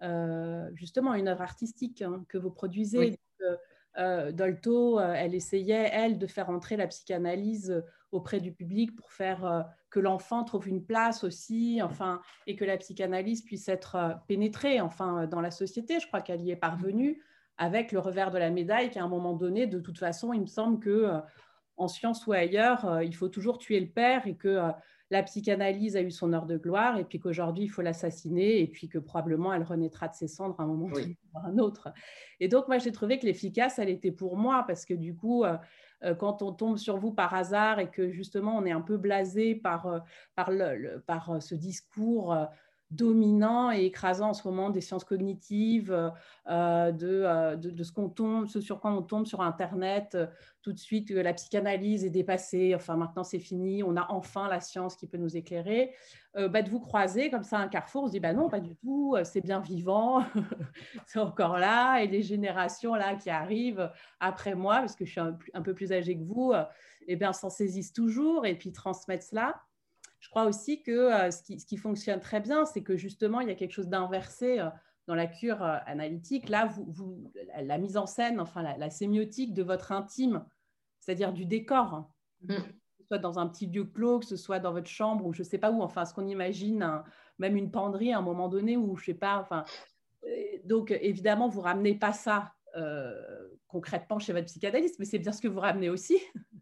euh, justement, une œuvre artistique hein, que vous produisez. Oui. Donc, euh, euh, Dolto, euh, elle essayait, elle, de faire entrer la psychanalyse auprès du public pour faire euh, que l'enfant trouve une place aussi, enfin, et que la psychanalyse puisse être euh, pénétrée enfin, dans la société. Je crois qu'elle y est parvenue avec le revers de la médaille qu'à un moment donné, de toute façon, il me semble que euh, en science ou ailleurs, euh, il faut toujours tuer le père et que euh, la psychanalyse a eu son heure de gloire et puis qu'aujourd'hui, il faut l'assassiner et puis que probablement, elle renaîtra de ses cendres à un moment oui. donné ou à un autre. Et donc, moi, j'ai trouvé que l'efficace, elle était pour moi parce que du coup… Euh, quand on tombe sur vous par hasard et que justement on est un peu blasé par, par, le, le, par ce discours dominant et écrasant en ce moment des sciences cognitives, euh, de, de, de ce, qu'on tombe, ce sur quoi on tombe sur Internet, tout de suite la psychanalyse est dépassée, enfin maintenant c'est fini, on a enfin la science qui peut nous éclairer, euh, bah, de vous croiser comme ça à un carrefour, on se dit bah non, pas du tout, c'est bien vivant, c'est encore là, et les générations là qui arrivent après moi, parce que je suis un, un peu plus âgée que vous, euh, eh bien s'en saisissent toujours et puis transmettent cela. Je crois aussi que euh, ce, qui, ce qui fonctionne très bien, c'est que justement, il y a quelque chose d'inversé euh, dans la cure euh, analytique. Là, vous, vous, la mise en scène, enfin la, la sémiotique de votre intime, c'est-à-dire du décor, mm. que ce soit dans un petit lieu clos, que ce soit dans votre chambre ou je ne sais pas où, enfin, ce qu'on imagine, un, même une penderie à un moment donné où je ne sais pas, enfin… Euh, donc, évidemment, vous ne ramenez pas ça euh, concrètement chez votre psychanalyste, mais c'est bien ce que vous ramenez aussi.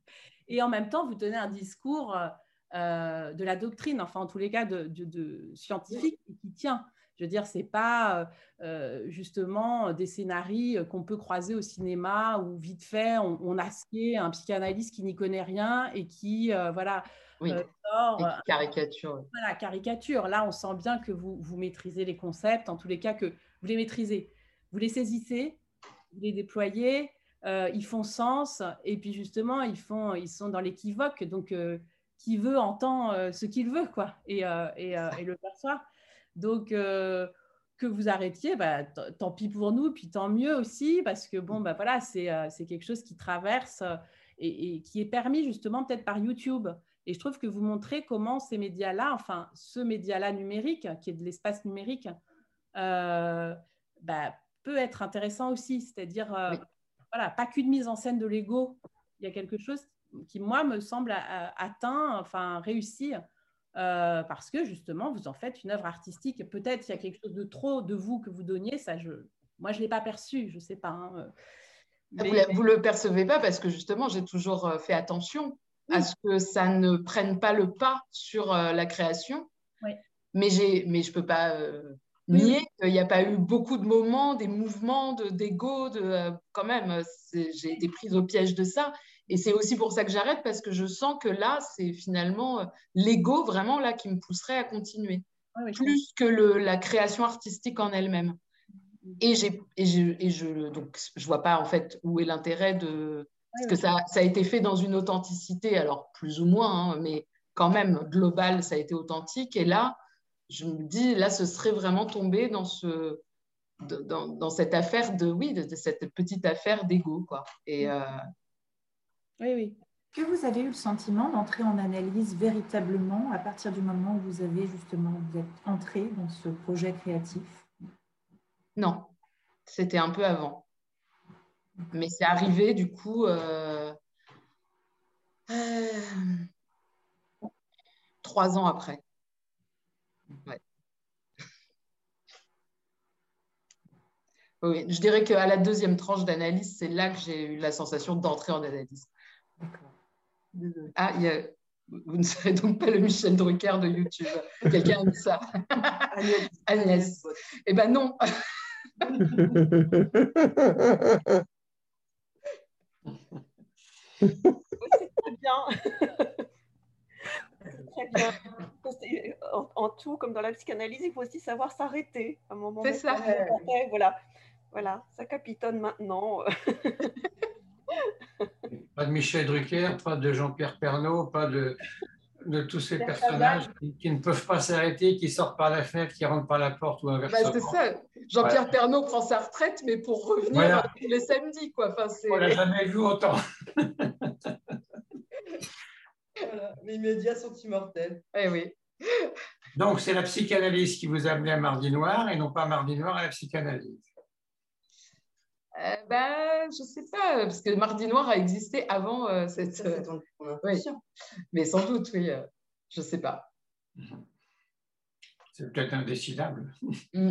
Et en même temps, vous tenez un discours… Euh, Euh, de la doctrine, enfin en tous les cas de, de, de scientifique qui tient. Je veux dire, ce n'est pas euh, justement des scénarios qu'on peut croiser au cinéma où vite fait on, on assied un psychanalyste qui n'y connaît rien et qui euh, voilà, oui. euh, sort… Et caricature. Voilà, caricature. Là, on sent bien que vous, vous maîtrisez les concepts, en tous les cas que vous les maîtrisez. Vous les saisissez, vous les déployez, euh, ils font sens et puis justement, ils, font, ils sont dans l'équivoque. Donc, euh, qui veut entend euh, ce qu'il veut, quoi, et, euh, et, euh, et le perçoit. Donc, euh, que vous arrêtiez, bah, t- tant pis pour nous, puis tant mieux aussi, parce que bon, bah, voilà, c'est, euh, c'est quelque chose qui traverse euh, et, et qui est permis justement peut-être par YouTube. Et je trouve que vous montrez comment ces médias-là, enfin, ce média-là numérique, qui est de l'espace numérique, euh, bah, peut être intéressant aussi. C'est-à-dire, euh, oui. voilà, pas qu'une mise en scène de l'ego. Il y a quelque chose qui, moi, me semble atteint, enfin, réussi, euh, parce que, justement, vous en faites une œuvre artistique. Peut-être il y a quelque chose de trop de vous que vous donniez, ça, je, moi, je ne l'ai pas perçu, je ne sais pas. Hein, mais... Vous ne le percevez pas parce que, justement, j'ai toujours fait attention oui. à ce que ça ne prenne pas le pas sur euh, la création. Oui. Mais, j'ai, mais je ne peux pas… Euh, nier qu'il n'y a pas eu beaucoup de moments, des mouvements d'ego, de, euh, quand même, j'ai été prise au piège de ça. Et c'est aussi pour ça que j'arrête, parce que je sens que là, c'est finalement euh, l'ego vraiment là qui me pousserait à continuer, ah oui, plus que le, la création artistique en elle-même. Et, j'ai, et, je, et je, donc, je vois pas en fait où est l'intérêt de... Parce que ça, ça a été fait dans une authenticité, alors plus ou moins, hein, mais quand même, global, ça a été authentique. Et là, je me dis, là, ce serait vraiment tomber dans, ce, dans, dans cette affaire de, oui, de, de cette petite affaire d'ego, quoi. Et, euh... oui, oui. Est-ce que vous avez eu le sentiment d'entrer en analyse véritablement à partir du moment où vous avez justement, vous êtes entré dans ce projet créatif? Non, c'était un peu avant. Mais c'est arrivé, du coup, euh, euh, trois ans après. Ouais. Oui, je dirais qu'à la deuxième tranche d'analyse, c'est là que j'ai eu la sensation d'entrer en analyse. D'accord. Ah, il y a... vous ne serez donc pas le Michel Drucker de YouTube. Quelqu'un a mis ça. Agnès. Agnès. Eh ben non. C'est très bien. Très bien. En, en tout, comme dans la psychanalyse, il faut aussi savoir s'arrêter à un moment. C'est ça. Voilà. Voilà, ça capitonne maintenant. Pas de Michel Drucker, pas de Jean-Pierre Pernaut, pas de, de tous ces personnages qui, qui ne peuvent pas s'arrêter, qui sortent par la fenêtre, qui rentrent par la porte ou inversement. Bah, c'est ça. Jean-Pierre voilà. Pernaut prend sa retraite, mais pour revenir voilà. tous les samedis, quoi. Enfin, c'est... On l'a jamais vu autant. Voilà. Les médias sont immortels. Eh oui. Donc, c'est la psychanalyse qui vous a amené à Mardi Noir et non pas Mardi Noir à la psychanalyse. Euh, ben, je ne sais pas, parce que Mardi Noir a existé avant euh, cette... Ça, c'est ton, ton impression. Oui. Mais sans doute, oui. Euh, je ne sais pas. C'est peut-être indécidable. Mm.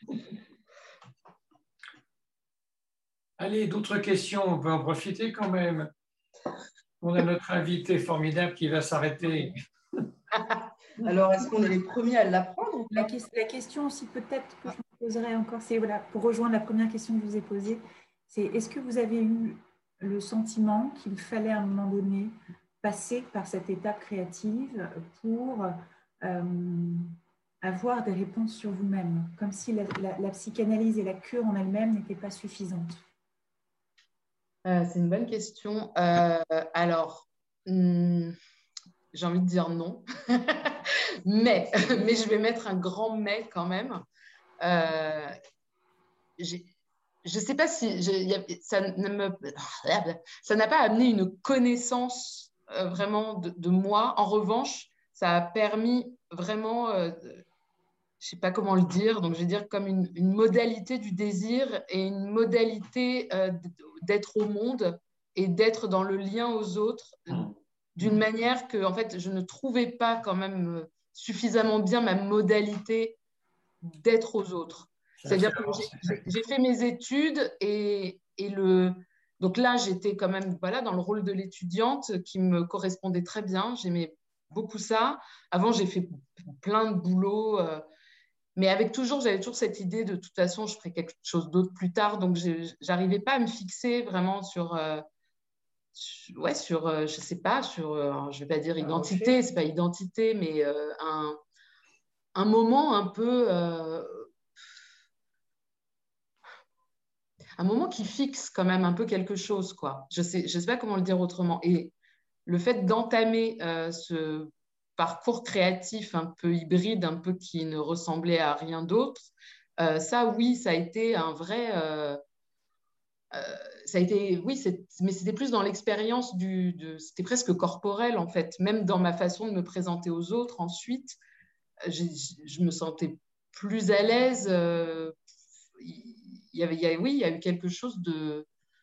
Allez, d'autres questions, on peut en profiter quand même. On a notre invité formidable qui va s'arrêter. Alors, est-ce qu'on est les premiers à l'apprendre? la, la question aussi peut-être que je me poserais encore, c'est voilà, pour rejoindre la première question que je vous ai posée, c'est est-ce que vous avez eu le sentiment qu'il fallait à un moment donné passer par cette étape créative pour euh, avoir des réponses sur vous-même, comme si la, la, la psychanalyse et la cure en elle-même n'étaient pas suffisantes? Euh, c'est une bonne question. Euh, alors, hum, j'ai envie de dire non, mais, mais je vais mettre un grand mais quand même. Euh, je ne sais pas si je, y a, ça ne me, ça n'a pas amené une connaissance euh, vraiment de, de moi. En revanche, ça a permis vraiment, euh, je ne sais pas comment le dire, donc je vais dire comme une, une modalité du désir et une modalité euh, d'être au monde et d'être dans le lien aux autres d'une manière que en fait, je ne trouvais pas quand même suffisamment bien ma modalité d'être aux autres. C'est-à-dire que j'ai fait mes études et, et le... donc là, j'étais quand même voilà, dans le rôle de l'étudiante qui me correspondait très bien. J'aimais beaucoup ça. Avant, j'ai fait plein de boulot, euh, mais avec toujours, j'avais toujours cette idée de toute façon, je ferai quelque chose d'autre plus tard. Donc, je n'arrivais pas à me fixer vraiment sur... Euh, ouais, sur, euh, je sais pas, sur, euh, je vais pas dire identité, c'est pas identité, mais euh, un, un moment un peu... Euh, un moment qui fixe quand même un peu quelque chose, quoi. Je sais, je sais pas comment le dire autrement. Et le fait d'entamer euh, ce parcours créatif un peu hybride, un peu qui ne ressemblait à rien d'autre, euh, ça, oui, ça a été un vrai... Euh, euh, ça a été, oui, mais c'était plus dans l'expérience du... De, c'était presque corporel, en fait. Même dans ma façon de me présenter aux autres, ensuite, je me sentais plus à l'aise. Euh, il y avait, il y a, oui, il y a eu quelque chose de...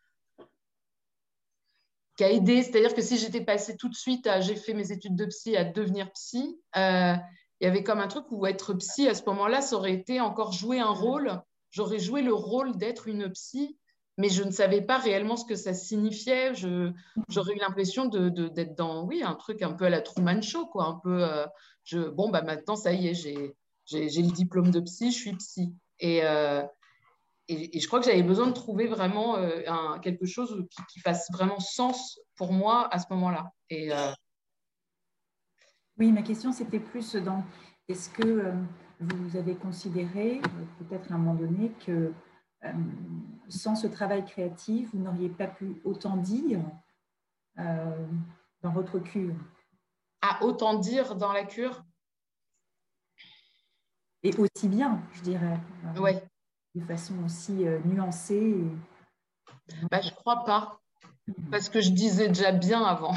qui a aidé. C'est-à-dire que si j'étais passée tout de suite à j'ai fait mes études de psy à devenir psy, euh, il y avait comme un truc où être psy à ce moment-là, ça aurait été encore jouer un rôle. J'aurais joué le rôle d'être une psy, mais je ne savais pas réellement ce que ça signifiait. Je, j'aurais eu l'impression de, de, d'être dans, oui, un truc un peu à la Truman Show, quoi. Un peu, euh, je, bon, bah maintenant, ça y est, j'ai, j'ai le diplôme de psy, je suis psy. Et, euh, et, et je crois que j'avais besoin de trouver vraiment euh, un, quelque chose qui, qui fasse vraiment sens pour moi à ce moment-là. Et euh... Oui, ma question, c'était plus dans, est-ce que euh, vous avez considéré, euh, peut-être à un moment donné, que euh, sans ce travail créatif, vous n'auriez pas pu autant dire euh, dans votre cure? À autant dire dans la cure? Et aussi bien, je dirais. Euh, ouais. De façon aussi euh, nuancée. Et... Bah, je ne crois pas, parce que je disais déjà bien avant.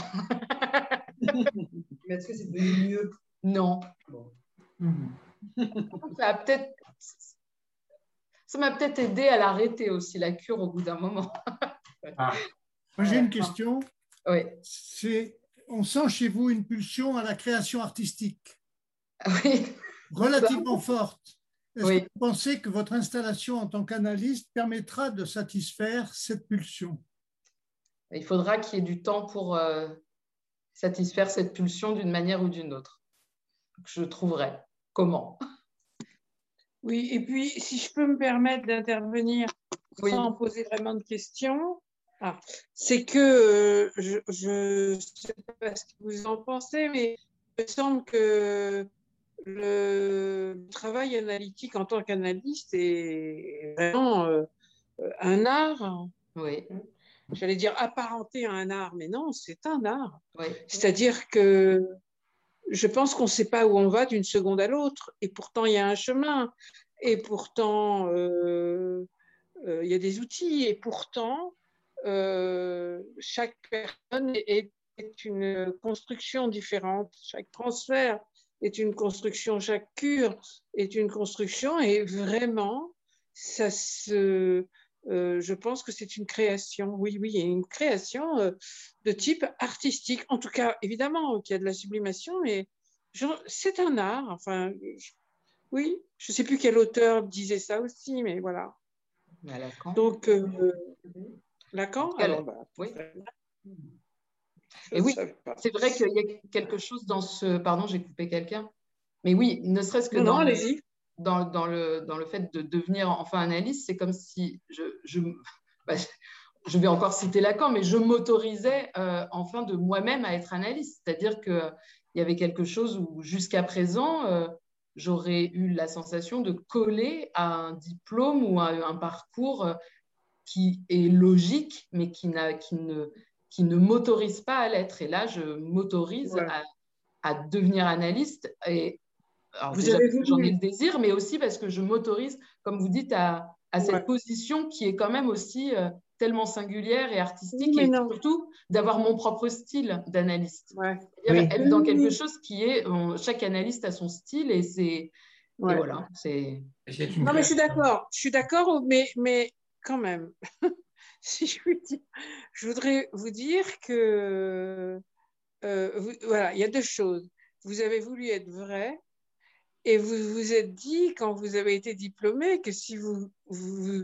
Mais est-ce que c'est devenu mieux? Non. Bon. Mm-hmm. Ça a peut-être... Ça m'a peut-être aidé à l'arrêter aussi, la cure, au bout d'un moment. Ah. Moi, j'ai une question. Oui. C'est, on sent chez vous une pulsion à la création artistique. Oui. Relativement forte. Est-ce oui. que vous pensez que votre installation en tant qu'analyste permettra de satisfaire cette pulsion? Il faudra qu'il y ait du temps pour euh, satisfaire cette pulsion d'une manière ou d'une autre. Je trouverai comment. Oui, et puis si je peux me permettre d'intervenir oui. sans poser vraiment de questions, ah, c'est que euh, je ne sais pas ce que vous en pensez, mais il me semble que le travail analytique en tant qu'analyste est vraiment euh, un art. Oui. J'allais dire apparenté à un art, mais non, c'est un art. Oui. C'est-à-dire que je pense qu'on ne sait pas où on va d'une seconde à l'autre, et pourtant il y a un chemin, et pourtant euh, euh, il y a des outils, et pourtant euh, chaque personne est, est une construction différente, chaque transfert est une construction, chaque cure est une construction, et vraiment, ça se... Euh, je pense que c'est une création, oui, oui, et une création euh, de type artistique. En tout cas, évidemment, qu'il y a de la sublimation, mais c'est un art. Enfin, je, oui, je ne sais plus quel auteur disait ça aussi, mais voilà. À Lacan. Donc, euh, Lacan, alors, bah, oui. Je et oui, c'est vrai qu'il y a quelque chose dans ce... Pardon, j'ai coupé quelqu'un. Mais oui, ne serait-ce que non, dans... Non, allez-y. Dans, dans, le, dans le fait de devenir enfin analyste, c'est comme si je, je, bah, je vais encore citer Lacan, mais je m'autorisais euh, enfin de moi-même à être analyste. C'est-à-dire qu'il y avait quelque chose où jusqu'à présent, euh, j'aurais eu la sensation de coller à un diplôme ou à un parcours qui est logique, mais qui, n'a, qui ne, qui ne m'autorise pas à l'être. Et là, je m'autorise ouais. à, à devenir analyste et alors, vous déjà, avez voulu... j'en ai le désir, mais aussi parce que je m'autorise, comme vous dites, à, à cette ouais. position qui est quand même aussi euh, tellement singulière et artistique, oui, et non. surtout d'avoir mon propre style d'analyste. Ouais. C'est-à-dire oui. être dans quelque chose qui est... On, chaque analyste a son style et c'est... Ouais. Et voilà. C'est... Non, mais je suis d'accord. Je suis d'accord, mais, mais quand même, si je puis dire, je voudrais vous dire que... Euh, vous, voilà, il y a deux choses. Vous avez voulu être vrai. Et vous vous êtes dit, quand vous avez été diplômé, que si vous vous, vous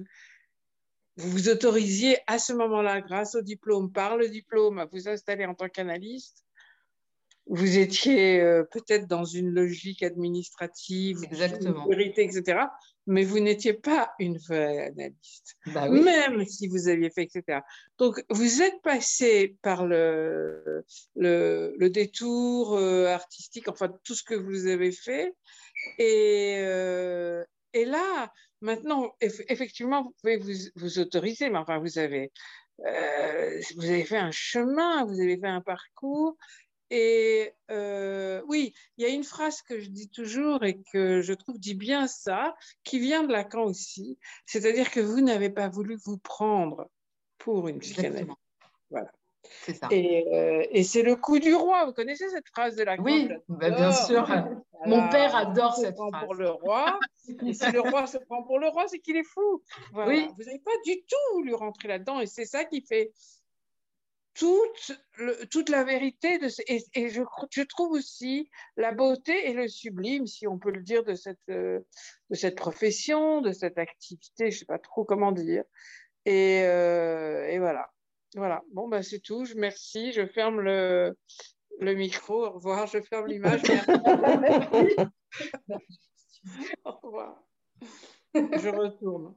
vous autorisiez à ce moment-là, grâce au diplôme, par le diplôme, à vous installer en tant qu'analyste, vous étiez euh, peut-être dans une logique administrative, exactement, vérité, et cetera. Mais vous n'étiez pas une vraie analyste, bah oui. Même si vous aviez fait, et cetera. Donc, vous êtes passé par le, le, le détour euh, artistique, enfin, tout ce que vous avez fait. Et, euh, et là, maintenant, eff effectivement, vous pouvez vous, vous autoriser, mais enfin, vous avez, euh, vous avez fait un chemin, vous avez fait un parcours. Et euh, oui, il y a une phrase que je dis toujours et que je trouve dit bien ça, qui vient de Lacan aussi, c'est-à-dire que vous n'avez pas voulu vous prendre pour une psychanalyste. Voilà. C'est ça. Et, euh, et c'est le coup du roi. Vous connaissez cette phrase de Lacan? Oui, bah bien sûr. Voilà. Mon père adore cette prend phrase. Pour le roi. Et si le roi se prend pour le roi, c'est qu'il est fou. Voilà. Oui. Vous n'avez pas du tout voulu rentrer là-dedans. Et c'est ça qui fait toute, le, toute la vérité. De ce, et et je, je trouve aussi la beauté et le sublime, si on peut le dire, de cette, euh, de cette profession, de cette activité. Je ne sais pas trop comment dire. Et, euh, et voilà. Voilà, bon, ben, c'est tout. Je, merci. Je ferme le, le micro. Au revoir. Je ferme l'image. Au revoir. Je retourne.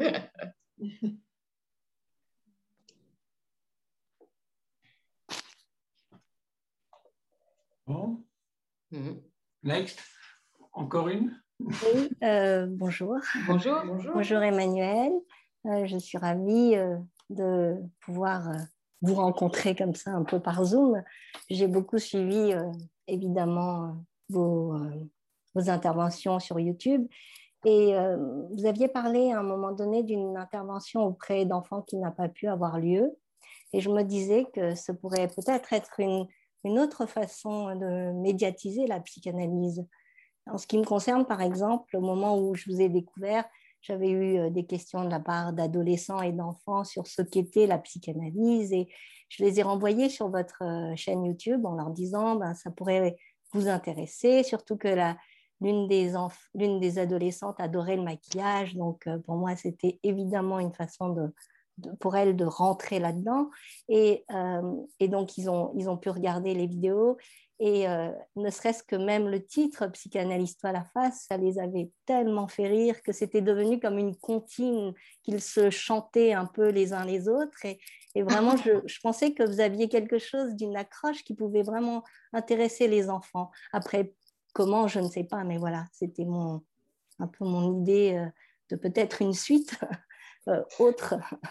Bon. Next. Encore une? Oui, euh, bonjour. Bonjour. Bonjour. Bonjour Emmanuel. Euh, je suis ravie euh, de pouvoir euh, vous rencontrer comme ça un peu par Zoom. J'ai beaucoup suivi euh, évidemment vos, euh, vos interventions sur YouTube. Et euh, vous aviez parlé à un moment donné d'une intervention auprès d'enfants qui n'a pas pu avoir lieu. Et je me disais que ce pourrait peut-être être une, une autre façon de médiatiser la psychanalyse. En ce qui me concerne, par exemple, au moment où je vous ai découvert, j'avais eu des questions de la part d'adolescents et d'enfants sur ce qu'était la psychanalyse et je les ai renvoyés sur votre chaîne YouTube en leur disant ben, ça pourrait vous intéresser, surtout que la, l'une, des enf- l'une des adolescentes adorait le maquillage, donc pour moi c'était évidemment une façon de, de, pour elle de rentrer là-dedans et, euh, et donc ils ont, ils ont pu regarder les vidéos. Et euh, ne serait-ce que même le titre « Psychanalyse-toi la face », ça les avait tellement fait rire que c'était devenu comme une comptine qu'ils se chantaient un peu les uns les autres. Et, et vraiment, je, je pensais que vous aviez quelque chose d'une accroche qui pouvait vraiment intéresser les enfants. Après, comment, je ne sais pas, mais voilà, c'était mon, un peu mon idée euh, de peut-être une suite euh, autre.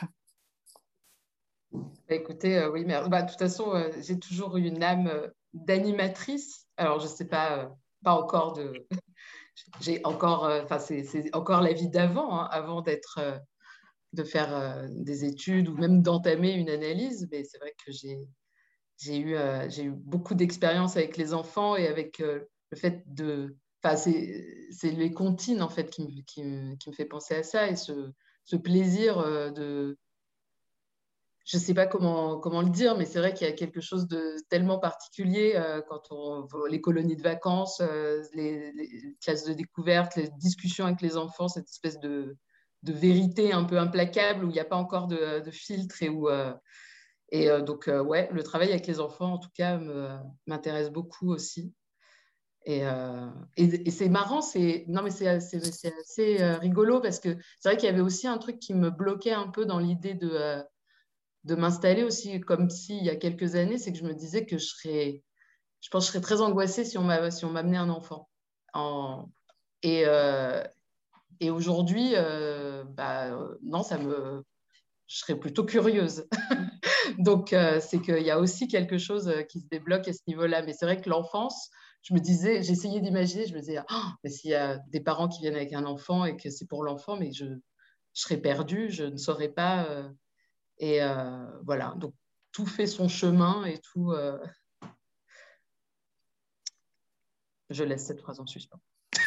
Écoutez, euh, oui, mais bah, de toute façon, euh, j'ai toujours eu une âme euh, d'animatrice. Alors, je ne sais pas, euh, pas encore de. J'ai encore, enfin, euh, c'est, c'est encore la vie d'avant, hein, avant d'être, euh, de faire euh, des études ou même d'entamer une analyse. Mais c'est vrai que j'ai, j'ai eu, euh, j'ai eu beaucoup d'expérience avec les enfants et avec euh, le fait de. Enfin, c'est, c'est les comptines en fait qui me, qui me, qui me fait penser à ça et ce, ce plaisir euh, de je ne sais pas comment, comment le dire, mais c'est vrai qu'il y a quelque chose de tellement particulier euh, quand on les colonies de vacances, euh, les, les classes de découverte, les discussions avec les enfants, cette espèce de, de vérité un peu implacable où il n'y a pas encore de, de filtre et où euh, et euh, donc euh, ouais, le travail avec les enfants en tout cas me, m'intéresse beaucoup aussi. Et, euh, et, et c'est marrant, c'est non mais c'est, c'est, c'est assez euh, rigolo parce que c'est vrai qu'il y avait aussi un truc qui me bloquait un peu dans l'idée de euh, de m'installer aussi comme si il y a quelques années, c'est que je me disais que je serais, je pense que je serais très angoissée si on m'a, si on m'amenait un enfant. En, et, euh, et aujourd'hui, euh, bah, non, ça me, je serais plutôt curieuse. Donc, euh, c'est qu'il y a aussi quelque chose qui se débloque à ce niveau-là. Mais c'est vrai que l'enfance, je me disais, j'essayais d'imaginer, je me disais, oh, mais s'il y a des parents qui viennent avec un enfant et que c'est pour l'enfant, mais je, je serais perdue, je ne saurais pas. Euh, Et euh, voilà, donc tout fait son chemin et tout. Euh... Je laisse cette phrase en suspens.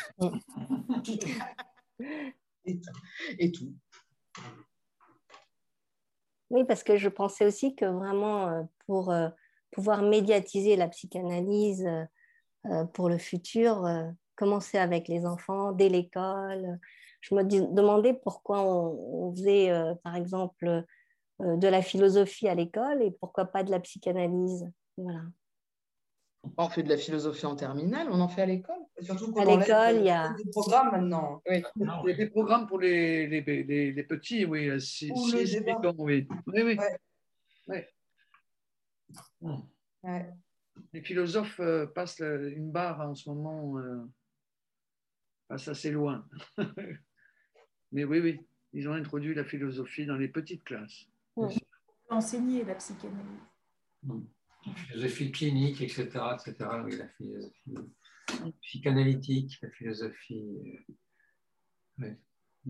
et, tout. et tout. Oui, parce que je pensais aussi que vraiment pour euh, pouvoir médiatiser la psychanalyse euh, pour le futur, euh, commencer avec les enfants dès l'école. Je me dis, demandais pourquoi on, on faisait, euh, par exemple, de la philosophie à l'école et pourquoi pas de la psychanalyse. Voilà. On fait de la philosophie en terminale, on en fait à l'école. Surtout qu'on à l'école, il y a des programmes maintenant. Oui. Non, il y a des programmes pour les, les, les, les petits, oui. six, Ou le six, débat. huit ans, oui. Oui, oui. Ouais. Ouais. Ouais. Les philosophes euh, passent la, une barre en ce moment, euh, passent assez loin. Mais oui, oui, ils ont introduit la philosophie dans les petites classes. On peut enseigner la psychanalyse. La philosophie clinique, et cetera, et cetera. Oui, la philosophie psychanalytique, la philosophie. Euh... Ouais.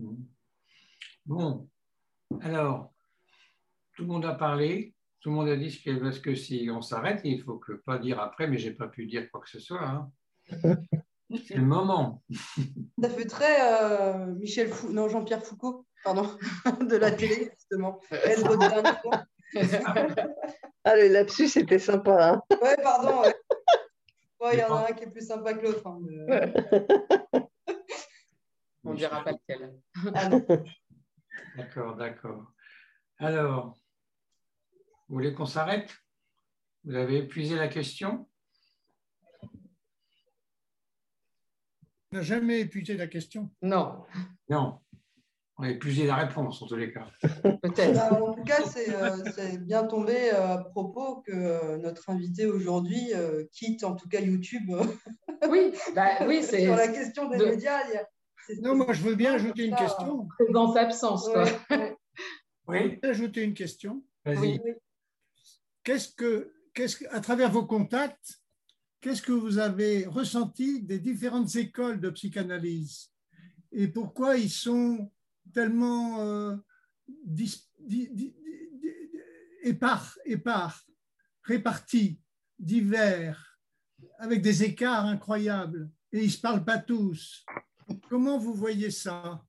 Bon, alors, tout le monde a parlé, tout le monde a dit ce que, parce que si on s'arrête, il ne faut que pas dire après, mais je n'ai pas pu dire quoi que ce soit. Hein. C'est le moment. Ça fait très euh, Michel Fou... non, Jean-Pierre Foucault, pardon, de la télé, justement. Est-ce votre dernier mot? Ah, le lapsus, c'était sympa. Hein. Ouais, pardon. Ouais. Ouais, il y en a un qui est plus sympa que l'autre. Hein, mais... On ne dira pas lequel. Ah, non. D'accord, d'accord. Alors, vous voulez qu'on s'arrête? Vous avez épuisé la question? On n'a jamais épuisé la question. Non. Non. On a épuisé la réponse, en tous les cas. Peut-être. Bah, en tout cas, c'est euh, bien tombé euh, à propos que euh, notre invité aujourd'hui euh, quitte en tout cas YouTube. Oui, bah, oui c'est sur la question des de... médias. Il y a, non, moi, je veux bien ajouter une question. Présence absence, quoi. Ouais. Oui. Je veux ajouter une question. Vas-y. Oui. Qu'est-ce que, qu'est-ce que, à travers vos contacts, qu'est-ce que vous avez ressenti des différentes écoles de psychanalyse et pourquoi ils sont tellement euh, dis, dis, dis, épars, épars, répartis, divers, avec des écarts incroyables, et ils ne se parlent pas tous. Comment vous voyez ça?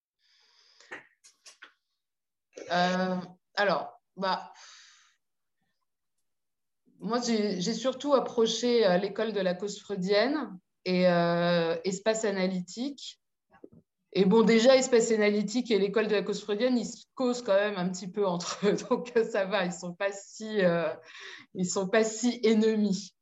euh, Alors, bah, moi, j'ai surtout approché euh, l'école de la cause freudienne et euh, espace analytique. Et bon, déjà, espace analytique et l'école de la cause freudienne, ils se causent quand même un petit peu entre eux. Donc, ça va, ils ne sont pas si, euh, ils sont pas si ennemis.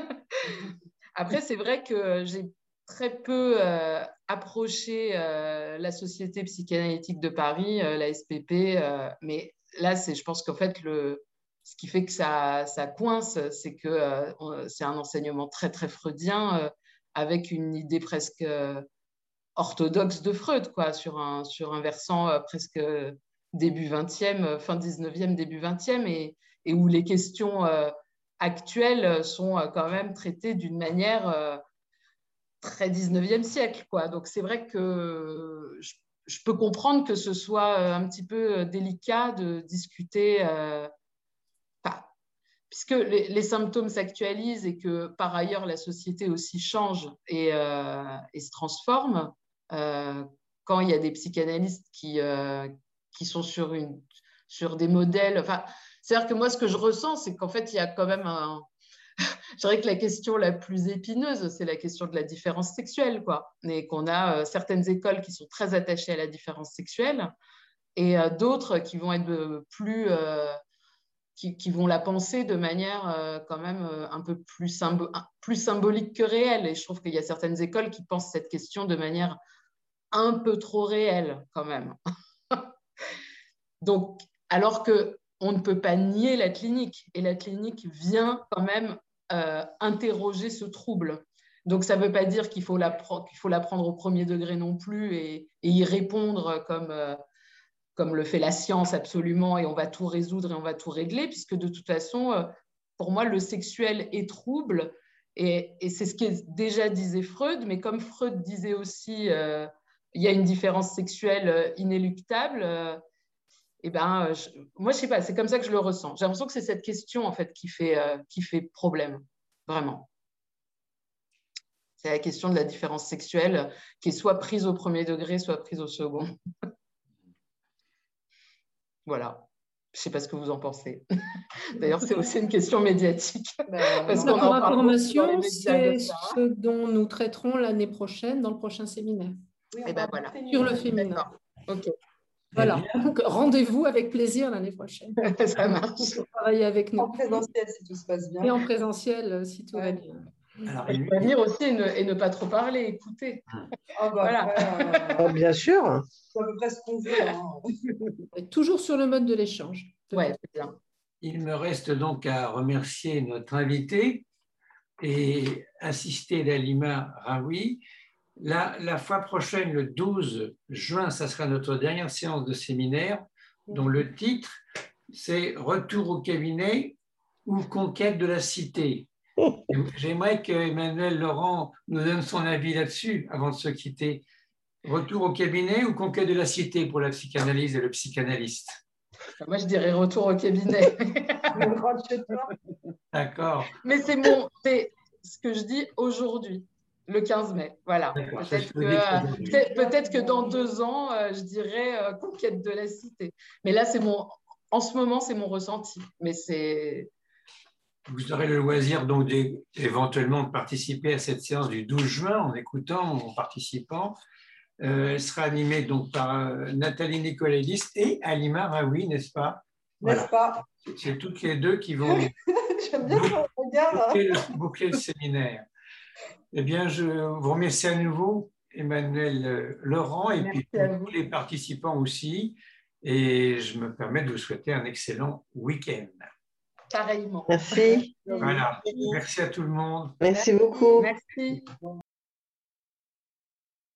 Après, c'est vrai que j'ai très peu euh, approché euh, la Société psychanalytique de Paris, euh, la S P P. Euh, mais là, je pense qu'en fait, le, ce qui fait que ça, ça coince, c'est que euh, c'est un enseignement très, très freudien euh, avec une idée presque... Euh, orthodoxe de Freud, quoi, sur un, sur un versant euh, presque début vingtième, fin dix-neuvième, début vingtième, et, et où les questions euh, actuelles sont euh, quand même traitées d'une manière euh, très dix-neuvième siècle, quoi. Donc c'est vrai que je, je peux comprendre que ce soit un petit peu délicat de discuter, euh, enfin, puisque les, les symptômes s'actualisent et que par ailleurs la société aussi change et, euh, et se transforme. Euh, quand il y a des psychanalystes qui, euh, qui sont sur, une, sur des modèles... Enfin, c'est-à-dire que moi, ce que je ressens, c'est qu'en fait, il y a quand même un... Je dirais que la question la plus épineuse, c'est la question de la différence sexuelle, quoi. Et qu'on a euh, certaines écoles qui sont très attachées à la différence sexuelle et euh, d'autres qui vont être plus... Euh, qui, qui vont la penser de manière euh, quand même euh, un peu plus, symbo plus symbolique que réelle. Et je trouve qu'il y a certaines écoles qui pensent cette question de manière un peu trop réelle quand même. Donc, alors qu'on ne peut pas nier la clinique, et la clinique vient quand même euh, interroger ce trouble. Donc, ça ne veut pas dire qu'il faut, la qu'il faut la prendre au premier degré non plus et, et y répondre comme... Euh, comme le fait la science absolument, et on va tout résoudre et on va tout régler, puisque de toute façon, pour moi, le sexuel est trouble, et, et c'est ce que déjà disait Freud, mais comme Freud disait aussi, euh, il y a une différence sexuelle inéluctable, euh, et ben, je, moi, je sais pas, c'est comme ça que je le ressens. J'ai l'impression que c'est cette question, en fait, qui fait, euh, qui fait problème, vraiment. C'est la question de la différence sexuelle qui est soit prise au premier degré, soit prise au second. Voilà, je ne sais pas ce que vous en pensez. D'ailleurs, c'est aussi une question médiatique. Parce qu'on pour information, c'est ce dont nous traiterons l'année prochaine dans le prochain séminaire. Oui, et ben voilà. Sur le féminin. Ok. Voilà, donc rendez-vous avec plaisir l'année prochaine. Ça marche. Pour travailler avec nous. En présentiel, si tout se passe bien. Et en présentiel, si tout ouais. va bien. Alors, il faut venir aussi et ne, et ne pas trop parler, écouter. Oh bah, voilà. Ouais, oh, bien sûr. C'est à peu près ce qu'on veut. Hein. Toujours sur le mode de l'échange. Ouais, c'est bien. Il me reste donc à remercier notre invité et assister d'Halima Raoui. La, la fois prochaine, le douze juin, ça sera notre dernière séance de séminaire, dont le titre, c'est « Retour au cabinet ou conquête de la cité ». J'aimerais qu'Emmanuel Laurent nous donne son avis là-dessus avant de se quitter. Retour au cabinet ou conquête de la cité pour la psychanalyse et le psychanalyste? Moi, je dirais retour au cabinet. D'accord. Mais c'est mon, c'est ce que je dis aujourd'hui, le quinze mai. Voilà. Peut-être que, euh, peut-être que dans deux ans, euh, je dirais euh, conquête de la cité. Mais là, c'est mon, en ce moment, c'est mon ressenti. Mais c'est... Vous aurez le loisir donc éventuellement de participer à cette séance du douze juin en écoutant, en participant. Euh, elle sera animée donc par euh, Nathalie Nicolailis et Halima Raoui, n'est-ce pas? N'est-ce voilà. pas? C'est toutes les deux qui vont J'aime bien qu'on regarde. Boucler, le, boucler le séminaire. Eh bien, je vous remercie à nouveau Emmanuel Laurent et Merci puis à pour vous. tous les participants aussi. Et je me permets de vous souhaiter un excellent week-end. Pareillement. Merci. Voilà. Merci à tout le monde. Merci beaucoup. Merci.